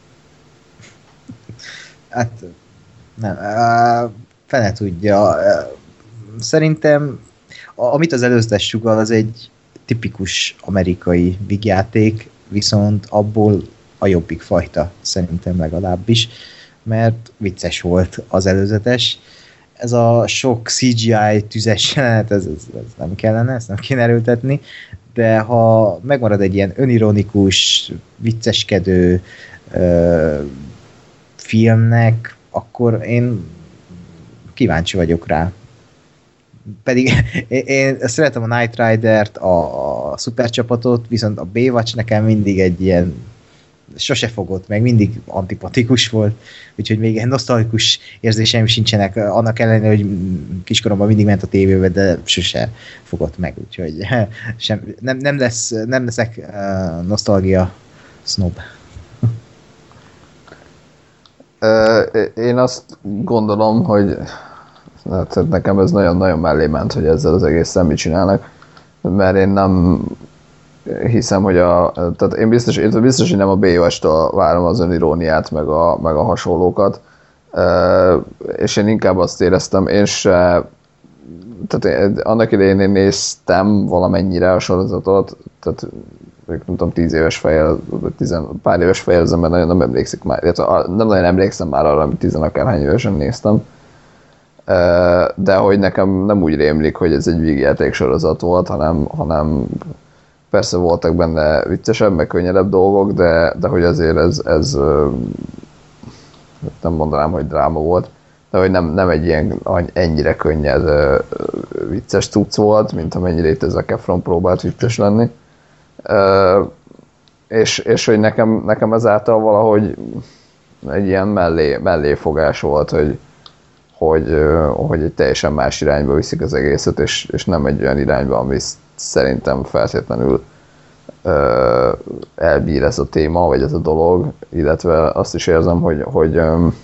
Hát nem, fene tudja. Szerintem amit az előzetes sugal, az egy tipikus amerikai vígjáték, viszont abból a jobbik fajta, szerintem legalábbis, mert vicces volt az előzetes. Ez a sok cé gé í tüzes jelenet, ez, ez, ez nem kellene, ezt nem kéne erőltetni, de ha megmarad egy ilyen önironikus, vicceskedő ö, filmnek, akkor én kíváncsi vagyok rá. Pedig én, én szeretem a Knight Rider-t, a, a szupercsapatot, viszont a Baywatch nekem mindig egy ilyen sose fogott meg, mindig antipatikus volt, úgyhogy még ilyen nosztalikus érzéseim sincsenek, annak ellenére, hogy kiskoromban mindig ment a tévébe, de sose fogott meg, úgyhogy sem, nem, nem, lesz, nem leszek uh, nosztalgia snob. Én azt gondolom, hogy hát nekem ez nagyon-nagyon mellé ment, hogy ezzel az egészen mit csinálnak, mert én nem hiszem, hogy a, tehát én biztos, én biztos, hogy nem a Baywatch-tól várom az öniróniát, meg a, meg a hasonlókat, és én inkább azt éreztem, én se, tehát én, annak idején én néztem valamennyire a sorozatot, tehát nem tudom, tíz éves fejjel, tizen, pár éves fejjel az ember nagyon nem emlékszik már, nem nagyon emlékszem már arra, amit tizenakárhány évesen néztem, de hogy nekem nem úgy rémlik, hogy ez egy vígjáték sorozat volt, hanem, hanem persze voltak benne viccesebb, meg könnyedebb dolgok, de, de hogy azért ez, ez nem mondanám, hogy dráma volt, de hogy nem, nem egy ilyen ennyire könnyed vicces cucc volt, mint amennyire itt ez a Kefron próbált vicces lenni. És, és hogy nekem, nekem ezáltal valahogy egy ilyen mellé, melléfogás volt, hogy, hogy, hogy egy teljesen más irányba viszik az egészet, és, és nem egy olyan irányba, ami szerintem feltétlenül uh, elbír ez a téma, vagy ez a dolog, illetve azt is érzem, hogy, hogy, um,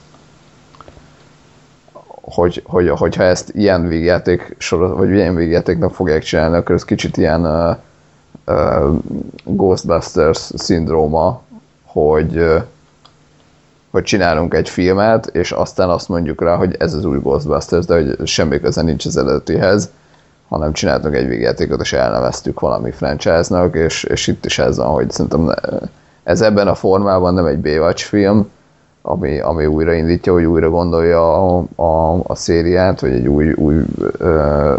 hogy, hogy hogyha ezt ilyen végjáték sorozat, vagy ilyen végjátéknak fogják csinálni, akkor ez kicsit ilyen uh, uh, Ghostbusters szindróma, hogy, uh, hogy csinálunk egy filmet, és aztán azt mondjuk rá, hogy ez az új Ghostbusters, de hogy semmi köze nincs az eredetihez, hanem csináltunk egy végjátékot, és elneveztük valami franchise-nak, és, és itt is ez van, hogy szerintem ez ebben a formában nem egy Baywatch film, ami, ami újraindítja, hogy újra gondolja a, a, a szériát, vagy egy új, új ö,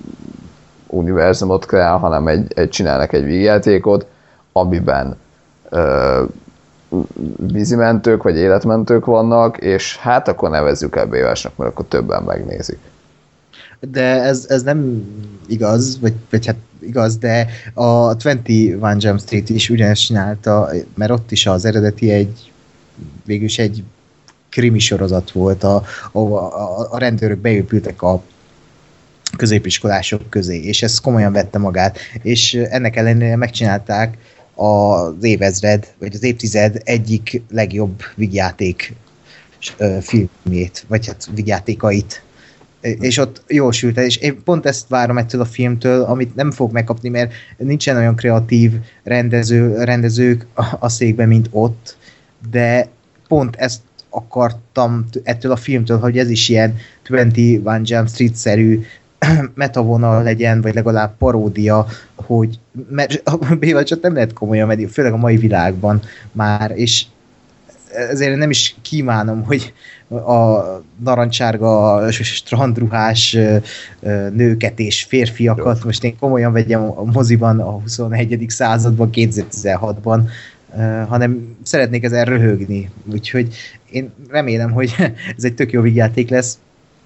univerzumot kreál, hanem egy, egy, csinálnak egy végjátékot, amiben ö, vízimentők, vagy életmentők vannak, és hát akkor nevezzük el Baywatchnak, mert akkor többen megnézik. De ez, ez nem igaz, vagy, vagy hát igaz, de a huszonegy Jump Street is ugyanezt csinálta, mert ott is az eredeti egy, végülis egy krimi sorozat volt, a, a, a, a rendőrök beépültek a középiskolások közé, és ez komolyan vette magát, és ennek ellenére megcsinálták az évezred, vagy az évtized egyik legjobb vígjáték filmjét, vagy hát vígjátékait. És ott jól sült el, és én pont ezt várom ettől a filmtől, amit nem fog megkapni, mert nincsen olyan kreatív rendező, rendezők a, a székben, mint ott, de pont ezt akartam ettől a filmtől, hogy ez is ilyen huszonegy Jump Street-szerű metavonal legyen, vagy legalább paródia, hogy mert a Baywatch-ot nem lehet komolyan venni, főleg a mai világban már, és ezért nem is kívánom, hogy a narancsárga strandruhás nőket és férfiakat most én komolyan vegyem a moziban a huszonegyedik században, kétezer-tizenhatban, hanem szeretnék ezen röhögni. Úgyhogy én remélem, hogy ez egy tök jó vígjáték lesz.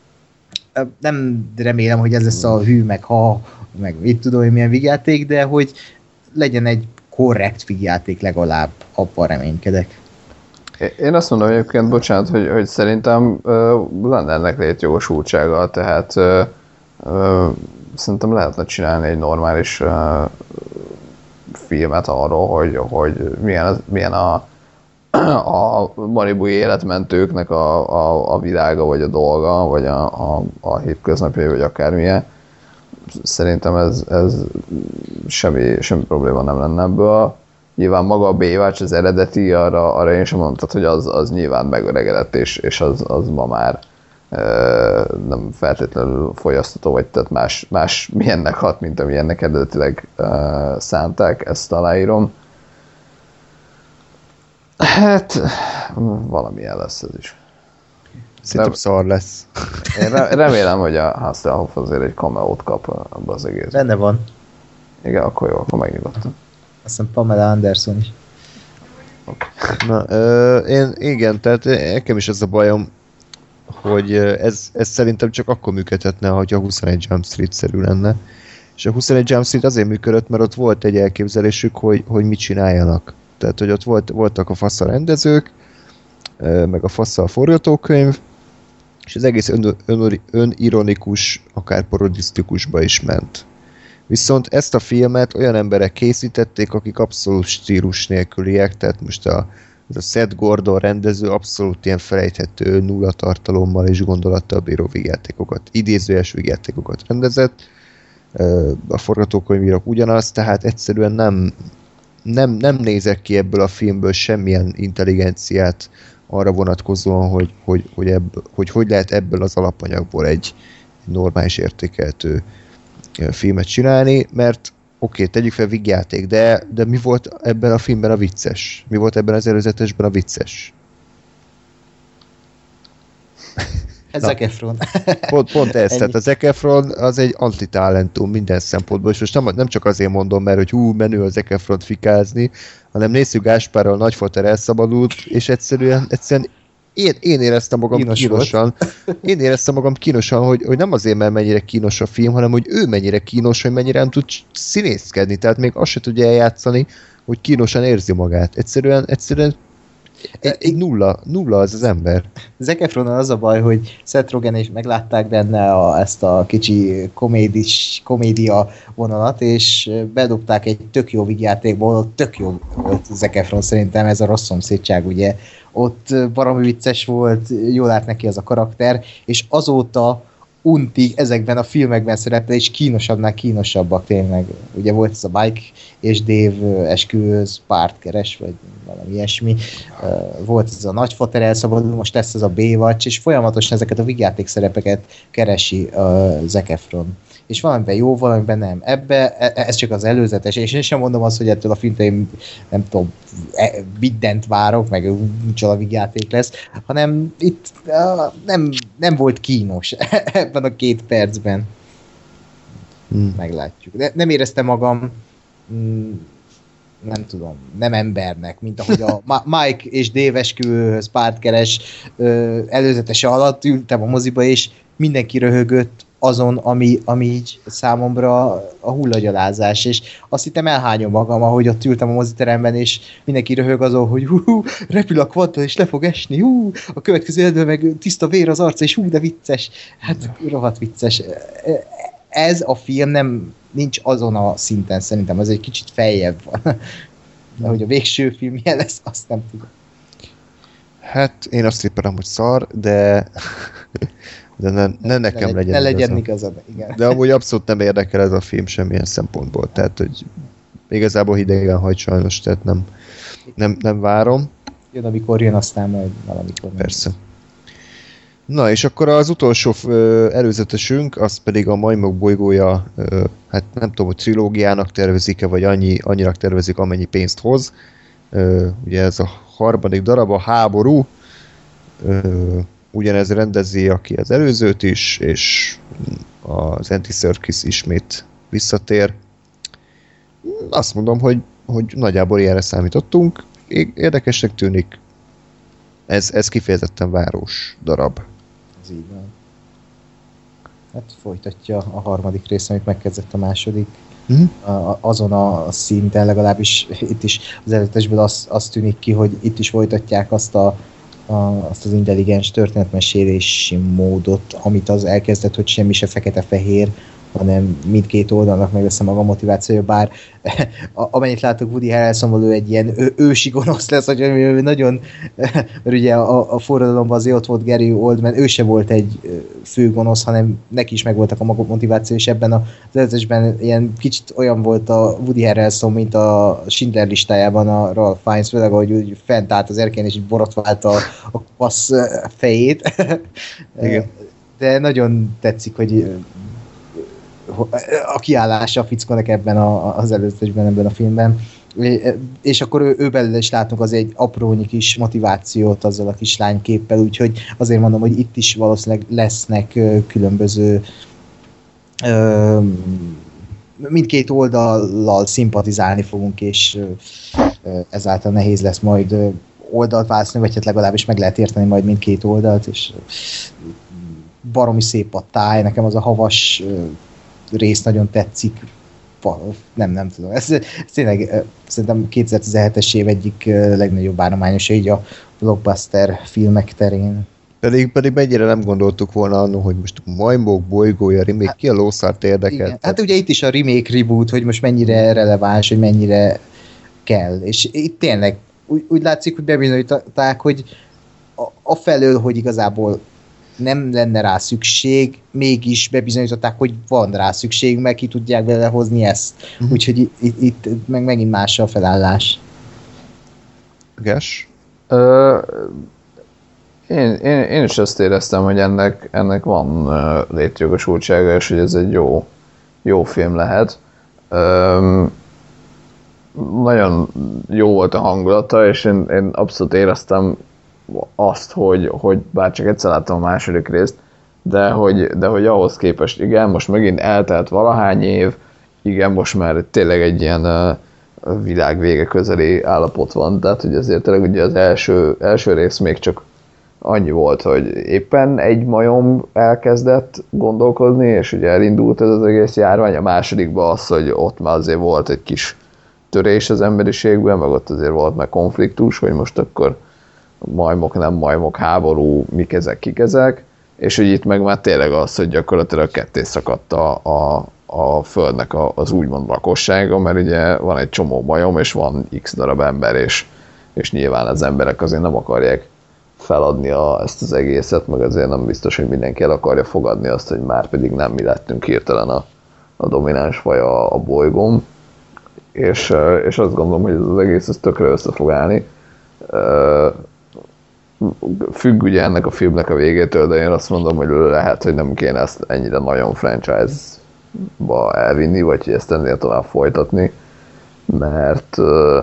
Nem remélem, hogy ez lesz a hű, meg ha, meg mit tudom, hogy milyen vígjáték, de hogy legyen egy korrekt vígjáték legalább, abban reménykedek. Én azt mondom egyébként, bocsánat, hogy, hogy szerintem uh, lenne ennek létjogosultsága, tehát uh, uh, szerintem lehetne csinálni egy normális uh, filmet arról, hogy, hogy milyen, milyen a, a maribui életmentőknek a, a, a világa, vagy a dolga, vagy a, a, a hétköznapjai, vagy akármilyen. Szerintem ez, ez semmi, semmi probléma nem lenne ebből. Nyilván maga a Baywatch, az eredeti, arra, arra én sem mondtad, hogy az, az nyilván megöregedett, és, és az, az ma már e, nem feltétlenül fogyasztató, vagy tehát más, más milyennek hat, mint amilyennek eredetileg e, szánták, ezt aláírom. Hát, valamilyen lesz ez is. Szerintem szar lesz. Én remélem, hogy a Hasselhoff azért egy cameo-t kap abban az egész. Benne van. Igen, akkor jó, akkor megnyugodtam. Azt hiszem Pamela Anderson is. Okay. Na, ö, én igen, tehát nekem is ez a bajom, hogy ez, ez szerintem csak akkor működhetne, hogyha a huszonegy Jump Street-szerű lenne. És a huszonegy Jump Street azért működött, mert ott volt egy elképzelésük, hogy, hogy mit csináljanak. Tehát, hogy ott volt, voltak a fasz a rendezők, meg a fasz a forgatókönyv, és az egész ön, ön, önironikus, akár parodisztikusba is ment. Viszont ezt a filmet olyan emberek készítették, akik abszolút stílus nélküliek, tehát most a, a Seth Gordon rendező abszolút ilyen felejthető nulla tartalommal és gondolattal bíró vígjátékokat, idézőjes vígjátékokat rendezett. A forgatókönyvírok ugyanaz, tehát egyszerűen nem, nem, nem nézek ki ebből a filmből semmilyen intelligenciát arra vonatkozóan, hogy hogy, hogy, ebből, hogy hogy lehet ebből az alapanyagból egy, egy normális értékeltő filmet csinálni, mert oké, okay, tegyük fel vígjáték, de, de mi volt ebben a filmben a vicces? Mi volt ebben az előzetesben a vicces? Ez Zac Efron. Pont, pont ez, tehát a Zac Efron az egy antitalentum minden szempontból, és most nem, nem csak azért mondom, mert hogy hú, menő a Zac Efront fikázni, hanem nézzük Gáspárral, Nagyfoter elszabadult, és egyszerűen, egyszerűen én, én éreztem magam Kínos kínosan, én éreztem magam kínosan, hogy, hogy nem azért, mert mennyire kínos a film, hanem hogy ő mennyire kínos, hogy mennyire nem tud színészkedni, tehát még azt se tudja eljátszani, hogy kínosan érzi magát. Egyszerűen, egyszerűen egy, egy nulla, nulla az az ember. Zac Efronnal az a baj, hogy Seth Rogen is meglátták benne a, ezt a kicsi komédis, komédia vonalat, és bedobták egy tök jó vígjátékból, tök jó volt Zac Efron szerintem, ez a Rossz szomszédság, ugye. Ott baromi vicces volt, jól állt neki az a karakter, és azóta untig ezekben a filmekben szerepel, és kínosabbnál kínosabbak tényleg. Ugye volt ez a Mike és Dave esküvőz, párt keres, vagy valami ilyesmi. Volt ez a Nagyfoter elszabadul, most lesz ez a Baywatch, és folyamatosan ezeket a vígjáték szerepeket keresi a Zac Efron. És valamiben jó, valamiben nem. Ebbe, ez csak az előzetes, és én sem mondom azt, hogy ettől a filmtől én nem tudom, mindent várok, meg micsoda vígjáték lesz, hanem itt uh, nem, nem volt kínos ebben a két percben. Hmm. Meglátjuk. De nem éreztem magam mm, nem tudom, nem embernek, mint ahogy a Mike és Dave esküvőhöz pártkeres előzetese alatt ültem a moziba, és mindenki röhögött azon, ami, ami így számomra a hullagyalázás, és azt hittem elhányom magam, ahogy ott ültem a moziteremben, és mindenki röhög azon, hogy hú, hú repül a quadra, és le fog esni, hú, a következő életben meg tiszta vér az arca, és hú, de vicces. Hát rohadt vicces. Ez a film nem, nincs azon a szinten szerintem, ez egy kicsit feljebb van. De hogy a végső film milyen lesz, azt nem tudom. Hát én azt tippelem, hogy szar, de... De ne, ne nekem ne, legyen ne legyen igazad, igen. De amúgy abszolút nem érdekel ez a film semmilyen szempontból. Tehát, hogy igazából hidegen hagy sajnos, tehát nem, nem, nem várom. Jön, amikor jön, aztán majd valamikor. Persze. Na, és akkor az utolsó ö, előzetesünk, az pedig a Majmok bolygója, ö, hát nem tudom, hogy trilógiának tervezik-e, vagy annyi, annyinak tervezik, amennyi pénzt hoz. Ö, ugye ez a harmadik darab, a háború. Ö, Ugyanez rendezi, aki az előzőt is, és az Andy Serkis ismét visszatér. Azt mondom, hogy, hogy nagyjából ilyenre számítottunk. Érdekesnek tűnik. Ez, ez kifejezetten város darab. Ez így van. hát folytatja a harmadik rész, amit megkezdett a második. Uh-huh. A, azon a szinten legalábbis itt is az előzetesből az, az tűnik ki, hogy itt is folytatják azt a A, azt az intelligens történetmesélési módot, amit az elkezdett, hogy semmi se fekete-fehér, hanem mindkét oldalnak meg lesz a maga motivációja, bár amennyit látok Woody Harrelsonból, ő egy ilyen ő, ősi gonosz lesz, hogy nagyon, mert ugye a, a forradalomban azért ott volt Gary Oldman, ő se volt egy fő gonosz, hanem neki is megvoltak a maga motiváció, és ebben az előzetesben ilyen kicsit olyan volt a Woody Harrelson, mint a Schindler listájában a Ralph Fiennes, főleg ahogy úgy fent állt az erkélyen, és így borotvált a, a passz fejét. Igen. De nagyon tetszik, hogy a kiállása a fickónak ebben a, az előzetesben, ebben a filmben. És akkor ő, ő belőle is látunk az egy aprónyi kis motivációt azzal a kislányképpel, úgyhogy azért mondom, hogy itt is valószínűleg lesznek különböző mindkét oldallal szimpatizálni fogunk, és ezáltal nehéz lesz majd oldalt választani, vagy hát legalábbis meg lehet érteni majd mindkét oldalt, és baromi szép a táj, nekem az a havas rész nagyon tetszik. Nem, nem tudom. Ez, ez tényleg szerintem kétezer-tizenhetes év egyik legnagyobb állományosa így a blockbuster filmek terén. Pedig, pedig mennyire nem gondoltuk volna annól, hogy most majmok, bolygója, remake, hát, ki a lószárt érdekelt. Igen. Hát ugye itt is a remake reboot, hogy most mennyire releváns, hogy mennyire kell. És itt tényleg úgy, úgy látszik, hogy bebizonyították, hogy a, a felől, hogy igazából nem lenne rá szükség, mégis bebizonyították, hogy van rá szükség, meg ki tudják vele hozni ezt. Uh-huh. Úgyhogy itt, itt, itt meg megint más a felállás. Ges? Ö, én, én, én is azt éreztem, hogy ennek, ennek van uh, létjogosultsága, és hogy ez egy jó, jó film lehet. Ö, nagyon jó volt a hangulata, és én, én abszolút éreztem azt, hogy, hogy bár csak egyszer láttam a második részt, de hogy, de hogy ahhoz képest, igen, most megint eltelt valahány év, igen, most már tényleg egy ilyen uh, világ vége közeli állapot van, tehát hogy azért tényleg ugye az első, első rész még csak annyi volt, hogy éppen egy majom elkezdett gondolkozni, és ugye elindult ez az egész járvány, a másodikban az, hogy ott már azért volt egy kis törés az emberiségben, meg ott azért volt meg konfliktus, hogy most akkor majmok, nem majmok, háború, mik ezek, kik ezek, és hogy itt meg már tényleg az, hogy gyakorlatilag ketté szakadt a, a, a Földnek a, az úgymond lakossága, mert ugye van egy csomó majom, és van x darab ember, és, és nyilván az emberek azért nem akarják feladni a, ezt az egészet, meg azért nem biztos, hogy mindenki el akarja fogadni azt, hogy már pedig nem mi lettünk hirtelen a, a domináns faj a, a bolygón, és, és azt gondolom, hogy ez az egész ez tökre össze fog állni. Függ ugye ennek a filmnek a végétől, de én azt mondom, hogy lehet, hogy nem kéne ezt ennyire nagyon franchise-ba elvinni, vagy hogy ezt ennél tovább folytatni, mert,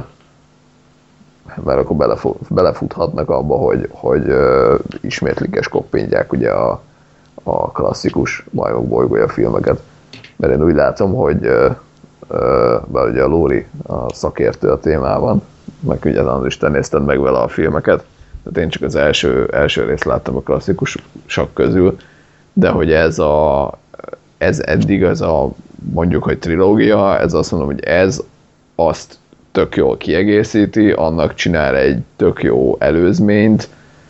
mert akkor belefuthatnak abba, hogy, hogy ismétlikes koppintják ugye a, a klasszikus Majmok bolygója filmeket. Mert én úgy látom, hogy bár ugye a Lóri a szakértő a témában, meg ugye az is te nézted meg vele a filmeket, tehát én csak az első, első részt láttam a klasszikusok közül, de hogy ez a ez eddig ez a mondjuk, hogy trilógia, ez azt mondom, hogy ez azt tök jól kiegészíti, annak csinál egy tök jó előzményt,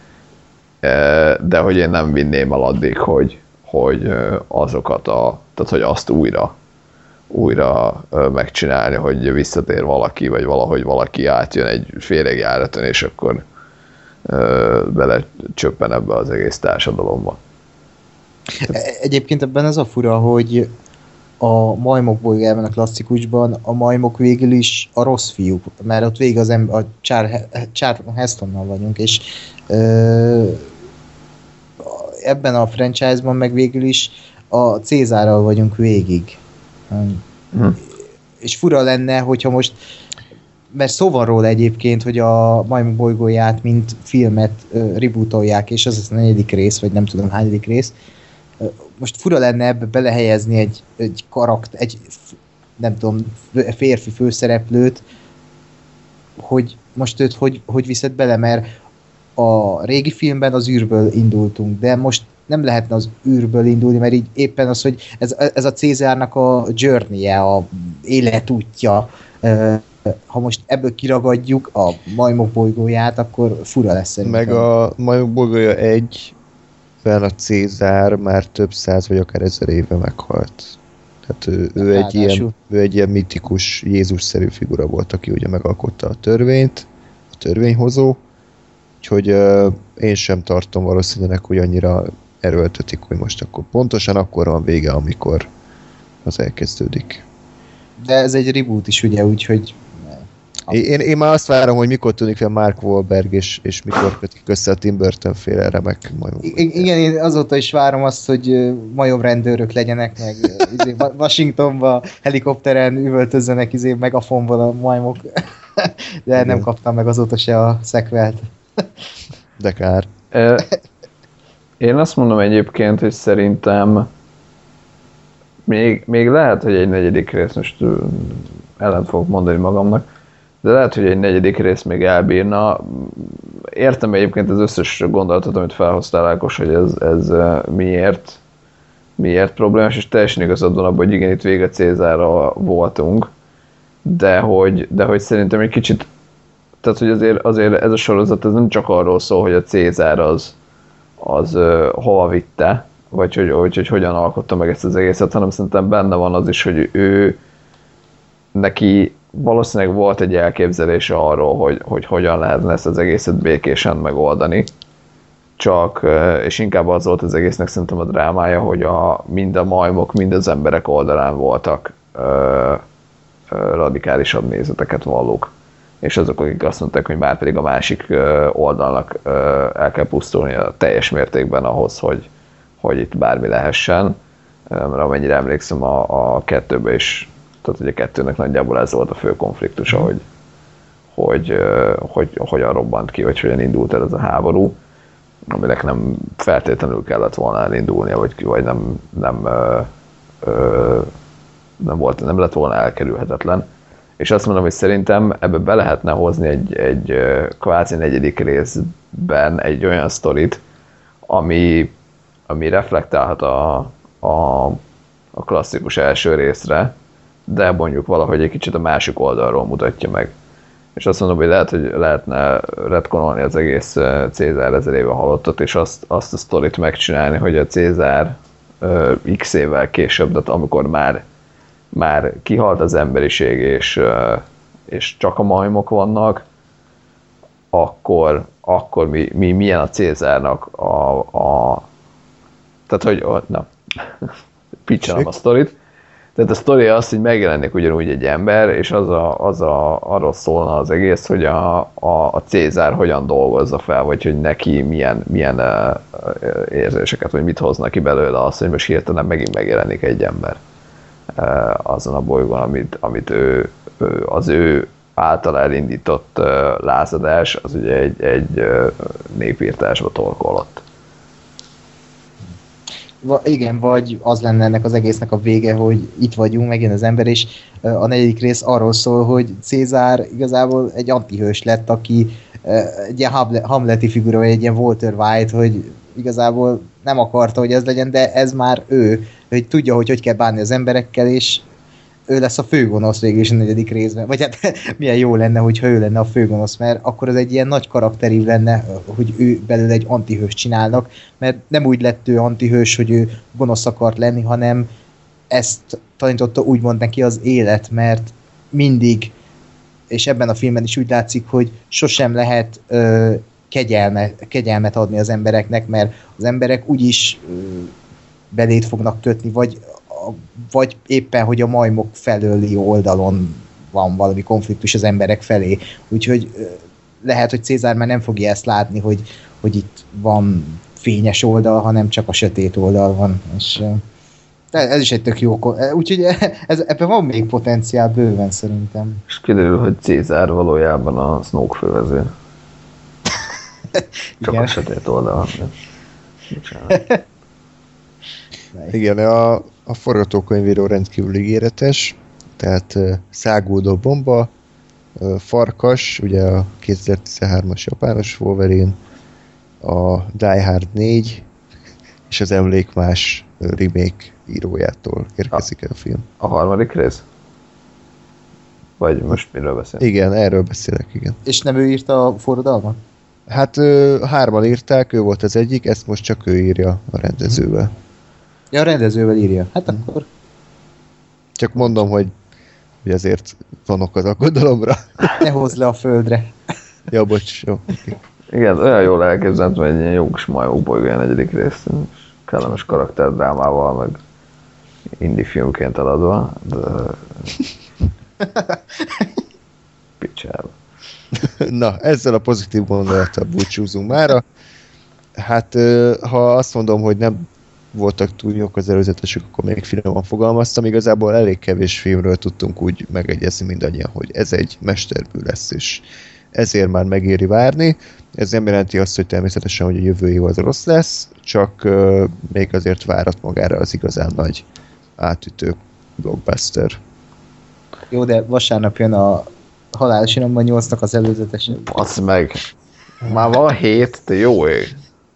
de hogy én nem vinném el addig, hogy, hogy azokat a, tehát hogy azt újra újra megcsinálni, hogy visszatér valaki, vagy valahogy valaki átjön egy féregjáraton, és akkor bele csöppen ebbe az egész társadalomba. Egyébként ebben az a fura, hogy a Majmok bolygójában, a klasszikusban a majmok végül is a rossz fiúk, mert ott végig az ember, a Charlton Hestonnal vagyunk, és ö, ebben a franchise-ban meg végül is a Cézárral vagyunk végig. Hm. És fura lenne, hogyha most, mert szó van róla egyébként, hogy a Majmok bolygóját, mint filmet uh, rebootolják, és az az a negyedik rész, vagy nem tudom hányadik rész. Uh, most fura lenne ebbe belehelyezni egy, egy karakter, egy nem tudom, férfi főszereplőt, hogy most őt hogy, hogy viszed bele, mert a régi filmben az űrből indultunk, de most nem lehetne az űrből indulni, mert így éppen az, hogy ez, ez a Cézárnak a journey-je, a életútja, ha most ebből kiragadjuk a majmok bolygóját, akkor fura lesz szerintem. Meg a majmok bolygója egyben a Cézár már több száz vagy akár ezer éve meghalt. Tehát ő, ő, egy, ilyen, ő egy ilyen mitikus, Jézus-szerű figura volt, aki ugye megalkotta a törvényt, a törvényhozó, úgyhogy uh, én sem tartom valószínűleg, hogy annyira erőltetik, hogy most akkor pontosan akkor van vége, amikor az elkezdődik. De ez egy reboot is, ugye, úgyhogy... Én, én már azt várom, hogy mikor tűnik fel Mark Wahlberg, és, és mikor kötik össze a Tim Burton-féle remek majmok. Igen, én azóta is várom azt, hogy majomrendőrök legyenek, meg izé, Washingtonba helikopteren üvöltözzenek izé, megafonból a majmok. De igen. Nem kaptam meg azóta se a szekvelt. De kár. Én azt mondom egyébként, hogy szerintem még, még lehet, hogy egy negyedik rész, most ellent fogok mondani magamnak, de lehet, hogy egy negyedik rész még elbírna. Értem egyébként az összes gondolatot, amit felhoztál, Ákos, hogy ez, ez miért, miért problémás, és teljesen igazad van abban, hogy igen, itt vége Cézárra voltunk, de hogy, de hogy szerintem egy kicsit, tehát hogy azért, azért ez a sorozat ez nem csak arról szól, hogy a Cézár az, az uh, hova vitte, vagy hogy, hogy, hogy hogyan alkotta meg ezt az egészet, hanem szerintem benne van az is, hogy ő neki valószínűleg volt egy elképzelése arról, hogy, hogy hogyan lehetne ezt az egészet békésen megoldani. Csak, és inkább az volt az egésznek szerintem a drámája, hogy a, mind a majmok, mind az emberek oldalán voltak ö, ö, radikálisabb nézeteket vallók. És azok, akik azt mondták, hogy már pedig a másik oldalnak ö, el kell pusztulni a teljes mértékben ahhoz, hogy, hogy itt bármi lehessen. Mert amennyire emlékszem a, a kettőben is, tehát ugye a kettőnek nagyjából ez volt a fő konfliktusa, mm. hogy, hogy, hogy hogyan robbant ki, vagy hogyan indult el ez a háború, aminek nem feltétlenül kellett volna elindulnia, vagy, vagy nem, nem, ö, ö, nem, volt, nem lett volna elkerülhetetlen. És azt mondom, hogy szerintem ebbe be lehetne hozni egy, egy kvázi negyedik részben egy olyan sztorit, ami, ami reflektálhat a, a, a klasszikus első részre, de mondjuk valahogy egy kicsit a másik oldalról mutatja meg. És azt mondom, hogy lehet, hogy lehetne retkonolni az egész Cézár ezer éve halottat, és azt, azt a sztorit megcsinálni, hogy a Cézár uh, x évvel később, tehát amikor már, már kihalt az emberiség, és, uh, és csak a majmok vannak, akkor, akkor mi, mi, milyen a Cézárnak a, a tehát, hogy na, pitchelem a sztorit. Tehát a sztori az, hogy megjelenik ugyanúgy egy ember, és az a, az a, arról szólna az egész, hogy a, a, a Cézár hogyan dolgozza fel, vagy hogy neki milyen, milyen uh, érzéseket, vagy mit hozna ki belőle az, hogy most hirtelen megint megjelenik egy ember uh, azon a bolygón, amit, amit ő, ő, az ő által elindított uh, lázadás, az ugye egy, egy uh, népírtásba torkolott. Igen, vagy az lenne ennek az egésznek a vége, hogy itt vagyunk, megint az ember, és a negyedik rész arról szól, hogy Cézár igazából egy antihős lett, aki egy ilyen Hamleti figura, vagy egy ilyen Walter White, hogy igazából nem akarta, hogy ez legyen, de ez már ő, hogy tudja, hogy hogy kell bánni az emberekkel, és ő lesz a főgonosz végül is a negyedik részben. Vagy hát milyen jó lenne, hogyha ő lenne a főgonosz, mert akkor az egy ilyen nagy karakterű lenne, hogy ő belőle egy antihős csinálnak, mert nem úgy lett ő antihős, hogy ő gonosz akart lenni, hanem ezt tanította úgymond neki az élet, mert mindig, és ebben a filmben is úgy látszik, hogy sosem lehet ö, kegyelme, kegyelmet adni az embereknek, mert az emberek úgyis ö, belét fognak kötni, vagy vagy éppen, hogy a majmok felőli oldalon van valami konfliktus az emberek felé. Úgyhogy lehet, hogy Cézár már nem fogja ezt látni, hogy, hogy itt van fényes oldal, hanem csak a sötét oldal van. És ez is egy tök jó. Úgyhogy ez, ebben van még potenciál bőven szerintem. És kiderül, hogy Cézár valójában a Snoke fővezér. Csak a sötét oldal. Igen, a, a forgatókönyvíró rendkívül ígéretes, tehát uh, száguldó bomba, uh, farkas, ugye a kétezer-tizenhármas japános Wolverine, a Die Hard négy, és az Emlékmás remake írójától érkezik el a film. A harmadik rész? Vagy most miről beszél? Igen, erről beszélek, igen. És nem ő írta a forradalmat? Hát ö, hárman írták, ő volt az egyik, ezt most csak ő írja a rendezővel. Ja, a rendezővel írja. Hát akkor... Csak mondom, hogy, hogy azért van ok az aggodalomra. Ne hozz le a földre. Ja, bocs, jó. Okay. Igen, olyan jól elképzeltem, hogy egy ilyen jogos majmok bolygója negyedik részt, kellemes karakterdrámával, meg indie filmként eladva, de... Picsába. Na, ezzel a pozitív gondolattal búcsúzunk mára. Hát, ha azt mondom, hogy nem voltak túl jók az előzetesek, akkor még finoman fogalmaztam. Igazából elég kevés filmről tudtunk úgy megegyezni mindannyian, hogy ez egy mestermű lesz, és ezért már megéri várni. Ez nem jelenti azt, hogy természetesen, hogy a jövő év az rossz lesz, csak uh, még azért várat magára az igazán nagy átütő blockbuster. Jó, de vasárnap jön a Halálos Iramban nyolcnak az előzetes. Basz meg! Már van hét, de jó ég.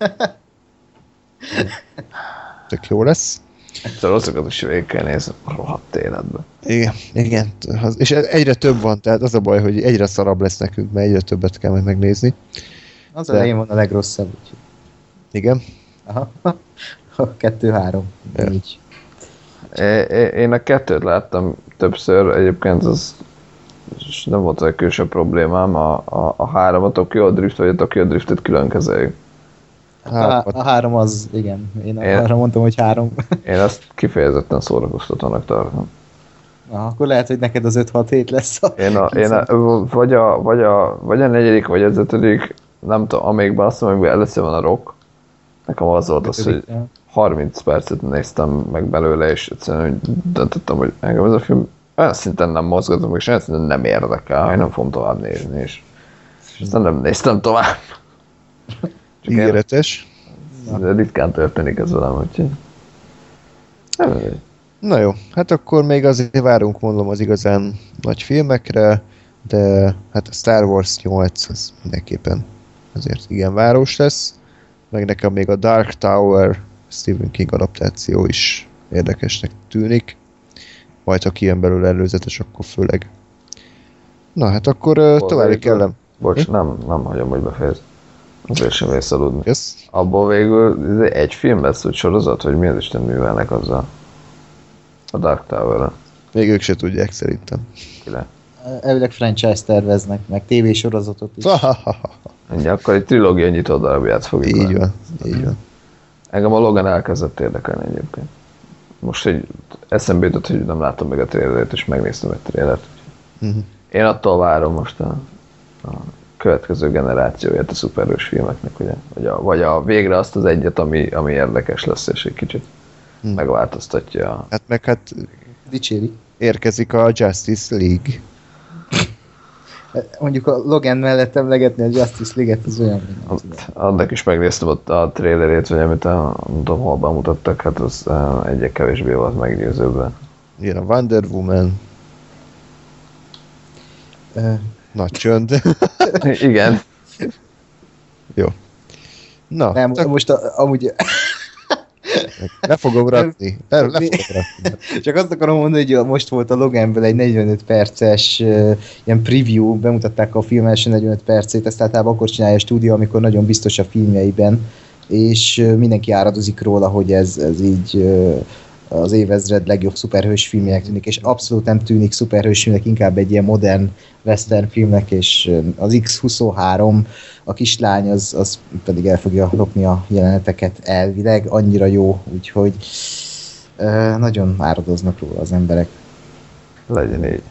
Tök jó lesz. Szóval azokat is végig kell nézni a rohadt életbe. Igen, igen. És egyre több van, tehát az a baj, hogy egyre szarabb lesz nekünk, mert egyre többet kell majd megnézni. Az de... elején van a legrosszabb. Úgyhogy... Igen? Aha. A kettő, három, ja. négy. Én a kettőt láttam többször, egyébként az és nem volt egy külső problémám, a, a, a három, a Tokyo Drift, vagy a Tokyo Driftet külön kezeljük. A, a három az, igen. Én, én arra mondtam, hogy három. Én ezt kifejezetten szórakoztatónak tartom. Na, akkor lehet, hogy neked az öt hat hét lesz a... Én a, én a, vagy, a, vagy, a, vagy a negyedik, vagy az ötödik, nem tudom, amikben azt mondom, hogy először van a Rock. Nekem az volt az, hogy harminc percet néztem meg belőle, és egyszerűen döntöttem, hogy engem ez a film olyan szinten nem mozgatom, és olyan szinten nem érdekel, hogy nem fogom tovább nézni, és, és aztán nem néztem tovább. Ígéretes. De ritkán történik ez velem, úgyhogy... Na jó, hát akkor még azért várunk, mondom, az igazán nagy filmekre, de hát a Star Wars nyolc az mindenképpen azért igen város lesz, meg nekem még a Dark Tower Stephen King adaptáció is érdekesnek tűnik, majd ha kijön belőle előzetes, akkor főleg. Na hát akkor uh, további kellem. Bocs, nem, nem hagyom, hogy befejezd. Azért sem érsz aludni. Yes. Abból végül egy film lesz, hogy sorozat, hogy mi az Isten művelnek azzal? A Dark Tower-ra. Még ők se tudják szerintem. Kile. Elvileg franchise terveznek, meg tévésorozatot is. Ennyi, akkor egy trilógia nyitó darabját fogjuk. Így van, így van. Engem a Logan elkezdett érdekelni egyébként. Most egy eszembe jutott, hogy nem látom meg a trailerét, és megnéztem egy trailert. Uh-huh. Én attól várom most a, a következő generációját a szuperhős filmeknek, ugye? Vagy, a, vagy a végre azt az egyet, ami, ami érdekes lesz, és egy kicsit hmm. megváltoztatja. A... Hát meg hát dicséri. Érkezik a Justice League. Mondjuk a Logan mellett emlegetni a Justice League-et, az olyan, mint annak is megnéztem ott a trailerét, vagy amit a, nem tudom, hol bemutattak, hát az egyre kevésbé volt meggyőzőbben. Igen, a Wonder Woman. Uh, Nagy csönd. Igen. Jó. Na. Nem, tak... most a, amúgy... Le fogom rakni. Le, le fogom rakni. Csak azt akarom mondani, hogy most volt a Loganből egy negyvenöt perces uh, ilyen preview, bemutatták a film első negyvenöt percét, ezt általában akkor csinálja a stúdió, amikor nagyon biztos a filmjeiben, és uh, mindenki áradozik róla, hogy ez, ez így uh, az évezred legjobb szuperhős filmjének tűnik, és abszolút nem tűnik szuperhős filmnek, inkább egy ilyen modern western filmnek, és az iksz huszonhárom, a kislány, az, az pedig el fogja lopni a jeleneteket elvileg, annyira jó, úgyhogy uh, nagyon áradoznak róla az emberek. Legyen így.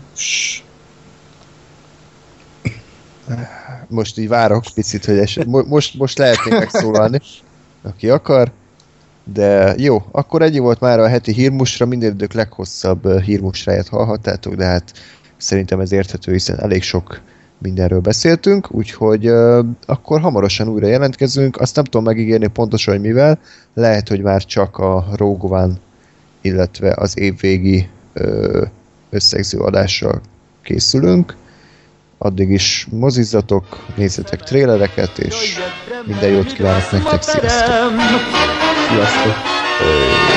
Most így várok picit, hogy eset, most, most lehetnék megszólalni, aki akar. De jó, akkor ennyi volt már a heti hírmusra, minden idők leghosszabb hírmusráját hallhattátok, de hát szerintem ez érthető, hiszen elég sok mindenről beszéltünk, úgyhogy uh, akkor hamarosan újra jelentkezünk, azt nem tudom megígérni pontosan, hogy mivel, lehet, hogy már csak a Rogue One, illetve az évvégi uh, összegző adással készülünk, addig is mozizzatok, nézzetek trélereket, és minden jót kívánok nektek, sziasztok! Sziasztok! Ö...